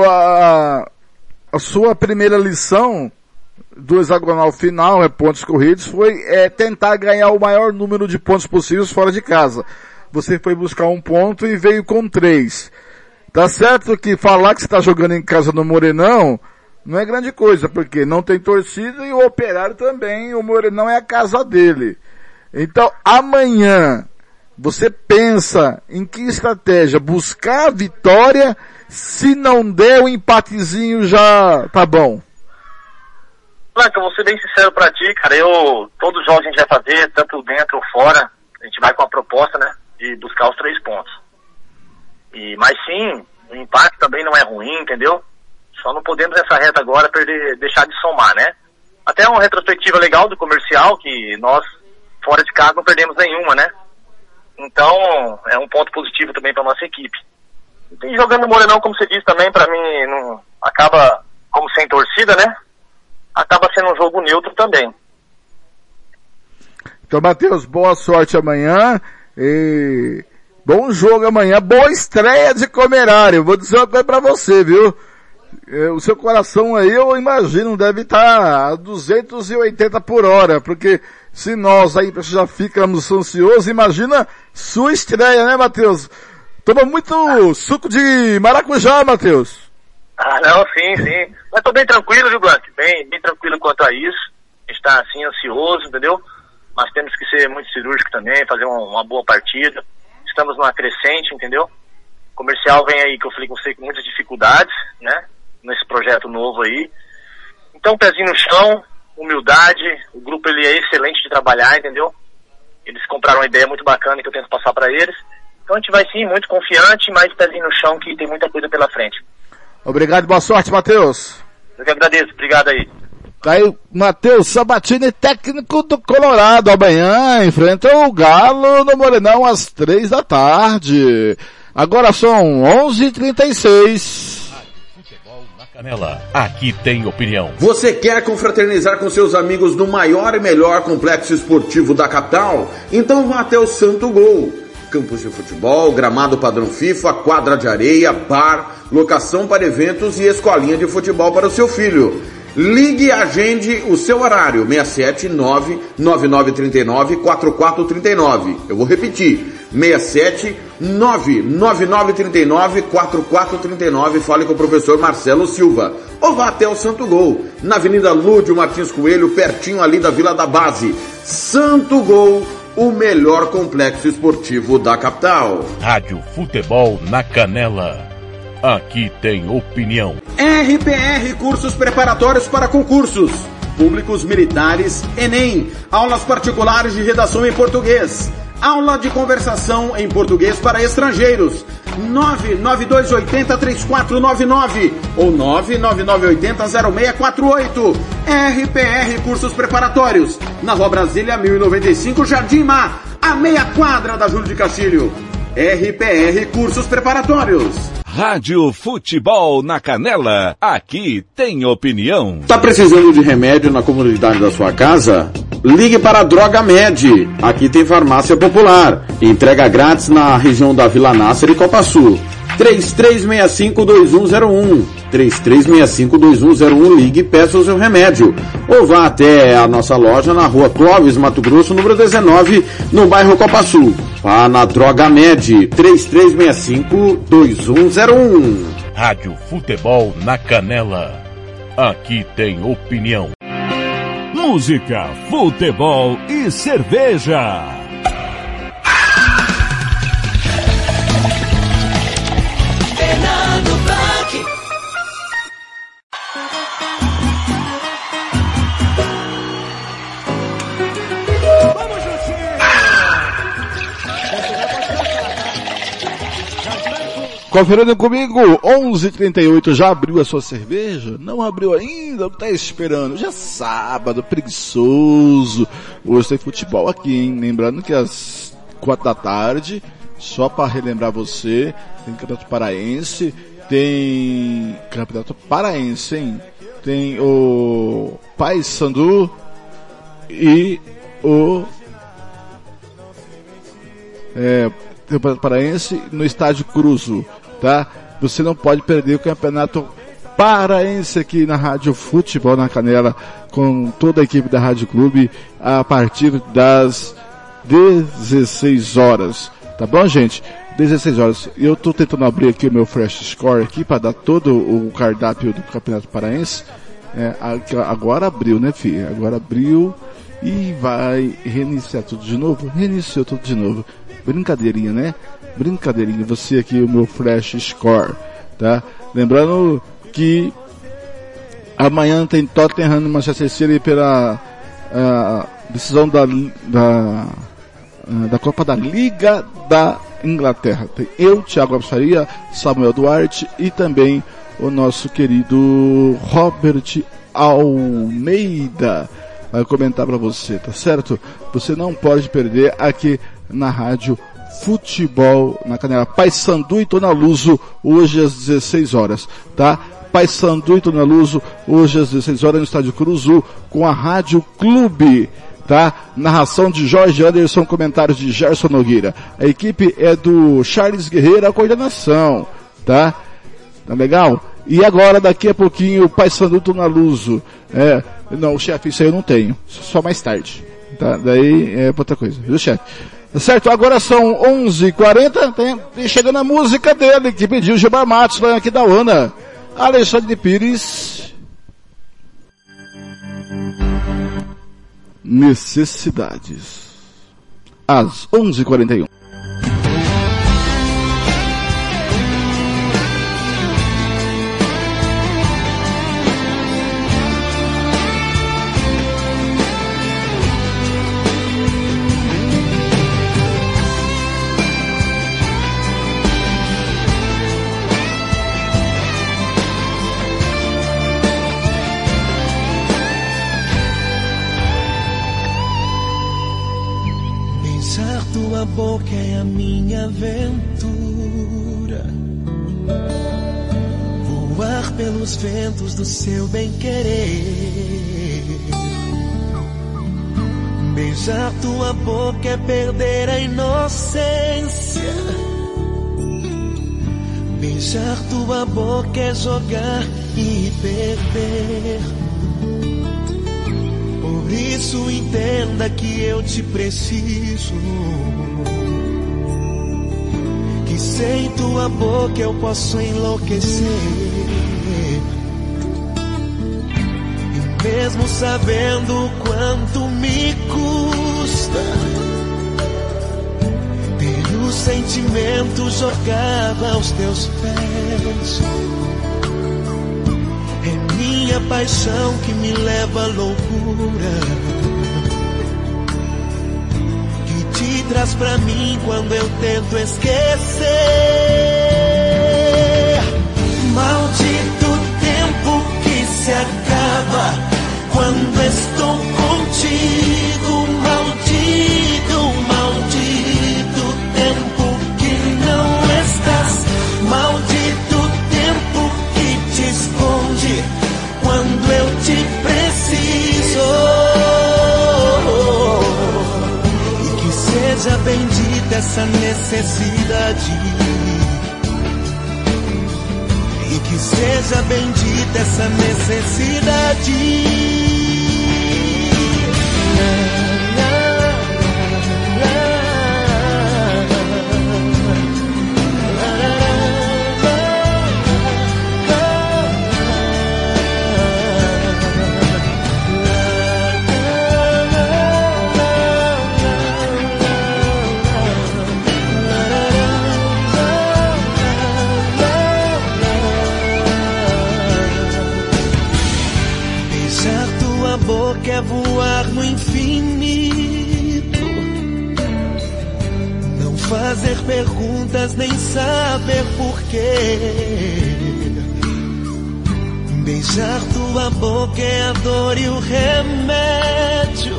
[SPEAKER 4] a sua primeira lição do hexagonal final, pontos corridos, foi tentar ganhar o maior número de pontos possíveis fora de casa. Você foi buscar 1 ponto e veio com 3. Tá certo que falar que você tá jogando em casa no Morenão não é grande coisa, porque não tem torcida e o Operário também, o Morenão é a casa dele. Então, amanhã, você pensa em que estratégia? Buscar a vitória, se não der o empatezinho já tá bom.
[SPEAKER 20] Blanca, eu vou ser bem sincero pra ti, cara, todos os jogos a gente vai fazer, tanto dentro ou fora, a gente vai com a proposta, né, de buscar os 3 pontos. Mas sim, o empate também não é ruim, entendeu? Só não podemos nessa reta agora deixar de somar, né? Até uma retrospectiva legal do Comercial, que nós, fora de casa, não perdemos nenhuma, né? Então, é um ponto positivo também para nossa equipe. E jogando no Morenão, como você disse também, para mim, não acaba, como sem torcida, né? Acaba sendo um jogo neutro também.
[SPEAKER 4] Então, Matheus, boa sorte amanhã e bom jogo amanhã, boa estreia de Comerário. Vou dizer uma coisa pra você, viu? O seu coração aí, eu imagino, deve estar a 280 por hora, porque se nós aí já ficamos ansiosos, imagina sua estreia, né, Matheus? Toma muito suco de maracujá, Matheus.
[SPEAKER 20] Não, sim. Mas tô bem tranquilo, viu, Blanc? Bem tranquilo quanto a isso. A gente tá, assim, ansioso, entendeu? Mas temos que ser muito cirúrgico também, fazer uma boa partida. Estamos numa crescente, entendeu? O Comercial vem aí, que eu falei com você, com muitas dificuldades, né? Nesse projeto novo aí. Então, pezinho no chão, humildade. O grupo, ele é excelente de trabalhar, entendeu? Eles compraram uma ideia muito bacana que eu tento passar para eles. Então, a gente vai sim, muito confiante, mas pezinho no chão, que tem muita coisa pela frente.
[SPEAKER 4] Obrigado, boa sorte, Matheus.
[SPEAKER 20] Eu que agradeço, obrigado aí.
[SPEAKER 4] Tá aí Matheus Sabatini, técnico do Colorado. Amanhã enfrenta o Galo no Morenão às 15h. Agora são 11h36.
[SPEAKER 2] Canela, aqui tem opinião.
[SPEAKER 10] Você quer confraternizar com seus amigos no maior e melhor complexo esportivo da capital? Então vá até o Santo Gol. Campos de futebol, gramado padrão FIFA, quadra de areia, bar, locação para eventos e escolinha de futebol para o seu filho. Ligue e agende o seu horário, 679-9939-4439. Eu vou repetir, 679-9939-4439. Fale com o professor Marcelo Silva. Ou vá até o Santo Gol, na Avenida Lúdio Martins Coelho, pertinho ali da Vila da Base. Santo Gol, o melhor complexo esportivo da capital.
[SPEAKER 2] Rádio Futebol na Canela. Aqui tem opinião.
[SPEAKER 10] RPR Cursos Preparatórios para Concursos Públicos Militares, Enem. Aulas particulares de redação em português. Aula de conversação em português para estrangeiros. 99280-3499 ou 99980-0648. RPR Cursos Preparatórios. Na Rua Brasília 1095, Jardim Mar, a meia quadra da Júlio de Castilho. RPR Cursos Preparatórios.
[SPEAKER 2] Rádio Futebol na Canela. Aqui tem opinião.
[SPEAKER 10] Tá precisando de remédio na comunidade da sua casa? Ligue para a Droga Med. Aqui tem farmácia popular. Entrega grátis na região da Vila Nácer e Copa Sul. 3365-2101. 3365-2101. Ligue e peça o seu remédio. Ou vá até a nossa loja na Rua Clóvis, Mato Grosso, número 19, no bairro Copa Sul. Vá na Droga Med. 3365-2101.
[SPEAKER 2] Rádio Futebol na Canela. Aqui tem opinião. Música, futebol e cerveja.
[SPEAKER 12] Fernando Blanc.
[SPEAKER 6] Vamos juntinho!
[SPEAKER 4] Conferindo comigo, 11h38, já abriu a sua cerveja? Não abriu ainda? O que tá esperando? Já é sábado, preguiçoso. Hoje tem futebol aqui, hein? Lembrando que às 4h, só para relembrar você, tem Campeonato Paraense, tem Campeonato Paraense, hein? Tem o Paysandu e o Campeonato Paraense no Estádio Cruzo, tá? Você não pode perder o Campeonato Paraense aqui na Rádio Futebol na Canela, com toda a equipe da Rádio Clube, a partir das 16 horas. Tá bom, gente? 16 horas. Eu tô tentando abrir aqui o meu Fresh Score aqui para dar todo o cardápio do Campeonato Paraense. Agora abriu, né, filha? Agora abriu e vai reiniciar tudo de novo. Reiniciou tudo de novo. Brincadeirinha, né? Brincadeirinha. Você aqui, o meu Fresh Score, tá? Lembrando que amanhã tem Tottenham e Manchester City pela decisão da Copa da Liga da Inglaterra. Tem eu, Thiago Absaria, Samuel Duarte e também o nosso querido Robert Almeida vai comentar para você, tá certo? Você não pode perder aqui na Rádio Futebol na Canela. Paysandu e Tonaluso hoje às 16 horas, tá? Paysandu e Tonaluso hoje às 16 horas no Estádio Cruzu com a Rádio Clube, tá? Narração de Jorge Anderson, comentários de Gerson Nogueira. A equipe é do Charles Guerreiro, a coordenação, tá? Tá legal? E agora, daqui a pouquinho, o Paysandu Tonaluso. Não, chefe, isso aí eu não tenho. Só mais tarde. Tá? Daí é outra coisa, viu, chefe? Tá certo? Agora são 11h40, tem chegando a música dele, que pediu Gilmar Matos, lá aqui da UANA. Alexandre Pires. Necessidades. Às 11h41.
[SPEAKER 18] a minha aventura. Voar pelos ventos do seu bem-querer. Beijar tua boca é perder a inocência. Beijar tua boca é jogar e perder. Por isso entenda que eu te preciso. Que sem tua boca eu posso enlouquecer. E mesmo sabendo quanto me custa ter o sentimento jogado aos teus pés. É minha paixão que me leva à loucura, que te traz pra mim quando eu tento esquecer. Maldito tempo que se acaba quando estou contigo. Maldito, maldito tempo que não estás. Maldito tempo que te esconde quando eu te preciso. E que seja bendita essa necessidade. E que seja bendita essa necessidade. Quer voar no infinito, não fazer perguntas nem saber porquê. Beijar tua boca é a dor e o remédio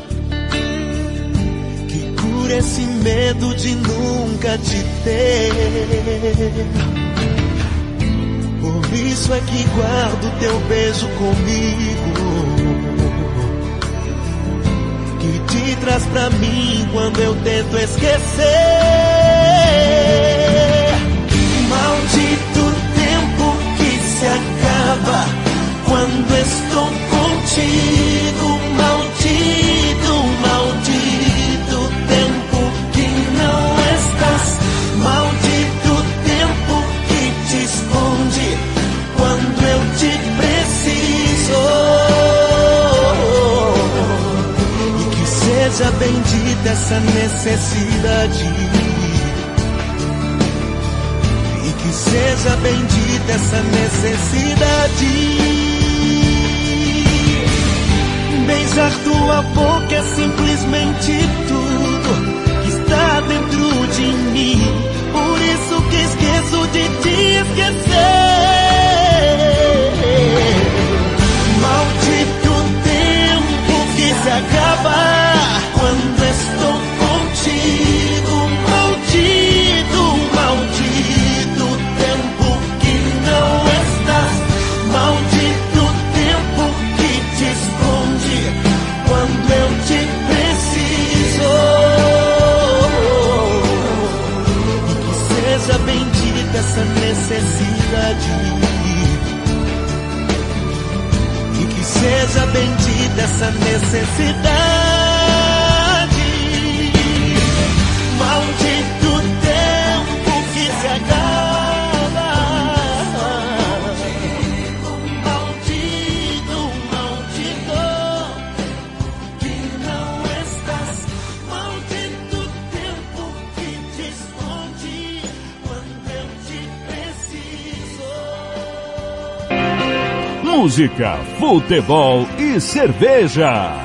[SPEAKER 18] que cura esse medo de nunca te ter. Por isso é que guardo teu beijo comigo, que te traz pra mim quando eu tento esquecer. Maldito tempo que se acaba quando estou contigo. Maldito, maldito tempo que não estás. Maldito tempo que te esconde quando eu te preciso. Seja bendita essa necessidade. E que seja bendita essa necessidade. Beijar tua boca é simplesmente tudo que está dentro de mim. Por isso que esqueço de te esquecer. Maldito tempo que se acaba quando estou contigo. Maldito, maldito tempo que não estás. Maldito tempo que te esconde quando eu te preciso. E que seja bendita essa necessidade. E que seja bendita essa necessidade. Maldito tempo que se acaba. Maldito, maldito que não estás. Maldito tempo que te esconde quando eu te preciso.
[SPEAKER 2] Música, futebol e cerveja.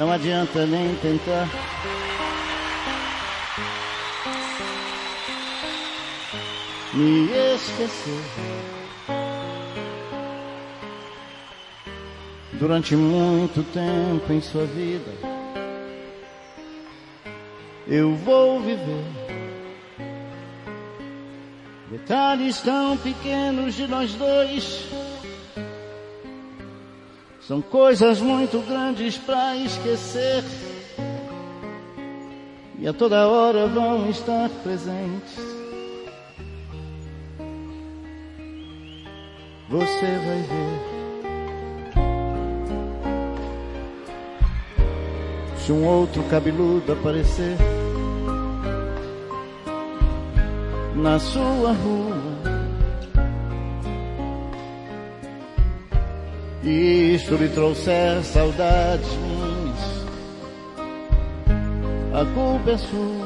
[SPEAKER 15] Não adianta nem tentar. Me esquecer. Durante muito tempo em sua vida eu vou viver detalhes tão pequenos de nós dois. São coisas muito grandes pra esquecer e a toda hora vão estar presentes. Você vai ver. Se um outro cabeludo aparecer na sua rua e isto lhe trouxer saudades minhas, a culpa é sua.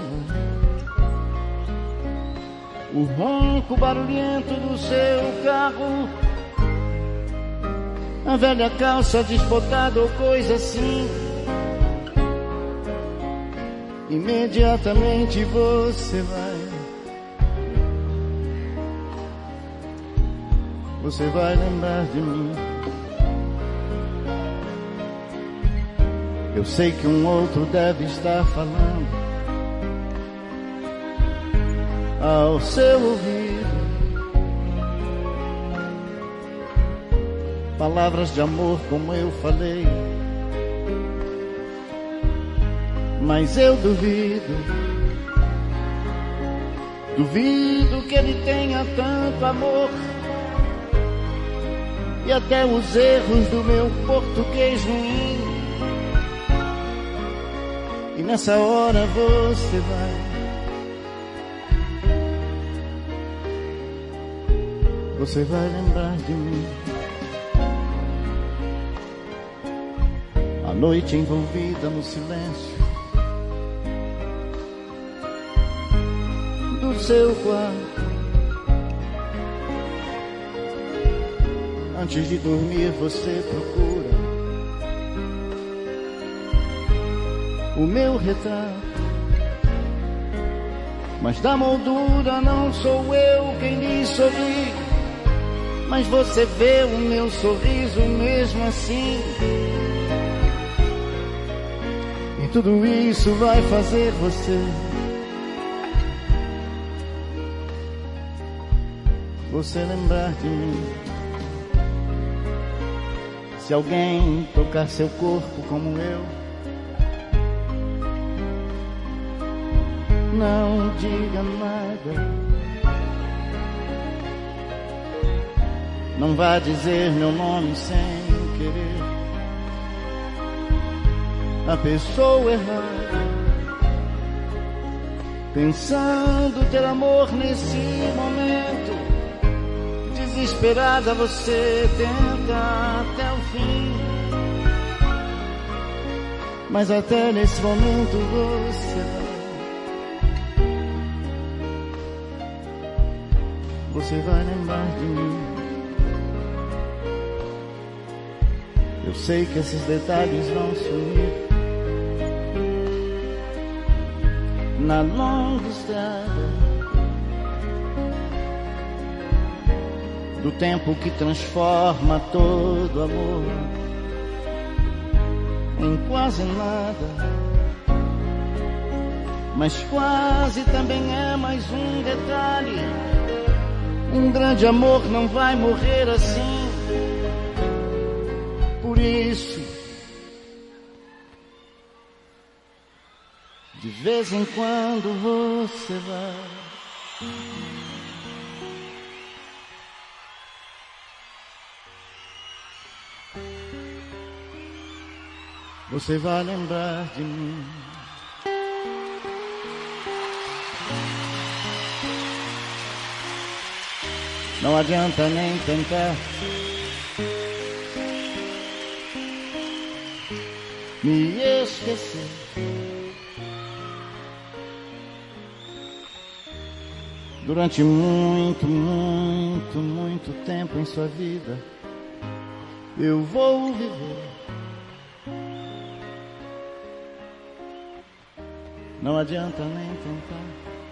[SPEAKER 15] O ronco barulhento do seu carro, a velha calça desbotada ou coisa assim, imediatamente você vai lembrar de mim. Eu sei que um outro deve estar falando ao seu ouvido palavras de amor como eu falei, mas eu duvido que ele tenha tanto amor. E até os erros do meu português ruim, e nessa hora você vai lembrar de mim. A noite envolvida no silêncio do seu quarto, antes de dormir você procura o meu retrato, mas da moldura não sou eu quem lhe sorri, mas você vê o meu sorriso mesmo assim. E tudo isso vai fazer você lembrar de mim. Se alguém tocar seu corpo como eu, não diga nada. Não vá dizer meu nome sem querer. A pessoa errada, pensando ter amor nesse momento, desesperada você tenta até o fim, mas até nesse momento você vai lembrar de mim. Eu sei que esses detalhes vão sumir na longa estrada do tempo que transforma todo amor em quase nada, mas quase também é mais um detalhe. Um grande amor não vai morrer assim. Por isso, de vez em quando você vai lembrar de mim. Não adianta nem tentar me esquecer. Durante muito, muito, muito tempo em sua vida eu vou viver não adianta nem tentar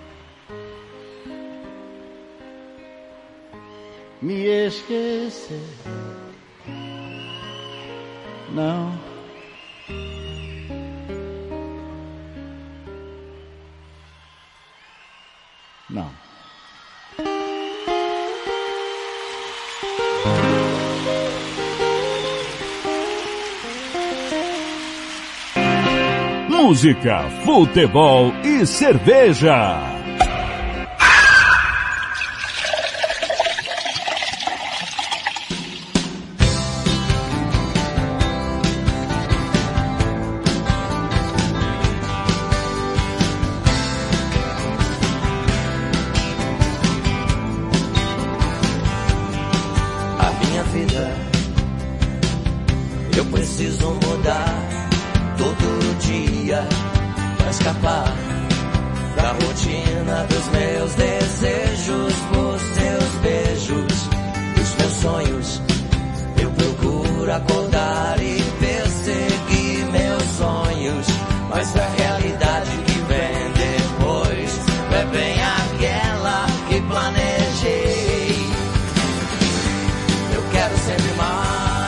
[SPEAKER 15] me esquecer. Não. Não.
[SPEAKER 2] Música, futebol e cerveja.
[SPEAKER 12] Eu preciso mudar todo dia pra escapar da rotina dos meus desejos, por seus beijos, dos meus sonhos. Eu procuro acordar e perseguir meus sonhos, mas a realidade que vem depois não é bem aquela que planejei. Eu quero sempre mais.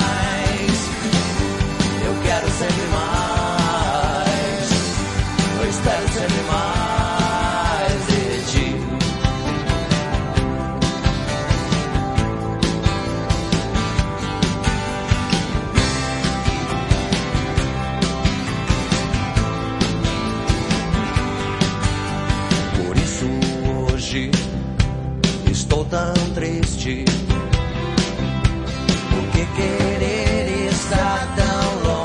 [SPEAKER 12] Quero sempre mais, eu espero sempre mais de ti. Por isso hoje estou tão triste, porque querer estar tão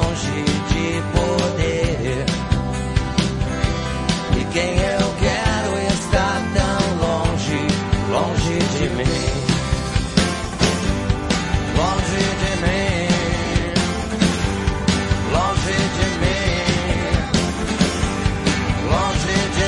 [SPEAKER 12] quem eu quero está tão longe, longe de mim, longe de mim, longe de mim, longe de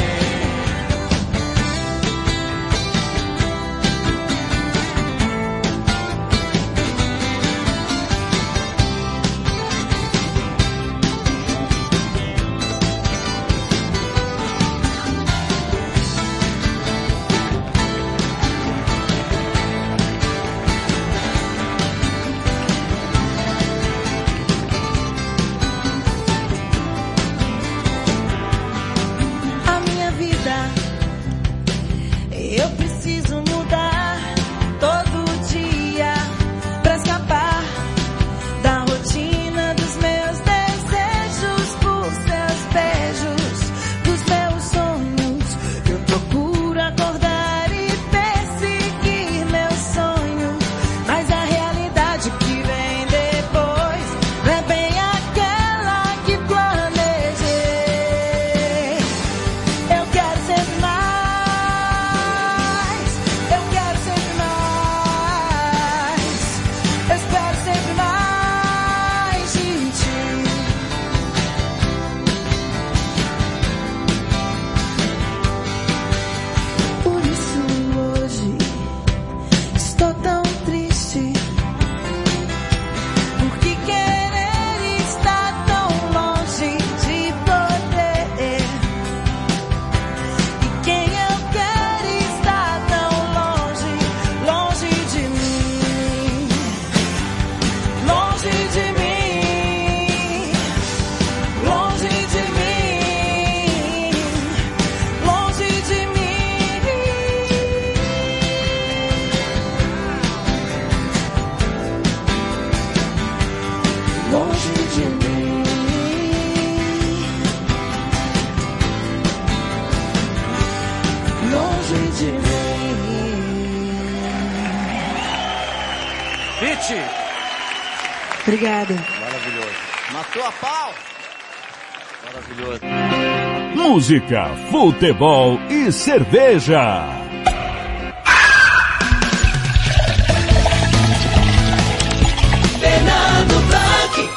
[SPEAKER 12] eu preciso mudar todo dia pra escapar da rotina dos meus desejos, por seus beijos, dos meus sonhos. Eu procuro acordar e perseguir meus sonhos, mas a realidade que vem depois não é bem aquela que planejei. Eu quero sempre mais.
[SPEAKER 21] Obrigada.
[SPEAKER 17] Maravilhoso. Matou a pau. Maravilhoso.
[SPEAKER 2] Música, futebol e cerveja.
[SPEAKER 12] Fernando Blanc.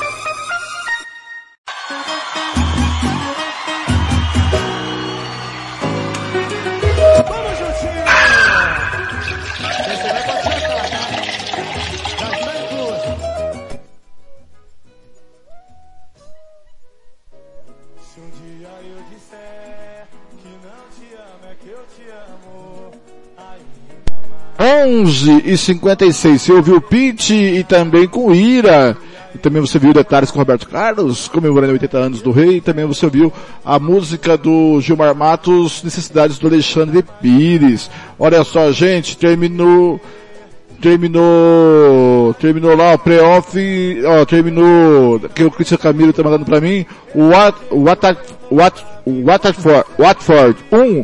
[SPEAKER 6] Vamos, Justinho! Esse vai continuar, tá? Das Brancos. Se um dia eu disser
[SPEAKER 4] 11h56, você ouviu o Pitch e também com o Ira. E também você viu detalhes com o Roberto Carlos, comemorando 80 anos do rei. E também você ouviu a música do Gilmar Matos, Necessidades do Alexandre Pires. Olha só, gente, terminou lá o playoff, terminou, que o Cristian Camilo tá mandando pra mim, o Watford 1,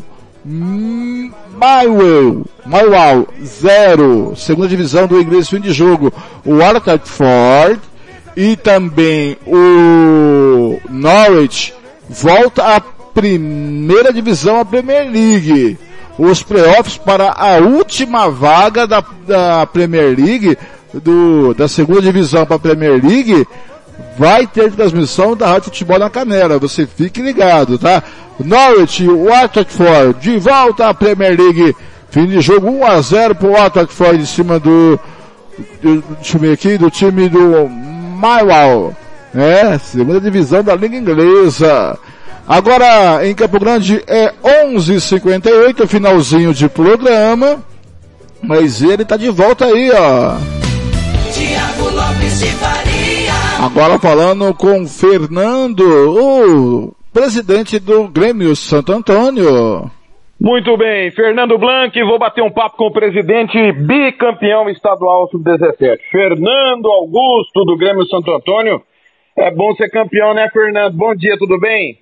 [SPEAKER 4] Millwall 0, segunda divisão do inglês, fim de jogo, o Watford e também o Norwich volta à primeira divisão, a Premier League. Os playoffs para a última vaga da Premier League, da segunda divisão para a Premier League, vai ter transmissão da Rádio Futebol na Canela. Você fique ligado, tá? Norwich e Watford de volta à Premier League. Fim de jogo 1-0 pro Watford em cima deixa eu ver aqui, do time do Millwall, segunda divisão da Liga Inglesa. Agora, em Campo Grande, é 11h58, finalzinho de programa, mas ele tá de volta aí, ó.
[SPEAKER 12] Tiago Lopes de Faria.
[SPEAKER 4] Agora falando com Fernando, o presidente do Grêmio Santo Antônio.
[SPEAKER 5] Muito bem, Fernando Blanc, vou bater um papo com o presidente bicampeão estadual sub-17, Fernando Augusto, do Grêmio Santo Antônio. É bom ser campeão, né, Fernando? Bom dia, tudo bem?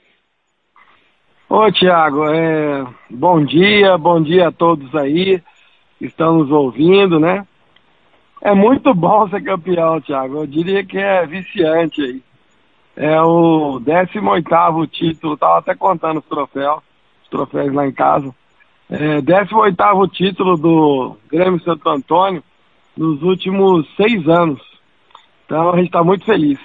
[SPEAKER 22] Ô, Tiago, bom dia a todos aí que estão nos ouvindo, né? É muito bom ser campeão, Tiago, eu diria que é viciante aí. É o 18º título, tava até contando os troféus lá em casa. 18º título do Grêmio Santo Antônio nos últimos 6 anos. Então a gente tá muito feliz.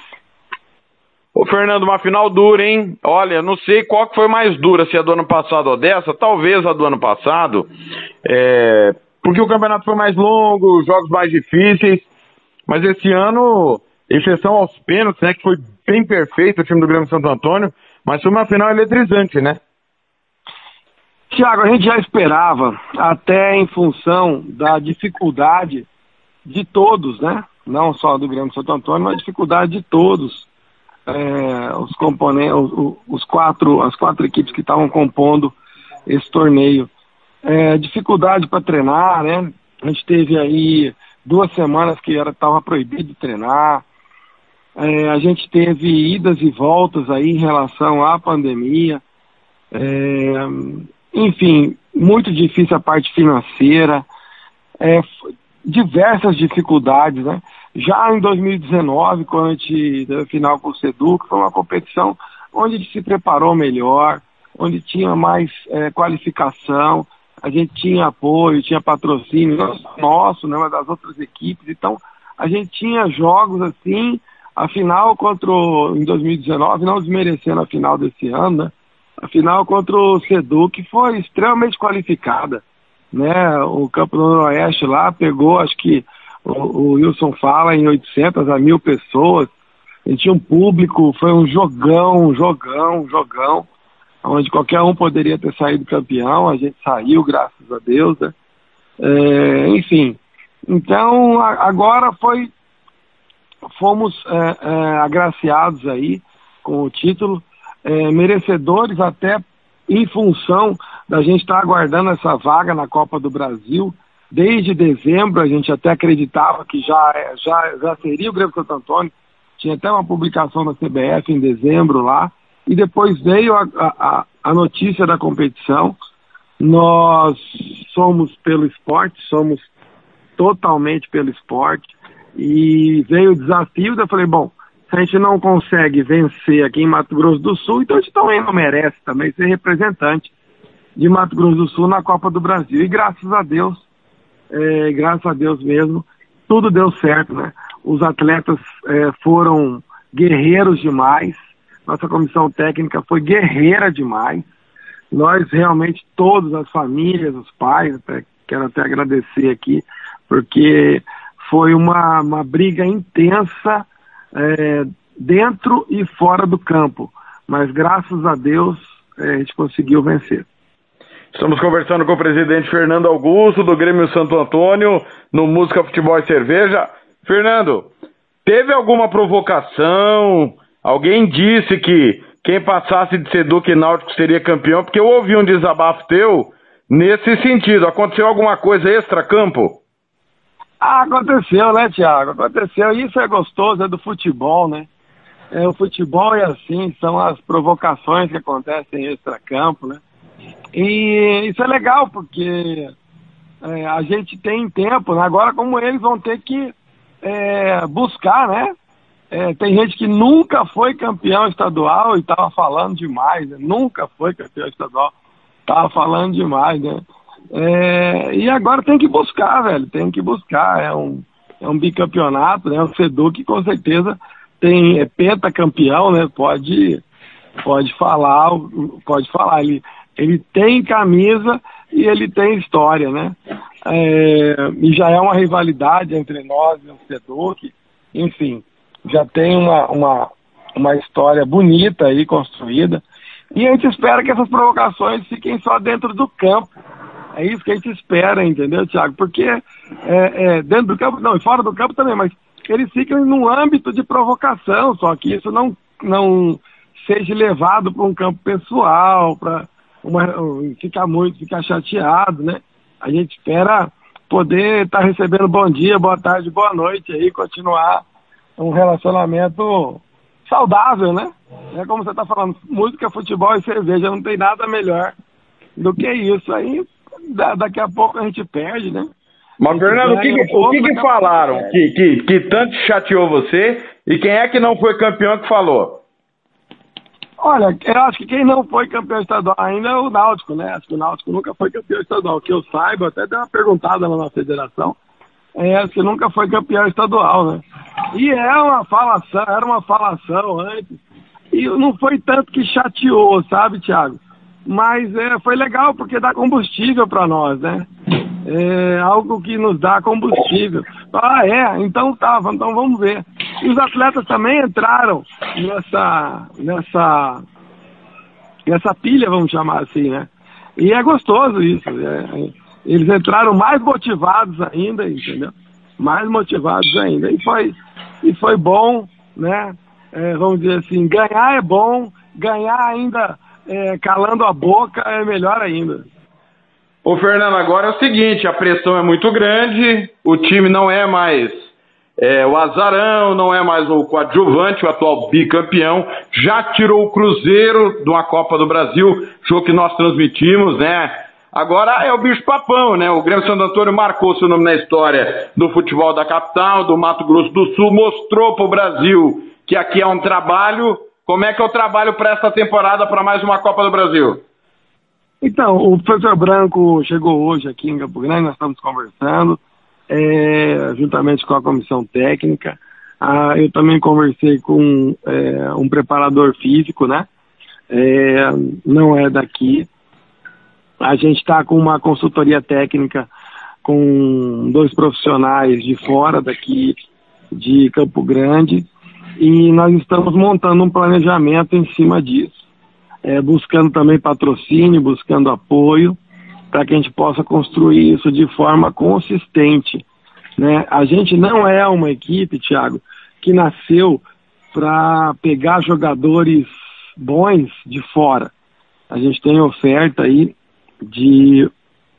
[SPEAKER 5] Ô Fernando, uma final dura, hein? Olha, não sei qual que foi mais dura, se a do ano passado ou dessa, talvez a do ano passado, porque o campeonato foi mais longo, jogos mais difíceis, mas esse ano, exceção aos pênaltis, né, que foi bem perfeito o time do Grêmio Santo Antônio, mas foi uma final eletrizante, né?
[SPEAKER 22] Tiago, a gente já esperava, até em função da dificuldade de todos, né? Não só do Grêmio Santo Antônio, mas a dificuldade de todos. Os componentes, as quatro equipes que estavam compondo esse torneio. Dificuldade para treinar, né? A gente teve aí 2 semanas que estava proibido de treinar. A gente teve idas e voltas aí em relação à pandemia. Enfim, muito difícil a parte financeira. Diversas dificuldades, né? Já em 2019, quando a gente deu a final com o Seduc, foi uma competição onde a gente se preparou melhor, onde tinha mais qualificação, a gente tinha apoio, tinha patrocínio, não só nosso, né, mas das outras equipes. Então, a gente tinha jogos assim, a final em 2019, não desmerecendo a final desse ano, né? A final contra o Seduc foi extremamente qualificada, né? O Campo do Noroeste lá pegou, acho que o Wilson fala em 800 a 1000 pessoas. A gente tinha um público, foi um jogão, onde qualquer um poderia ter saído campeão. A gente saiu, graças a Deus, né? Enfim, então agora fomos agraciados aí com o título, merecedores até em função da gente estar aguardando essa vaga na Copa do Brasil. Desde dezembro a gente até acreditava que já seria o Grêmio Santo Antônio. Tinha até uma publicação da CBF em dezembro lá, e depois veio a notícia da competição. Nós somos pelo esporte, somos totalmente pelo esporte, e veio o desafio. Eu falei, bom, se a gente não consegue vencer aqui em Mato Grosso do Sul, então a gente também não merece também ser representante de Mato Grosso do Sul na Copa do Brasil. E graças a Deus mesmo, tudo deu certo, né? Os atletas foram guerreiros demais, nossa comissão técnica foi guerreira demais. Nós realmente, todas as famílias, os pais, quero até agradecer aqui, porque foi uma briga intensa dentro e fora do campo, mas graças a Deus a gente conseguiu vencer.
[SPEAKER 5] Estamos conversando com o presidente Fernando Augusto, do Grêmio Santo Antônio, no Música, Futebol e Cerveja. Fernando, teve alguma provocação? Alguém disse que quem passasse de Seduc e Náutico seria campeão? Porque eu ouvi um desabafo teu nesse sentido. Aconteceu alguma coisa extra-campo?
[SPEAKER 22] Aconteceu, né, Thiago? Aconteceu. Isso é gostoso, é do futebol, né? O futebol é assim, são as provocações que acontecem em extra-campo, né? E isso é legal, porque a gente tem tempo, né? Agora como eles vão ter que buscar, né? Tem gente que nunca foi campeão estadual e estava falando demais, né? Nunca foi campeão estadual, estava falando demais, né? E agora tem que buscar, velho, tem que buscar. É um bicampeonato, né? O Seduc com certeza tem pentacampeão, né? Pode falar. Ele tem camisa e ele tem história, né? E já é uma rivalidade entre nós e o Seduc. Enfim, já tem uma história bonita aí construída. E a gente espera que essas provocações fiquem só dentro do campo. É isso que a gente espera, entendeu, Thiago? Porque dentro do campo, não, e fora do campo também, mas eles ficam num âmbito de provocação, só que isso não seja levado para um campo pessoal, para ficar chateado, né? A gente espera poder estar recebendo bom dia, boa tarde, boa noite aí, continuar um relacionamento saudável, né? É como você está falando, música, futebol e cerveja, não tem nada melhor do que isso. Aí daqui a pouco a gente perde, né?
[SPEAKER 5] Mas, Fernando, o que falaram que tanto chateou você? E quem é que não foi campeão que falou?
[SPEAKER 22] Olha, eu acho que quem não foi campeão estadual ainda é o Náutico, né? Acho que o Náutico nunca foi campeão estadual. Que eu saiba, até dei uma perguntada lá na federação, acho que nunca foi campeão estadual, né? E era uma falação antes. E não foi tanto que chateou, sabe, Thiago? Mas foi legal, porque dá combustível para nós, né? É algo que nos dá combustível. Então vamos ver. E os atletas também entraram nessa pilha, vamos chamar assim, né? E é gostoso isso. Eles entraram mais motivados ainda, entendeu? Mais motivados ainda. E foi bom, né? Vamos dizer assim, ganhar é bom, ganhar ainda calando a boca é melhor ainda.
[SPEAKER 5] Ô, Fernando, agora é o seguinte, a pressão é muito grande, o time não é mais o azarão, não é mais o coadjuvante, o atual bicampeão, já tirou o Cruzeiro de uma Copa do Brasil, jogo que nós transmitimos, né? Agora é o bicho papão, né? O Grêmio Santo Antônio marcou seu nome na história do futebol da capital, do Mato Grosso do Sul, mostrou pro Brasil que aqui é um trabalho. Como é que é o trabalho para essa temporada, para mais uma Copa do Brasil?
[SPEAKER 22] Então, o professor Branco chegou hoje aqui em Campo Grande, nós estamos conversando, juntamente com a comissão técnica. Eu também conversei com um preparador físico, né? Não é daqui. A gente está com uma consultoria técnica com 2 profissionais de fora daqui de Campo Grande e nós estamos montando um planejamento em cima disso. Buscando também patrocínio, buscando apoio, para que a gente possa construir isso de forma consistente, né? A gente não é uma equipe, Thiago, que nasceu para pegar jogadores bons de fora. A gente tem oferta aí de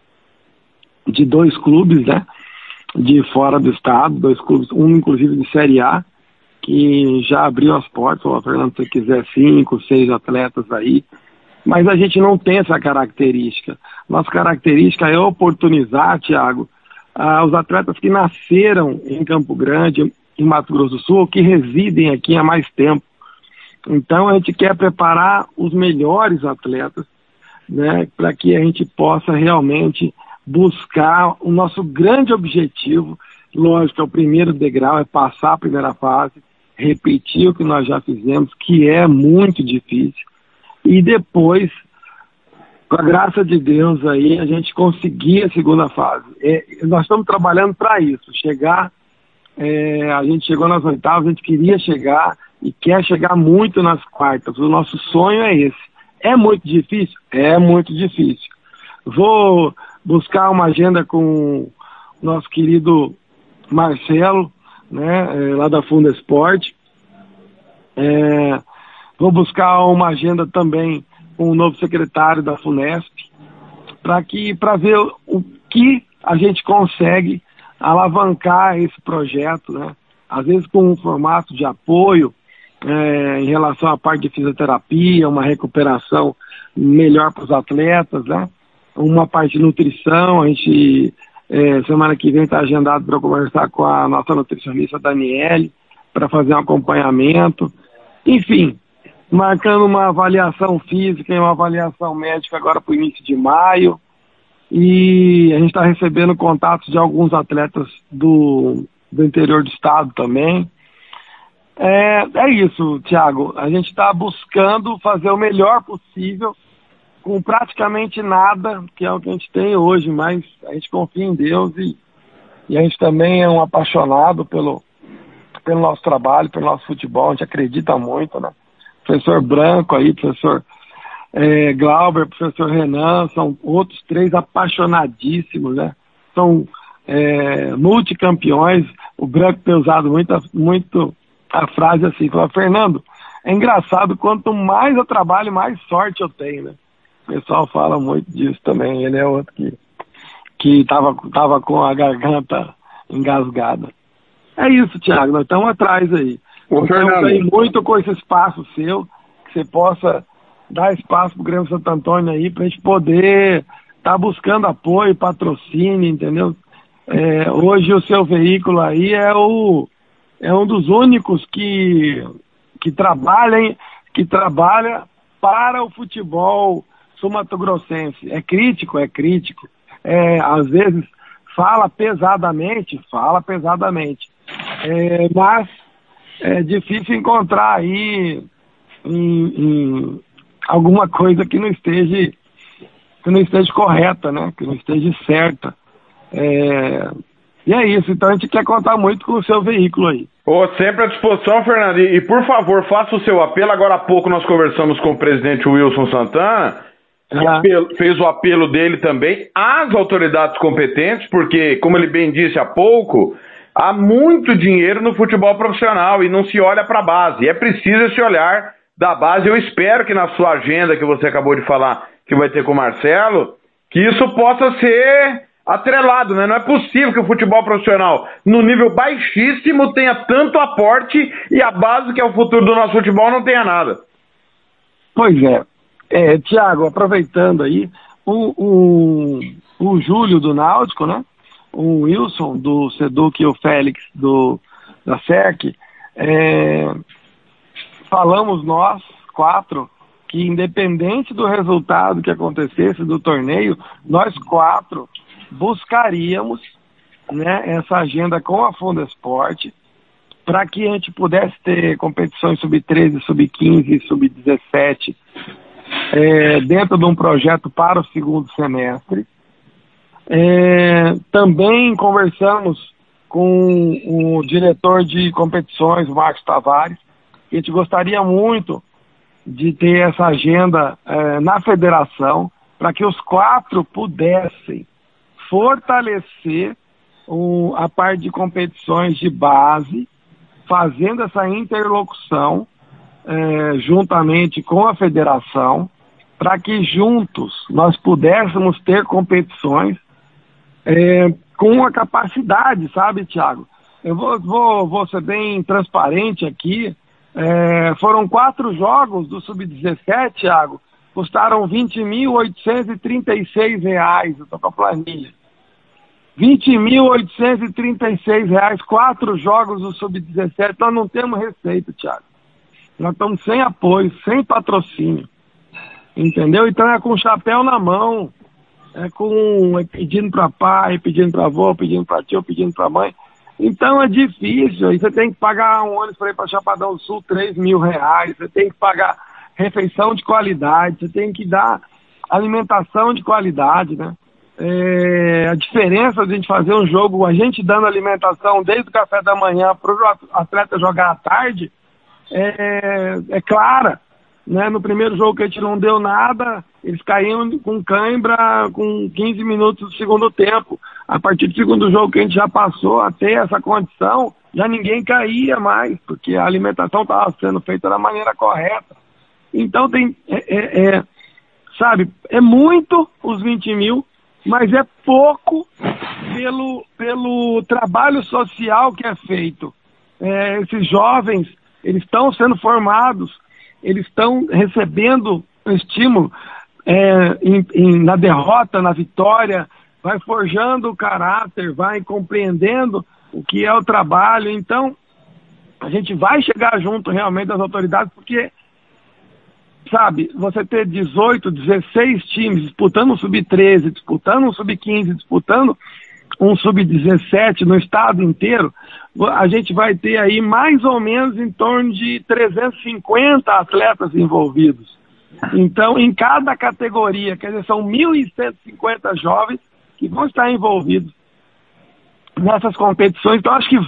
[SPEAKER 22] 2 clubes, né? De fora do estado, 2 clubes, um inclusive de Série A, que já abriu as portas. Falou, Fernando, se você quiser 5, 6 atletas aí, mas a gente não tem essa característica. Nossa característica é oportunizar, Thiago, os atletas que nasceram em Campo Grande, em Mato Grosso do Sul, que residem aqui há mais tempo. Então a gente quer preparar os melhores atletas, né, para que a gente possa realmente buscar o nosso grande objetivo. Lógico, é o primeiro degrau, é passar a primeira fase, repetir o que nós já fizemos, que é muito difícil, e depois, com a graça de Deus aí, a gente conseguir a segunda fase. Nós estamos trabalhando para isso, chegar, a gente chegou nas oitavas, a gente queria chegar e quer chegar muito nas quartas. O nosso sonho é esse. É muito difícil? É muito difícil. Vou buscar uma agenda com o nosso querido Marcelo, né, lá da Fundesport. Vou buscar uma agenda também com o novo secretário da Funesp, para ver o que a gente consegue alavancar esse projeto, né? Às vezes com um formato de apoio em relação à parte de fisioterapia, uma recuperação melhor para os atletas, né? Uma parte de nutrição. A gente semana que vem está agendado para conversar com a nossa nutricionista Daniele para fazer um acompanhamento. Enfim, marcando uma avaliação física e uma avaliação médica agora para o início de maio. E a gente está recebendo contatos de alguns atletas do interior do estado também. É isso, Thiago. A gente está buscando fazer o melhor possível com praticamente nada, que é o que a gente tem hoje, mas a gente confia em Deus e a gente também é um apaixonado pelo nosso trabalho, pelo nosso futebol. A gente acredita muito, né? Professor Branco aí, professor Glauber, professor Renan, são outros 3 apaixonadíssimos, né? São multicampeões. O Branco tem usado muito a frase assim, fala: Fernando, é engraçado, quanto mais eu trabalho, mais sorte eu tenho, né? O pessoal fala muito disso também. Ele é outro que tava com a garganta engasgada. É isso, Thiago, nós estamos atrás aí. Estamos aí muito com esse espaço seu, que você possa dar espaço pro Grêmio Santo Antônio aí, pra gente poder estar buscando apoio, patrocínio, entendeu? Hoje o seu veículo aí é um dos únicos que trabalha para o futebol sul-mato-grossense. É crítico. Às vezes fala pesadamente, mas é difícil encontrar aí em alguma coisa que não esteja correta, né? Que não esteja certa. E é isso, então a gente quer contar muito com o seu veículo aí.
[SPEAKER 5] Sempre à disposição, Fernando, e por favor, faça o seu apelo. Agora há pouco nós conversamos com o presidente Wilson Santana, que fez o apelo dele também às autoridades competentes, porque, como ele bem disse há pouco, há muito dinheiro no futebol profissional e não se olha para a base. É preciso esse olhar da base. Eu espero que na sua agenda, que você acabou de falar, que vai ter com o Marcelo, que isso possa ser atrelado, né? Não é possível que o futebol profissional, no nível baixíssimo, tenha tanto aporte e a base, que é o futuro do nosso futebol, não tenha nada.
[SPEAKER 22] Pois Thiago, aproveitando aí, o Júlio do Náutico, né? O Wilson do Seduc e o Félix da SERC, falamos nós 4 que, independente do resultado que acontecesse do torneio, nós 4 buscaríamos, né, essa agenda com a Fundesport para que a gente pudesse ter competições sub-13, sub-15 e sub-17 dentro de um projeto para o segundo semestre. Também conversamos com o diretor de competições, Marcos Tavares, e a gente gostaria muito de ter essa agenda na federação para que os 4 pudessem fortalecer a parte de competições de base, fazendo essa interlocução juntamente com a federação, para que juntos nós pudéssemos ter competições com a capacidade, sabe, Thiago? Eu vou ser bem transparente aqui. Foram 4 jogos do Sub-17, Thiago, custaram R$20.836, eu tô com a planilha. R$20.836, 4 jogos do Sub-17, nós não temos receita, Thiago. Nós estamos sem apoio, sem patrocínio, entendeu? Então é com o chapéu na mão, pedindo para pai, pedindo para avô, pedindo para tio, pedindo para mãe. Então é difícil, aí você tem que pagar um ônibus para ir para Chapadão do Sul, R$3.000, você tem que pagar refeição de qualidade, você tem que dar alimentação de qualidade, né? A diferença de a gente fazer um jogo, a gente dando alimentação desde o café da manhã para o atleta jogar à tarde, é clara, né? No primeiro jogo que a gente não deu nada, eles caíam com cãibra com 15 minutos do segundo tempo. A partir do segundo jogo que a gente já passou a ter essa condição, já ninguém caía mais, porque a alimentação estava sendo feita da maneira correta. Então sabe, é muito os 20 mil, mas é pouco pelo trabalho social que é feito. Esses jovens, eles estão sendo formados, eles estão recebendo estímulo na derrota, na vitória, vai forjando o caráter, vai compreendendo o que é o trabalho. Então, a gente vai chegar junto realmente das autoridades, porque, sabe, você ter 18, 16 times disputando um sub-13, disputando um sub-15, disputando um sub-17 no estado inteiro, a gente vai ter aí mais ou menos em torno de 350 atletas envolvidos. Então, em cada categoria, quer dizer, são 1.150 jovens que vão estar envolvidos nessas competições. Então, acho que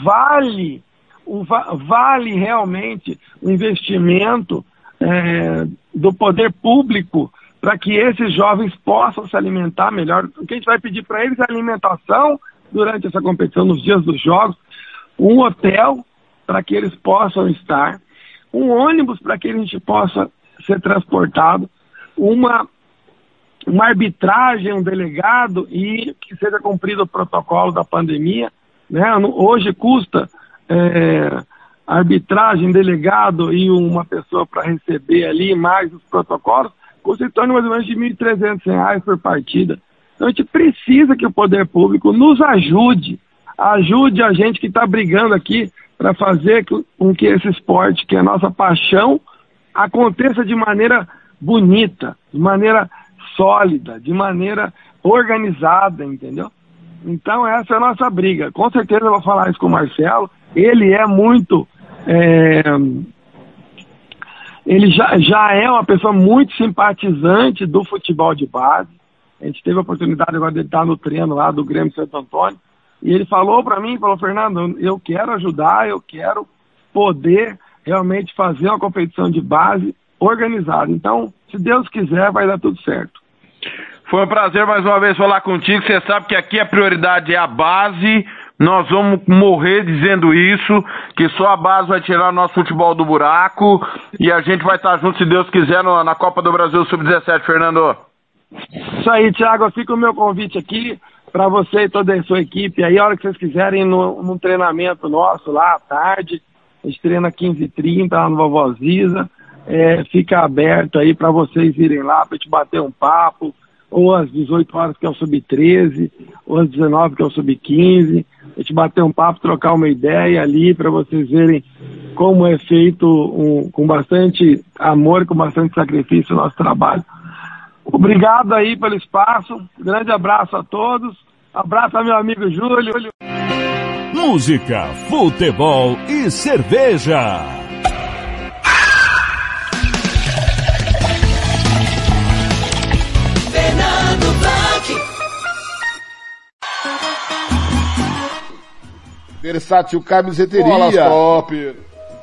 [SPEAKER 22] vale realmente o investimento do poder público para que esses jovens possam se alimentar melhor. O que a gente vai pedir para eles é alimentação durante essa competição, nos dias dos jogos, um hotel para que eles possam estar, um ônibus para que a gente possa ser transportado, uma arbitragem, um delegado, e que seja cumprido o protocolo da pandemia, né? Hoje custa arbitragem, delegado e uma pessoa para receber ali, mais os protocolos, custa em torno mais ou menos de R$ 1.300 por partida. Então a gente precisa que o poder público nos ajude a gente que está brigando aqui para fazer com que esse esporte, que é a nossa paixão, aconteça de maneira bonita, de maneira sólida, de maneira organizada, entendeu? Então essa é a nossa briga. Com certeza eu vou falar isso com o Marcelo. Ele é muito... ele já é uma pessoa muito simpatizante do futebol de base. A gente teve a oportunidade agora de estar no treino lá do Grêmio Santo Antônio, e ele falou para mim, Fernando, eu quero ajudar, eu quero poder realmente fazer uma competição de base organizada. Então, se Deus quiser, vai dar tudo certo.
[SPEAKER 5] Foi um prazer mais uma vez falar contigo. Você sabe que aqui a prioridade é a base. Nós vamos morrer dizendo isso, que só a base vai tirar o nosso futebol do buraco, e a gente vai estar junto, se Deus quiser, na Copa do Brasil Sub-17, Fernando.
[SPEAKER 22] Isso aí, Thiago, fica o meu convite aqui para você e toda a sua equipe. Aí, a hora que vocês quiserem, num treinamento nosso lá à tarde, a gente treina 15h30 lá no Vovó Ziza, fica aberto aí para vocês irem lá, para a gente bater um papo, ou às 18 horas que é o Sub-13, ou às 19 que é o Sub-15, a gente bater um papo, trocar uma ideia ali para vocês verem como é feito com bastante amor, com bastante sacrifício o nosso trabalho. Obrigado aí pelo espaço, grande abraço a todos, abraço ao meu amigo Júlio.
[SPEAKER 2] Música, futebol e cerveja.
[SPEAKER 4] Versátil Camiseteria.
[SPEAKER 7] Bolas top.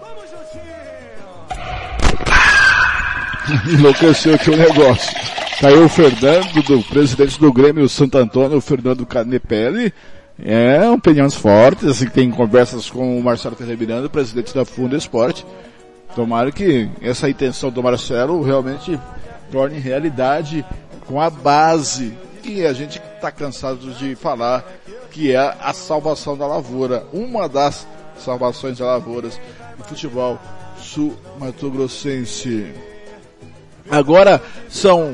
[SPEAKER 4] Enlouqueceu aqui o negócio. Caiu o Fernando, do presidente do Grêmio Santo Antônio, o Fernando Canepelli. Opiniões fortes, assim, tem conversas com o Marcelo Ferreira, presidente da Fundo Esporte. Tomara que essa intenção do Marcelo realmente torne realidade com a base. E a gente está cansado de falar que é a salvação da lavoura, uma das salvações da lavouras do futebol sul-mato-grossense. Agora são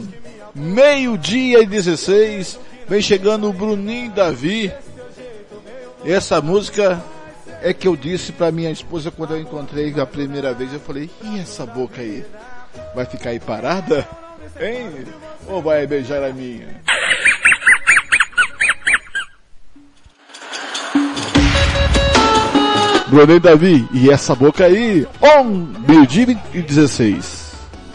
[SPEAKER 4] 12:16, vem chegando o Bruninho Davi. Essa música é que eu disse pra minha esposa quando eu encontrei a primeira vez, eu falei, e essa boca aí? Vai ficar aí parada? Hein? Ou vai beijar a minha? Bruninho Davi, e essa boca aí? 12:16.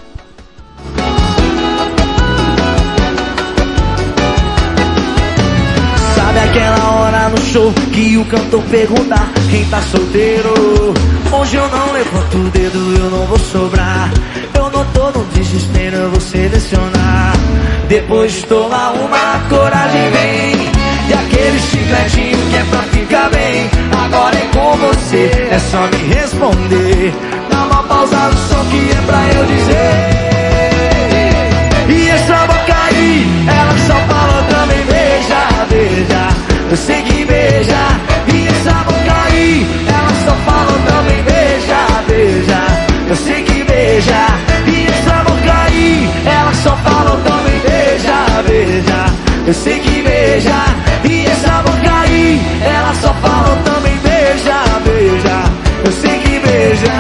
[SPEAKER 12] Sabe aquela hora no show que o cantor pergunta quem tá solteiro? Hoje eu não levanto o dedo, eu não vou sobrar. Eu não
[SPEAKER 15] não tô no desespero, eu vou selecionar. Depois de tomar uma, coragem vem. E aquele chicletinho que é pra ficar bem, agora é com você, é só me responder. Dá uma pausa no som que é pra eu dizer. E essa boca aí, ela só fala também beija, beija. Eu sei que beija. E essa boca aí, ela só fala também beija, beija. Eu sei que beija. E essa boca aí, ela só fala também beija, beija. Eu sei que beija. E essa boca aí, ela só fala também beija, beija. Eu sei que beija.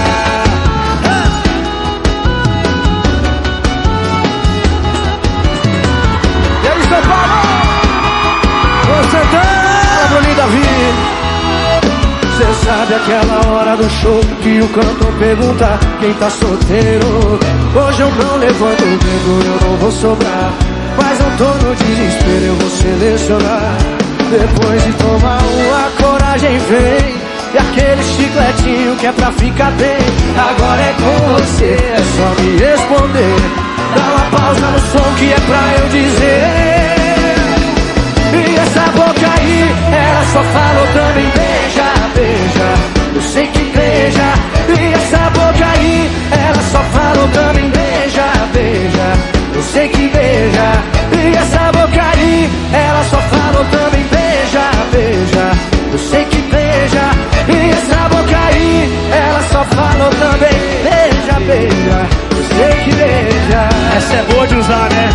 [SPEAKER 18] E aí, São Paulo? Você tá, Bruninho Davi. Cê sabe aquela hora do show que o cantor pergunta quem tá solteiro. Hoje eu não levanto o dedo, eu não vou sobrar. Mas eu tô no desespero, eu vou selecionar. Depois de tomar uma, coragem vem. E aquele chicletinho que é pra ficar bem, agora é com você, é só me responder. Dá uma pausa no som que é pra eu dizer. E essa boca aí, ela só fala também beija, beija. Eu sei que beija. E essa boca aí, ela só fala também beija, beija. Eu sei que beija. E essa boca aí, ela só fala também beija, beija. Eu sei que beija. E essa boca aí, ela só fala também beija, beija. Eu sei que beija.
[SPEAKER 6] Essa é boa de usar, né?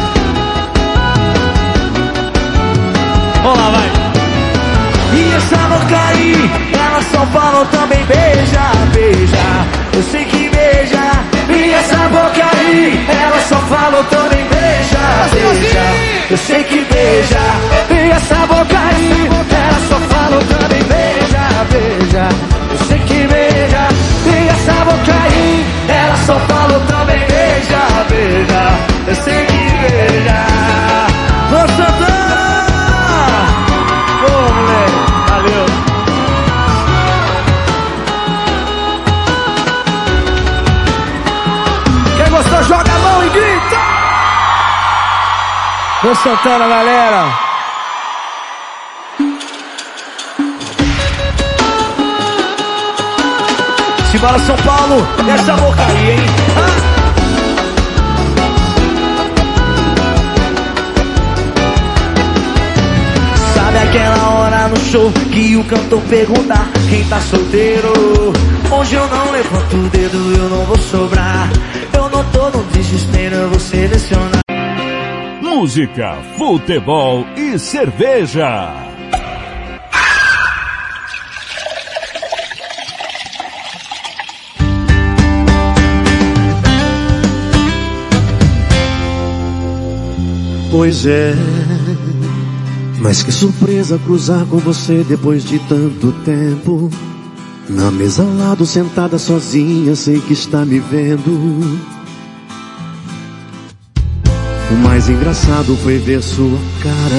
[SPEAKER 6] Vamos lá, vai.
[SPEAKER 15] E essa boca aí, ela só fala também beija, beija. Eu sei que beija. E essa boca aí, ela só fala também beija, beija. Eu sei que beija. E essa boca aí, ela só fala também beija, beija. Eu sei que beija. E essa boca aí, ela só fala também beija, beija. Eu sei que beija. Ô Santana! Ô moleque, valeu.
[SPEAKER 18] Quem gostou, joga a mão e grita.
[SPEAKER 6] Ô Santana, galera.
[SPEAKER 15] Simbora São Paulo, essa boca aí, hein? Sabe aquela hora no show que o cantor pergunta quem tá solteiro? Hoje eu não levanto o dedo, eu não vou sobrar. Eu não tô no desespero, eu vou selecionar.
[SPEAKER 2] Música, futebol e cerveja.
[SPEAKER 7] Pois é, mas que surpresa cruzar com você depois de tanto tempo. Na mesa ao lado, sentada sozinha, sei que está me vendo. O mais engraçado foi ver sua cara,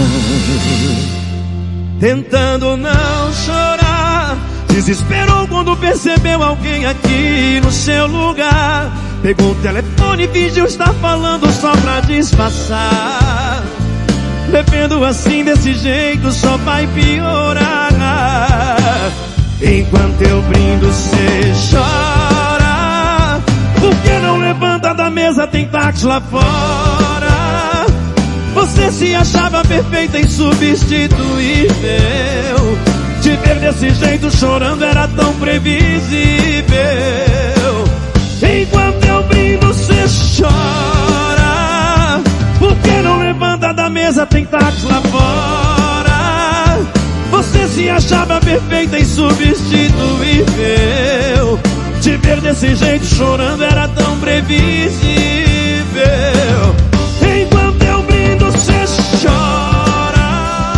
[SPEAKER 7] tentando não chorar. Desesperou quando percebeu alguém aqui no seu lugar. Pegou o telefone e fingiu estar falando só pra disfarçar. Bebendo assim desse jeito só vai piorar. Enquanto eu brindo cê chora. Por que não levanta da mesa, tem táxi lá fora? Você se achava perfeita, insubstituível. Te ver desse jeito chorando era tão previsível. Enquanto eu brindo cê chora. Por que não levanta da mesa, tem táxi lá fora? Você se achava perfeita, insubstituível. Te ver desse jeito chorando era tão previsível. Enquanto eu brindo cê chora.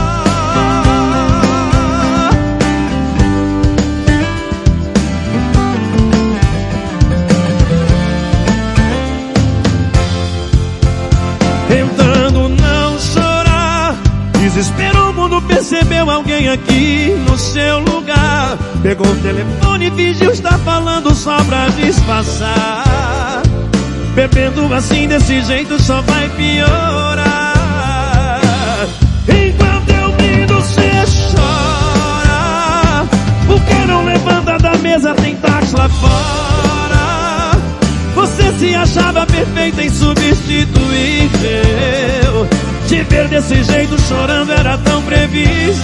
[SPEAKER 7] Tentando não chorar. Desesperou quando percebeu alguém aqui no seu lugar. Pegou o telefone e fingiu estar falando só pra disfarçar. Bebendo assim desse jeito só vai piorar. Enquanto eu brindo cê chora. Por que não levanta da mesa, tem táxi lá fora? Você se achava perfeita, insubstituível. Te ver desse jeito chorando era tão previsível.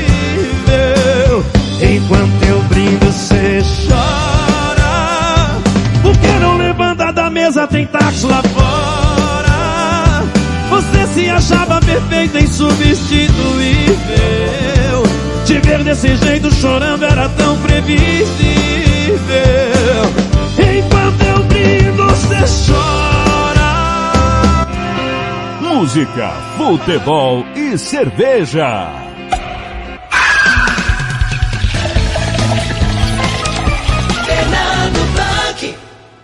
[SPEAKER 7] Enquanto eu brindo cê chora. Por que não levanta da mesa, tem táxi lá fora? Você se achava perfeita, insubstituível. Te ver desse jeito chorando era tão previsível. Enquanto eu brindo cê chora.
[SPEAKER 2] Música, futebol e cerveja.
[SPEAKER 18] Fernando Blanc.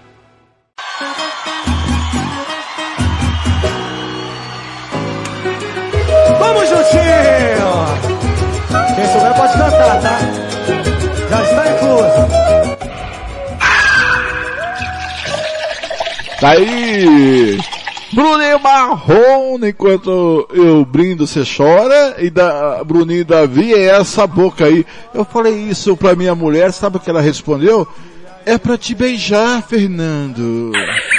[SPEAKER 3] Vamos juntinho! Quem souber pode cantar, tá? Já está incluso.
[SPEAKER 4] Tá aí! Bruninho Marrone, enquanto eu brindo, você chora. E da Bruninho Davi é essa boca aí. Eu falei isso pra minha mulher, sabe o que ela respondeu? É pra te beijar, Fernando.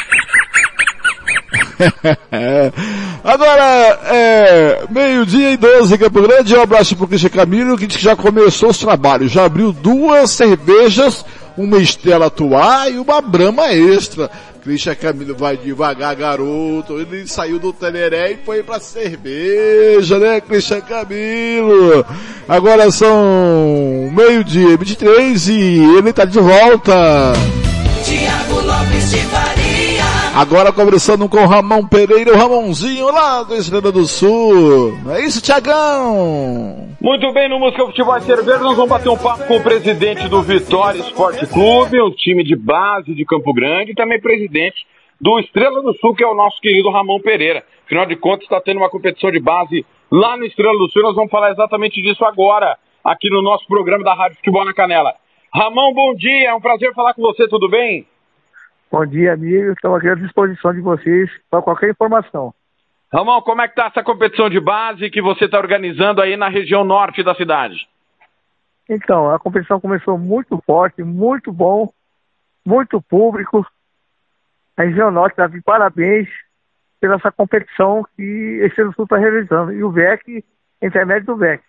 [SPEAKER 4] Agora, meio-dia e 12 em Campo Grande. Um abraço pro Cristian Camilo, que diz que já começou os trabalhos. Já abriu 2 cervejas, uma Stella Artois e uma Brahma Extra. Cristian Camilo vai devagar, garoto. Ele saiu do Teleré e foi pra cerveja, né, Cristian Camilo? Agora são meio-dia e 23 e ele tá de volta.
[SPEAKER 18] Tiago Lopes de Faria.
[SPEAKER 4] Agora conversando com o Ramon Pereira, o Ramonzinho lá do Estrela do Sul. É isso, Tiagão?
[SPEAKER 5] Muito bem, no Música Futebol e Cerveja nós vamos bater um papo com o presidente do Vitória Esporte Clube, um time de base de Campo Grande, e também presidente do Estrela do Sul, que é o nosso querido Ramon Pereira. Afinal de contas, está tendo uma competição de base lá no Estrela do Sul. Nós vamos falar exatamente disso agora, aqui no nosso programa da Rádio Futebol na Canela. Ramon, bom dia, é um prazer falar com você, tudo bem?
[SPEAKER 8] Bom dia, amigo. Estamos aqui à disposição de vocês para qualquer informação.
[SPEAKER 5] Ramon, como é que está essa competição de base que você está organizando aí na região norte da cidade?
[SPEAKER 8] Então, a competição começou muito forte, muito bom, muito público. A região norte está de parabéns pela essa competição que esse Sul está realizando. E o VEC, intermédio do VEC.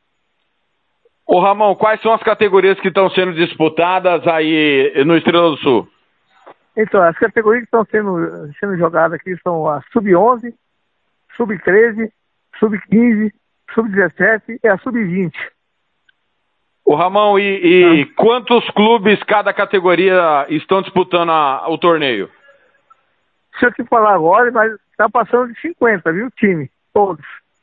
[SPEAKER 5] Ô Ramon, quais são as categorias que estão sendo disputadas aí no Estrela do Sul?
[SPEAKER 8] Então, as categorias que estão sendo jogadas aqui são a Sub-11, Sub-13, Sub-15, Sub-17 e a Sub-20.
[SPEAKER 5] Ô Ramon, quantos clubes cada categoria estão disputando o torneio?
[SPEAKER 8] Se eu te falar agora, mas está passando de 50, viu, time? Todos.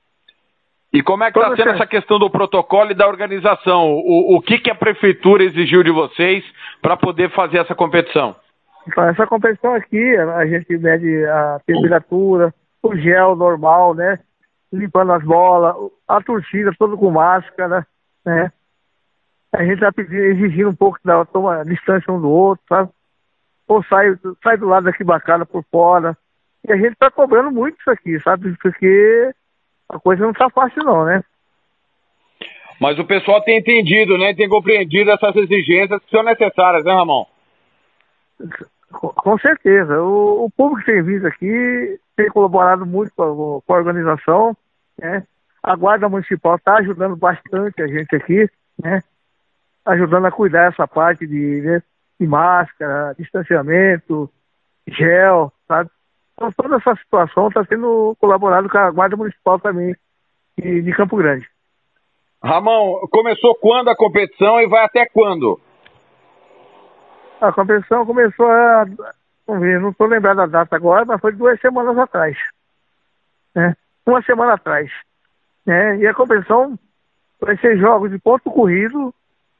[SPEAKER 5] E como é que está sendo essa questão do protocolo e da organização? O que a prefeitura exigiu de vocês para poder fazer essa competição?
[SPEAKER 8] Então, essa competição aqui, a gente mede a temperatura, o gel normal, né? Limpando as bolas, a torcida toda com máscara, né? A gente está exigindo um pouco da distância um do outro, sabe? Ou sai do lado da arquibancada por fora. E a gente está cobrando muito isso aqui, sabe? Porque a coisa não está fácil não, né?
[SPEAKER 5] Mas o pessoal tem entendido, né? Tem compreendido essas exigências que são necessárias, né, Ramon?
[SPEAKER 8] Com certeza. O público que tem vindo aqui tem colaborado muito com a organização, né? A Guarda Municipal está ajudando bastante a gente aqui, né? Ajudando a cuidar dessa parte de máscara, distanciamento, gel, sabe? Então toda essa situação está sendo colaborado com a Guarda Municipal também de Campo Grande.
[SPEAKER 5] Ramon, começou quando a competição e vai até quando?
[SPEAKER 8] A competição começou vamos ver, não estou lembrado da data agora, mas foi 2 semanas atrás. Né? 1 semana atrás. Né? E a competição vai ser jogos de ponto corrido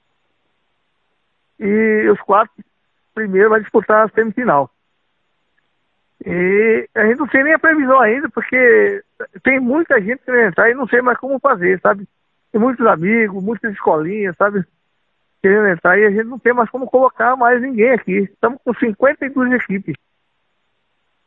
[SPEAKER 8] e os 4 primeiros vai disputar a semifinal. E a gente não tem nem a previsão ainda, porque tem muita gente querendo entrar e não sei mais como fazer, sabe? Tem muitos amigos, muitas escolinhas, sabe? Querendo entrar e a gente não tem mais como colocar mais ninguém aqui. Estamos com 52 equipes.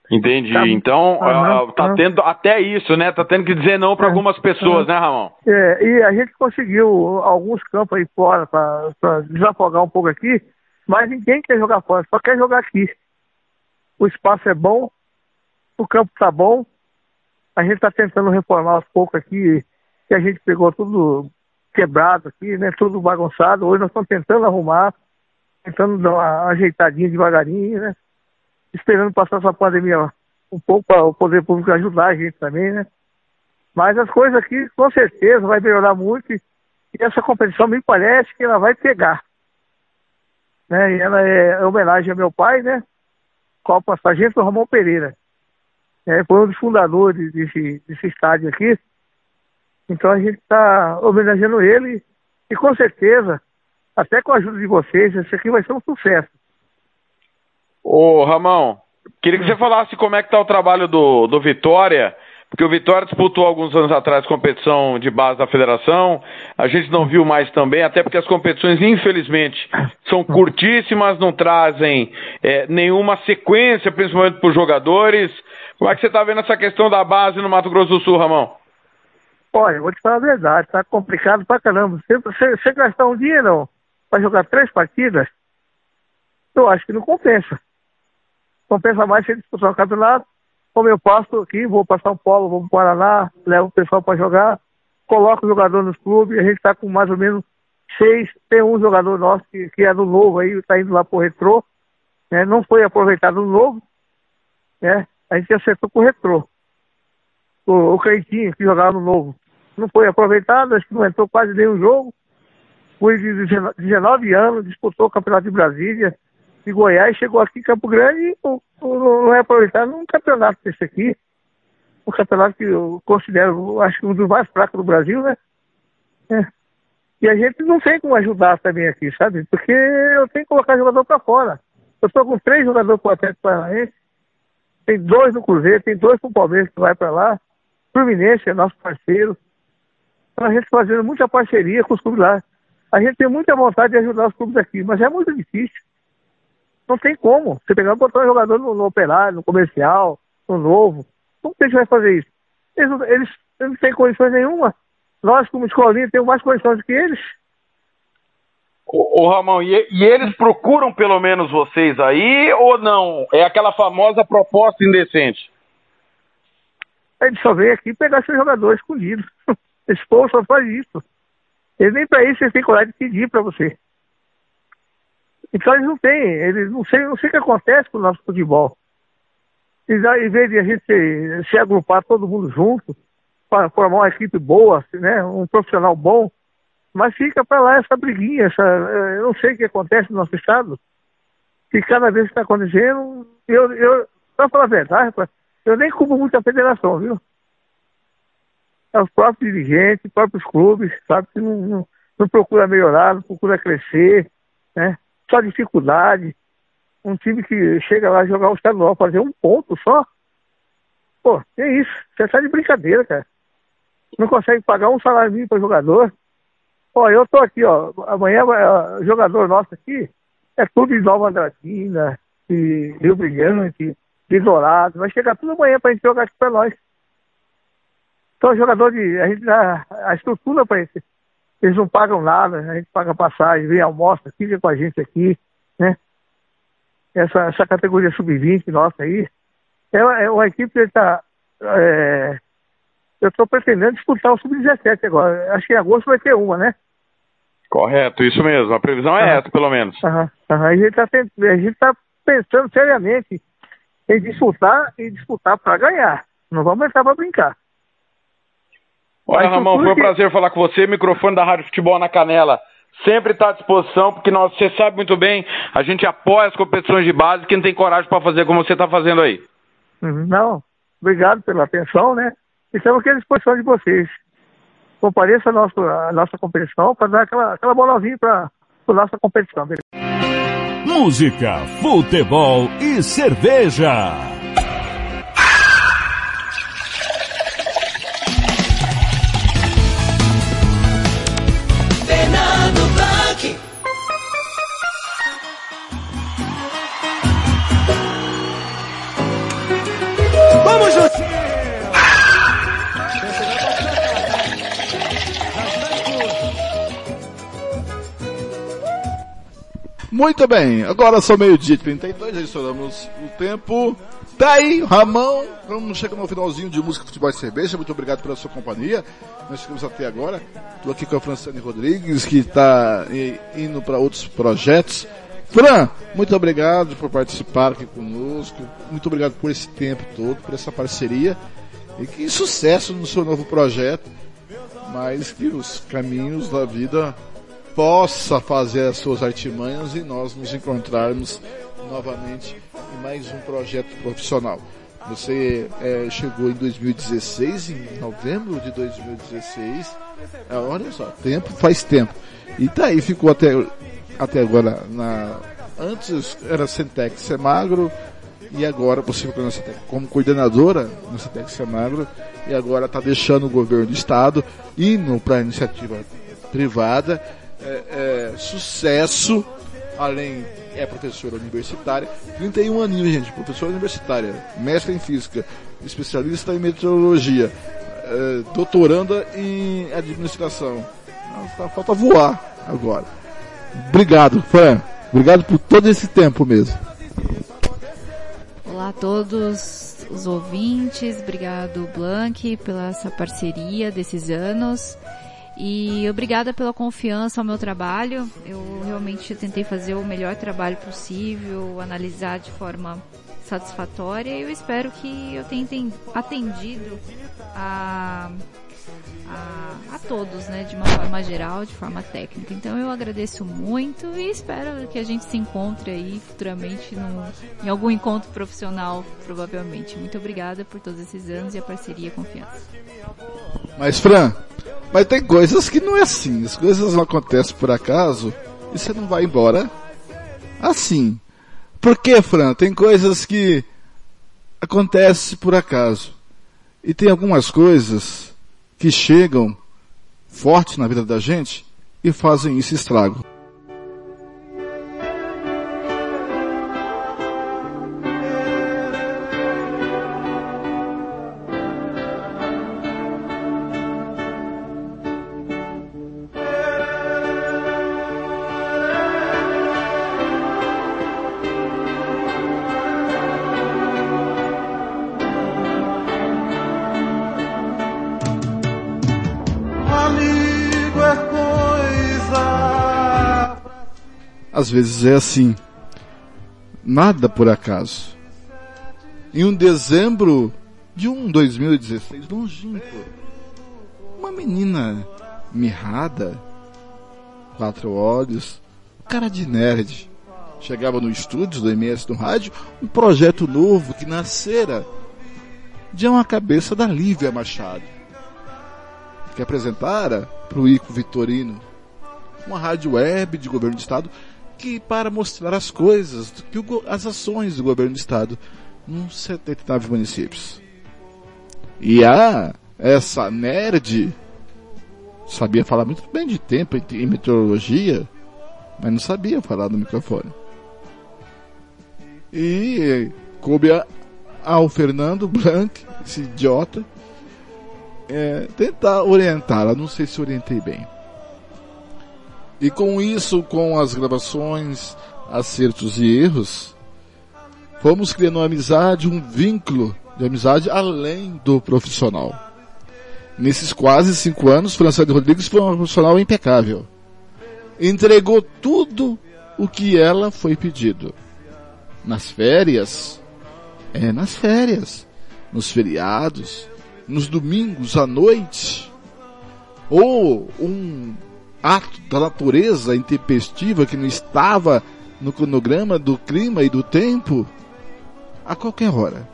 [SPEAKER 5] Entendi. Então, tá tendo até isso, né? Tá tendo que dizer não para algumas pessoas, né, Ramon?
[SPEAKER 8] E a gente conseguiu alguns campos aí fora para desafogar um pouco aqui, mas ninguém quer jogar fora, só quer jogar aqui. O espaço é bom, o campo tá bom, a gente tá tentando reformar aos poucos aqui, que a gente pegou tudo quebrado aqui, né? Tudo bagunçado. Hoje nós estamos tentando arrumar, tentando dar uma ajeitadinha devagarinho, né? Esperando passar essa pandemia um pouco para o poder público ajudar a gente também, né? Mas as coisas aqui, com certeza, vai melhorar muito e essa competição me parece que ela vai pegar. Né? E ela é homenagem a meu pai, né? Copa Sargento Ramon Pereira. Foi um dos fundadores desse estádio aqui. Então a gente está homenageando ele e com certeza, até com a ajuda de vocês, esse aqui vai ser um sucesso.
[SPEAKER 5] Ô, Ramon, queria que você falasse como é que tá o trabalho do Vitória, porque o Vitória disputou alguns anos atrás competição de base da federação, a gente não viu mais também, até porque as competições, infelizmente, são curtíssimas, não trazem nenhuma sequência, principalmente para os jogadores. Como é que você tá vendo essa questão da base no Mato Grosso do Sul, Ramon?
[SPEAKER 8] Olha, vou te falar a verdade, tá complicado pra caramba. Você gastar um dia, não, pra jogar 3 partidas, eu acho que não compensa. Compensa mais você disputar o campeonato, como eu passo aqui, vou para São Paulo, vou para o Paraná, levo o pessoal para jogar, coloco o jogador nos clubes, a gente está com mais ou menos 6, tem um jogador nosso que é do Novo aí, está indo lá pro Retrô, né? Não foi aproveitado no Novo, né? A gente acertou com o Retrô. O Cleitinho, que jogava no Novo, não foi aproveitado, acho que não entrou quase nenhum jogo, foi de 19 anos, disputou o Campeonato de Brasília, de Goiás, chegou aqui em Campo Grande e não é aproveitado num campeonato desse aqui. Um campeonato que eu considero, acho que um dos mais fracos do Brasil, né? E a gente não tem como ajudar também aqui, sabe? Porque eu tenho que colocar jogador para fora. Eu estou com 3 jogadores para o Atlético Paranaense, tem 2 no Cruzeiro, tem 2 para o Palmeiras que vai para lá, Fluminense é nosso parceiro. Então a gente está fazendo muita parceria com os clubes lá. A gente tem muita vontade de ajudar os clubes aqui, mas é muito difícil. Não tem como. Você pegar e botar um jogador no Operário, no Comercial, no Novo. Como que a gente vai fazer isso? Eles não têm condições nenhuma. Nós, como escolinha, temos mais condições do que eles.
[SPEAKER 5] Ô Ramon, e eles procuram pelo menos vocês aí ou não? É aquela famosa proposta indecente?
[SPEAKER 8] Eles só vêm aqui pegar seus jogadores escondidos. Esse povo só faz isso. Eles nem para isso eles têm coragem de pedir para você. Então eles não sei o que acontece com o nosso futebol. Em vez de a gente se agrupar todo mundo junto, para formar uma equipe boa, né, um profissional bom, mas fica para lá essa briguinha, eu não sei o que acontece no nosso estado, que cada vez que está acontecendo, para falar a verdade, eu nem culpo muito a federação, viu? É os próprios dirigentes, os próprios clubes, sabe, que não procura melhorar, não procura crescer, né? Só dificuldade. Um time que chega lá jogar o estadual, fazer 1 ponto só. Pô, é isso. Você tá de brincadeira, cara. Não consegue pagar um salário mínimo para jogador. Ó, eu tô aqui, ó. Amanhã, jogador nosso aqui é tudo de Nova Andradina, de Rio Brilhante, de Dourado. Vai chegar tudo amanhã pra gente jogar aqui pra nós. Então, jogador a gente dá a estrutura pra eles. Eles não pagam nada, a gente paga passagem, vem almoça, fica com a gente aqui, né? Essa categoria sub-20 nossa aí, é uma equipe que está... eu estou pretendendo disputar o sub-17 agora. Acho que em agosto vai ter uma, né?
[SPEAKER 5] Correto, isso mesmo. A previsão é essa, pelo menos.
[SPEAKER 8] A gente está pensando seriamente em disputar para ganhar. Não vamos entrar para brincar.
[SPEAKER 5] Olha, Ramon, foi um prazer falar com você. Microfone da Rádio Futebol na Canela sempre está à disposição, porque você sabe muito bem, a gente apoia as competições de base, quem tem coragem para fazer como você está fazendo aí.
[SPEAKER 8] Não, obrigado pela atenção, né? Estamos aqui à disposição de vocês. Compareça a nossa competição para dar aquela moralzinha para a nossa competição. Beleza?
[SPEAKER 2] Música, futebol e cerveja.
[SPEAKER 3] Tamo juntinho!
[SPEAKER 4] Muito bem, agora são 12h32, já estouramos o tempo. Daí, Ramon, vamos chegar no finalzinho de Música, Futebol e Cerveja. Muito obrigado pela sua companhia. Nós ficamos até agora. Estou aqui com a Franciane Rodrigues, que está indo para outros projetos. Fran, muito obrigado por participar aqui conosco. Muito obrigado por esse tempo todo, por essa parceria. E que sucesso no seu novo projeto. Mas que os caminhos da vida possa fazer as suas artimanhas e nós nos encontrarmos novamente em mais um projeto profissional. Você chegou em 2016, em novembro de 2016. Olha só, faz tempo. E daí ficou até agora antes era Centec Semagro e agora você ficou na Centec como coordenadora na Centec Semagro e agora está deixando o governo do estado, indo para a iniciativa privada. Sucesso, além professora universitária, 31 aninhos, gente, professora universitária, mestre em física, especialista em meteorologia, doutoranda em administração. Falta voar agora. Obrigado, Fran. Obrigado por todo esse tempo mesmo.
[SPEAKER 9] Olá a todos os ouvintes, obrigado Blank pela essa parceria desses anos. E obrigada pela confiança ao meu trabalho. Eu realmente tentei fazer o melhor trabalho possível, analisar de forma satisfatória e eu espero que eu tenha atendido a todos, né, de uma forma geral, de forma técnica. Então eu agradeço muito e espero que a gente se encontre aí futuramente em algum encontro profissional, provavelmente. Muito obrigada por todos esses anos e a parceria e a confiança.
[SPEAKER 4] Mas Fran, mas tem coisas que não é assim. As coisas não acontecem por acaso e você não vai embora assim. Por que, Fran? Tem coisas que acontecem por acaso. E tem algumas coisas que chegam forte na vida da gente e fazem esse estrago. Às vezes é assim, nada por acaso. Em um dezembro de 2016, longínquo, uma menina mirrada, 4 olhos, cara de nerd, chegava no estúdio do MS do rádio, um projeto novo que nascera de uma cabeça da Lívia Machado, que apresentara para o Ico Vitorino uma rádio web de governo do estado que para mostrar as coisas, as ações do governo do estado nos 79 municípios. E essa nerd sabia falar muito bem de tempo em meteorologia, mas não sabia falar no microfone. E coube ao Fernando Blanc, esse idiota, tentar orientá-la. Não sei se orientei bem. E com isso, com as gravações, acertos e erros, fomos criando uma amizade, um vínculo de amizade além do profissional. Nesses quase 5 anos, Franciane Rodrigues foi uma profissional impecável. Entregou tudo o que ela foi pedido. Nas férias, nos feriados, nos domingos à noite, ou um ato da natureza intempestiva que não estava no cronograma do clima e do tempo, a qualquer hora.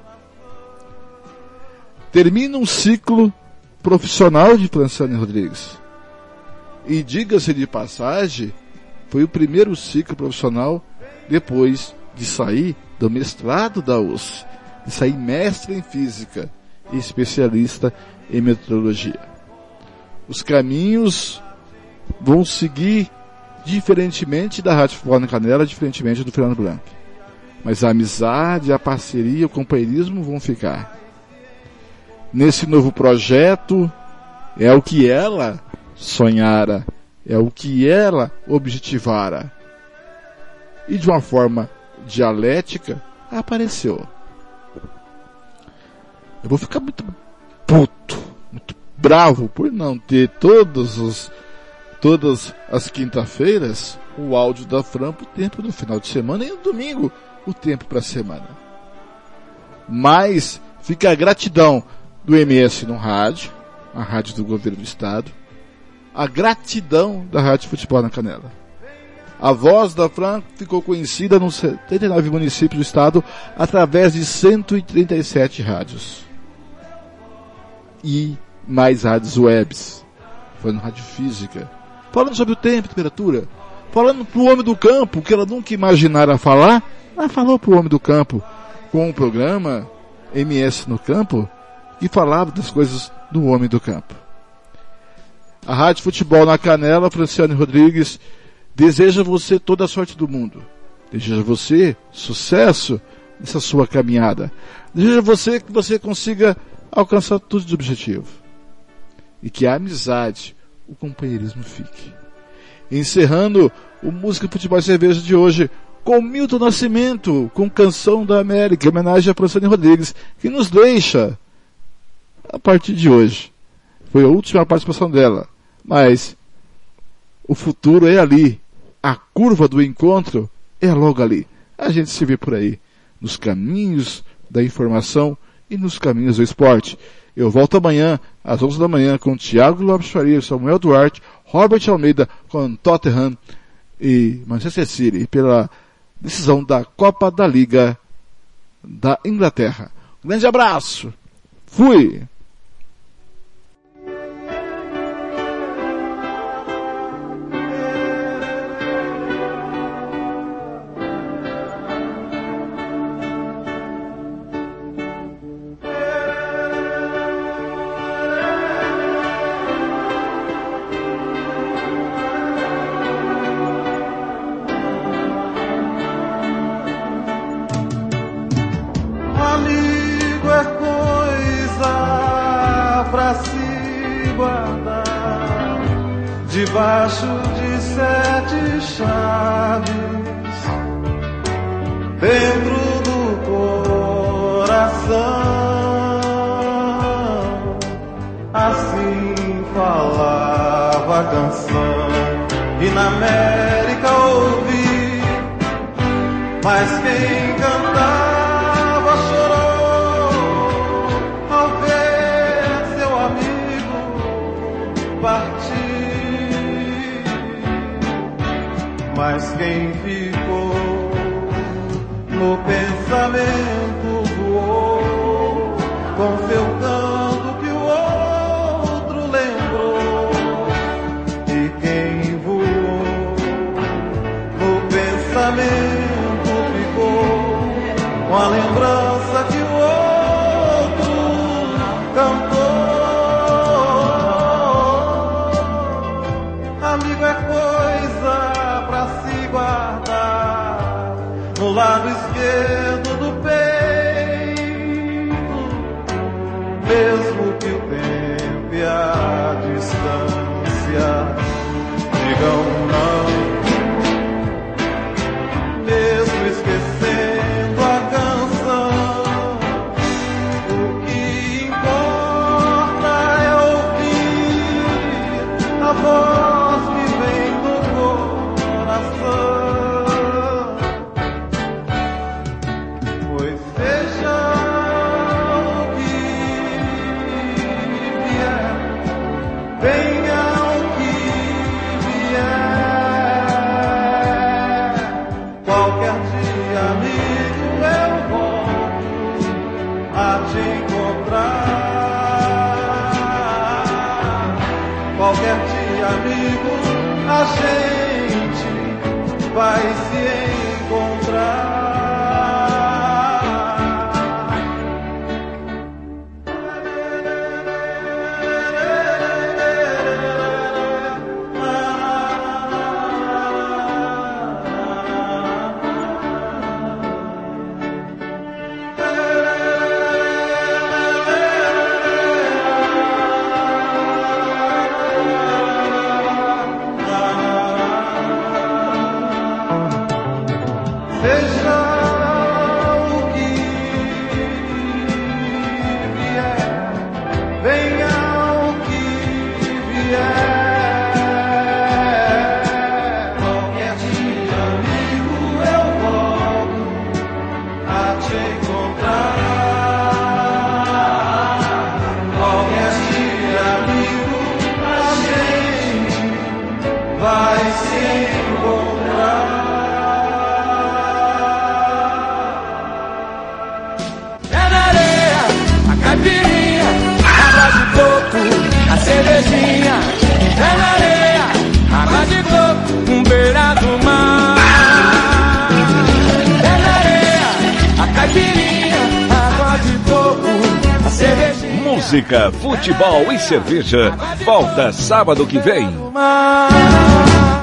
[SPEAKER 4] Termina um ciclo profissional de Franciane Rodrigues. E diga-se de passagem, foi o primeiro ciclo profissional depois de sair do mestrado da USP, de sair mestre em física e especialista em meteorologia. Os caminhos vão seguir diferentemente da Rádio Futebol na Canela, diferentemente do Fernando Blanc. Mas a amizade, a parceria, o companheirismo vão ficar. nesse novo projeto, é o que ela sonhara, é o que ela objetivara. E de uma forma dialética, apareceu. Eu vou ficar muito puto, muito bravo por não ter todas as quinta-feiras o áudio da Fran pro tempo do final de semana e no domingo o tempo para a semana. Mas fica a gratidão do MS no rádio, a rádio do governo do estado, a gratidão da Rádio Futebol na Canela. A voz da Fran ficou conhecida nos 79 municípios do estado através de 137 rádios. E mais rádios webs. Foi no rádio física. Falando sobre o tempo, temperatura. Falando pro homem do campo, que ela nunca imaginara falar. Ela falou pro homem do campo com o programa MS no Campo, que falava das coisas do homem do campo. A Rádio Futebol na Canela, Franciane Rodrigues, deseja a você toda a sorte do mundo. Deseja a você sucesso nessa sua caminhada. Deseja a você que você consiga alcançar tudo de objetivo. E que a amizade, o companheirismo fique. Encerrando o Música, Futebol e Cerveja de hoje com Milton Nascimento, com Canção da América, em homenagem a Franciane Rodrigues, que nos deixa a partir de hoje. Foi a última participação dela, mas o futuro é ali. A curva do encontro é logo ali. A gente se vê por aí, nos caminhos da informação e nos caminhos do esporte. Eu volto amanhã, às 11 da manhã, com Thiago Lopes Faria, Samuel Duarte, Robert Almeida, com Tottenham e Manchester City, pela decisão da Copa da Liga da Inglaterra. Um grande abraço. Fui!
[SPEAKER 18] Debaixo de 7 chaves, dentro do coração, assim falava a canção. E na América ouvi, mas quem cantava chorou ao ver seu amigo partir. Mas quem ficou no pensamento voou com seu canto que o outro lembrou. E quem voou no pensamento ficou com a lembrança que o outro cantou. Amigo é coisa se guardar no lado esquerdo do peito, mesmo que o tempo e a distância digam não, mesmo esquecendo a canção, o que importa é ouvir a voz que vem do coração. Pois seja o que vier, venha o que vier, qualquer dia, amigo, eu volto a te encontrar. Qualquer dia, amigo, a gente vai se encontrar.
[SPEAKER 2] música, futebol e cerveja. Volta sábado que vem.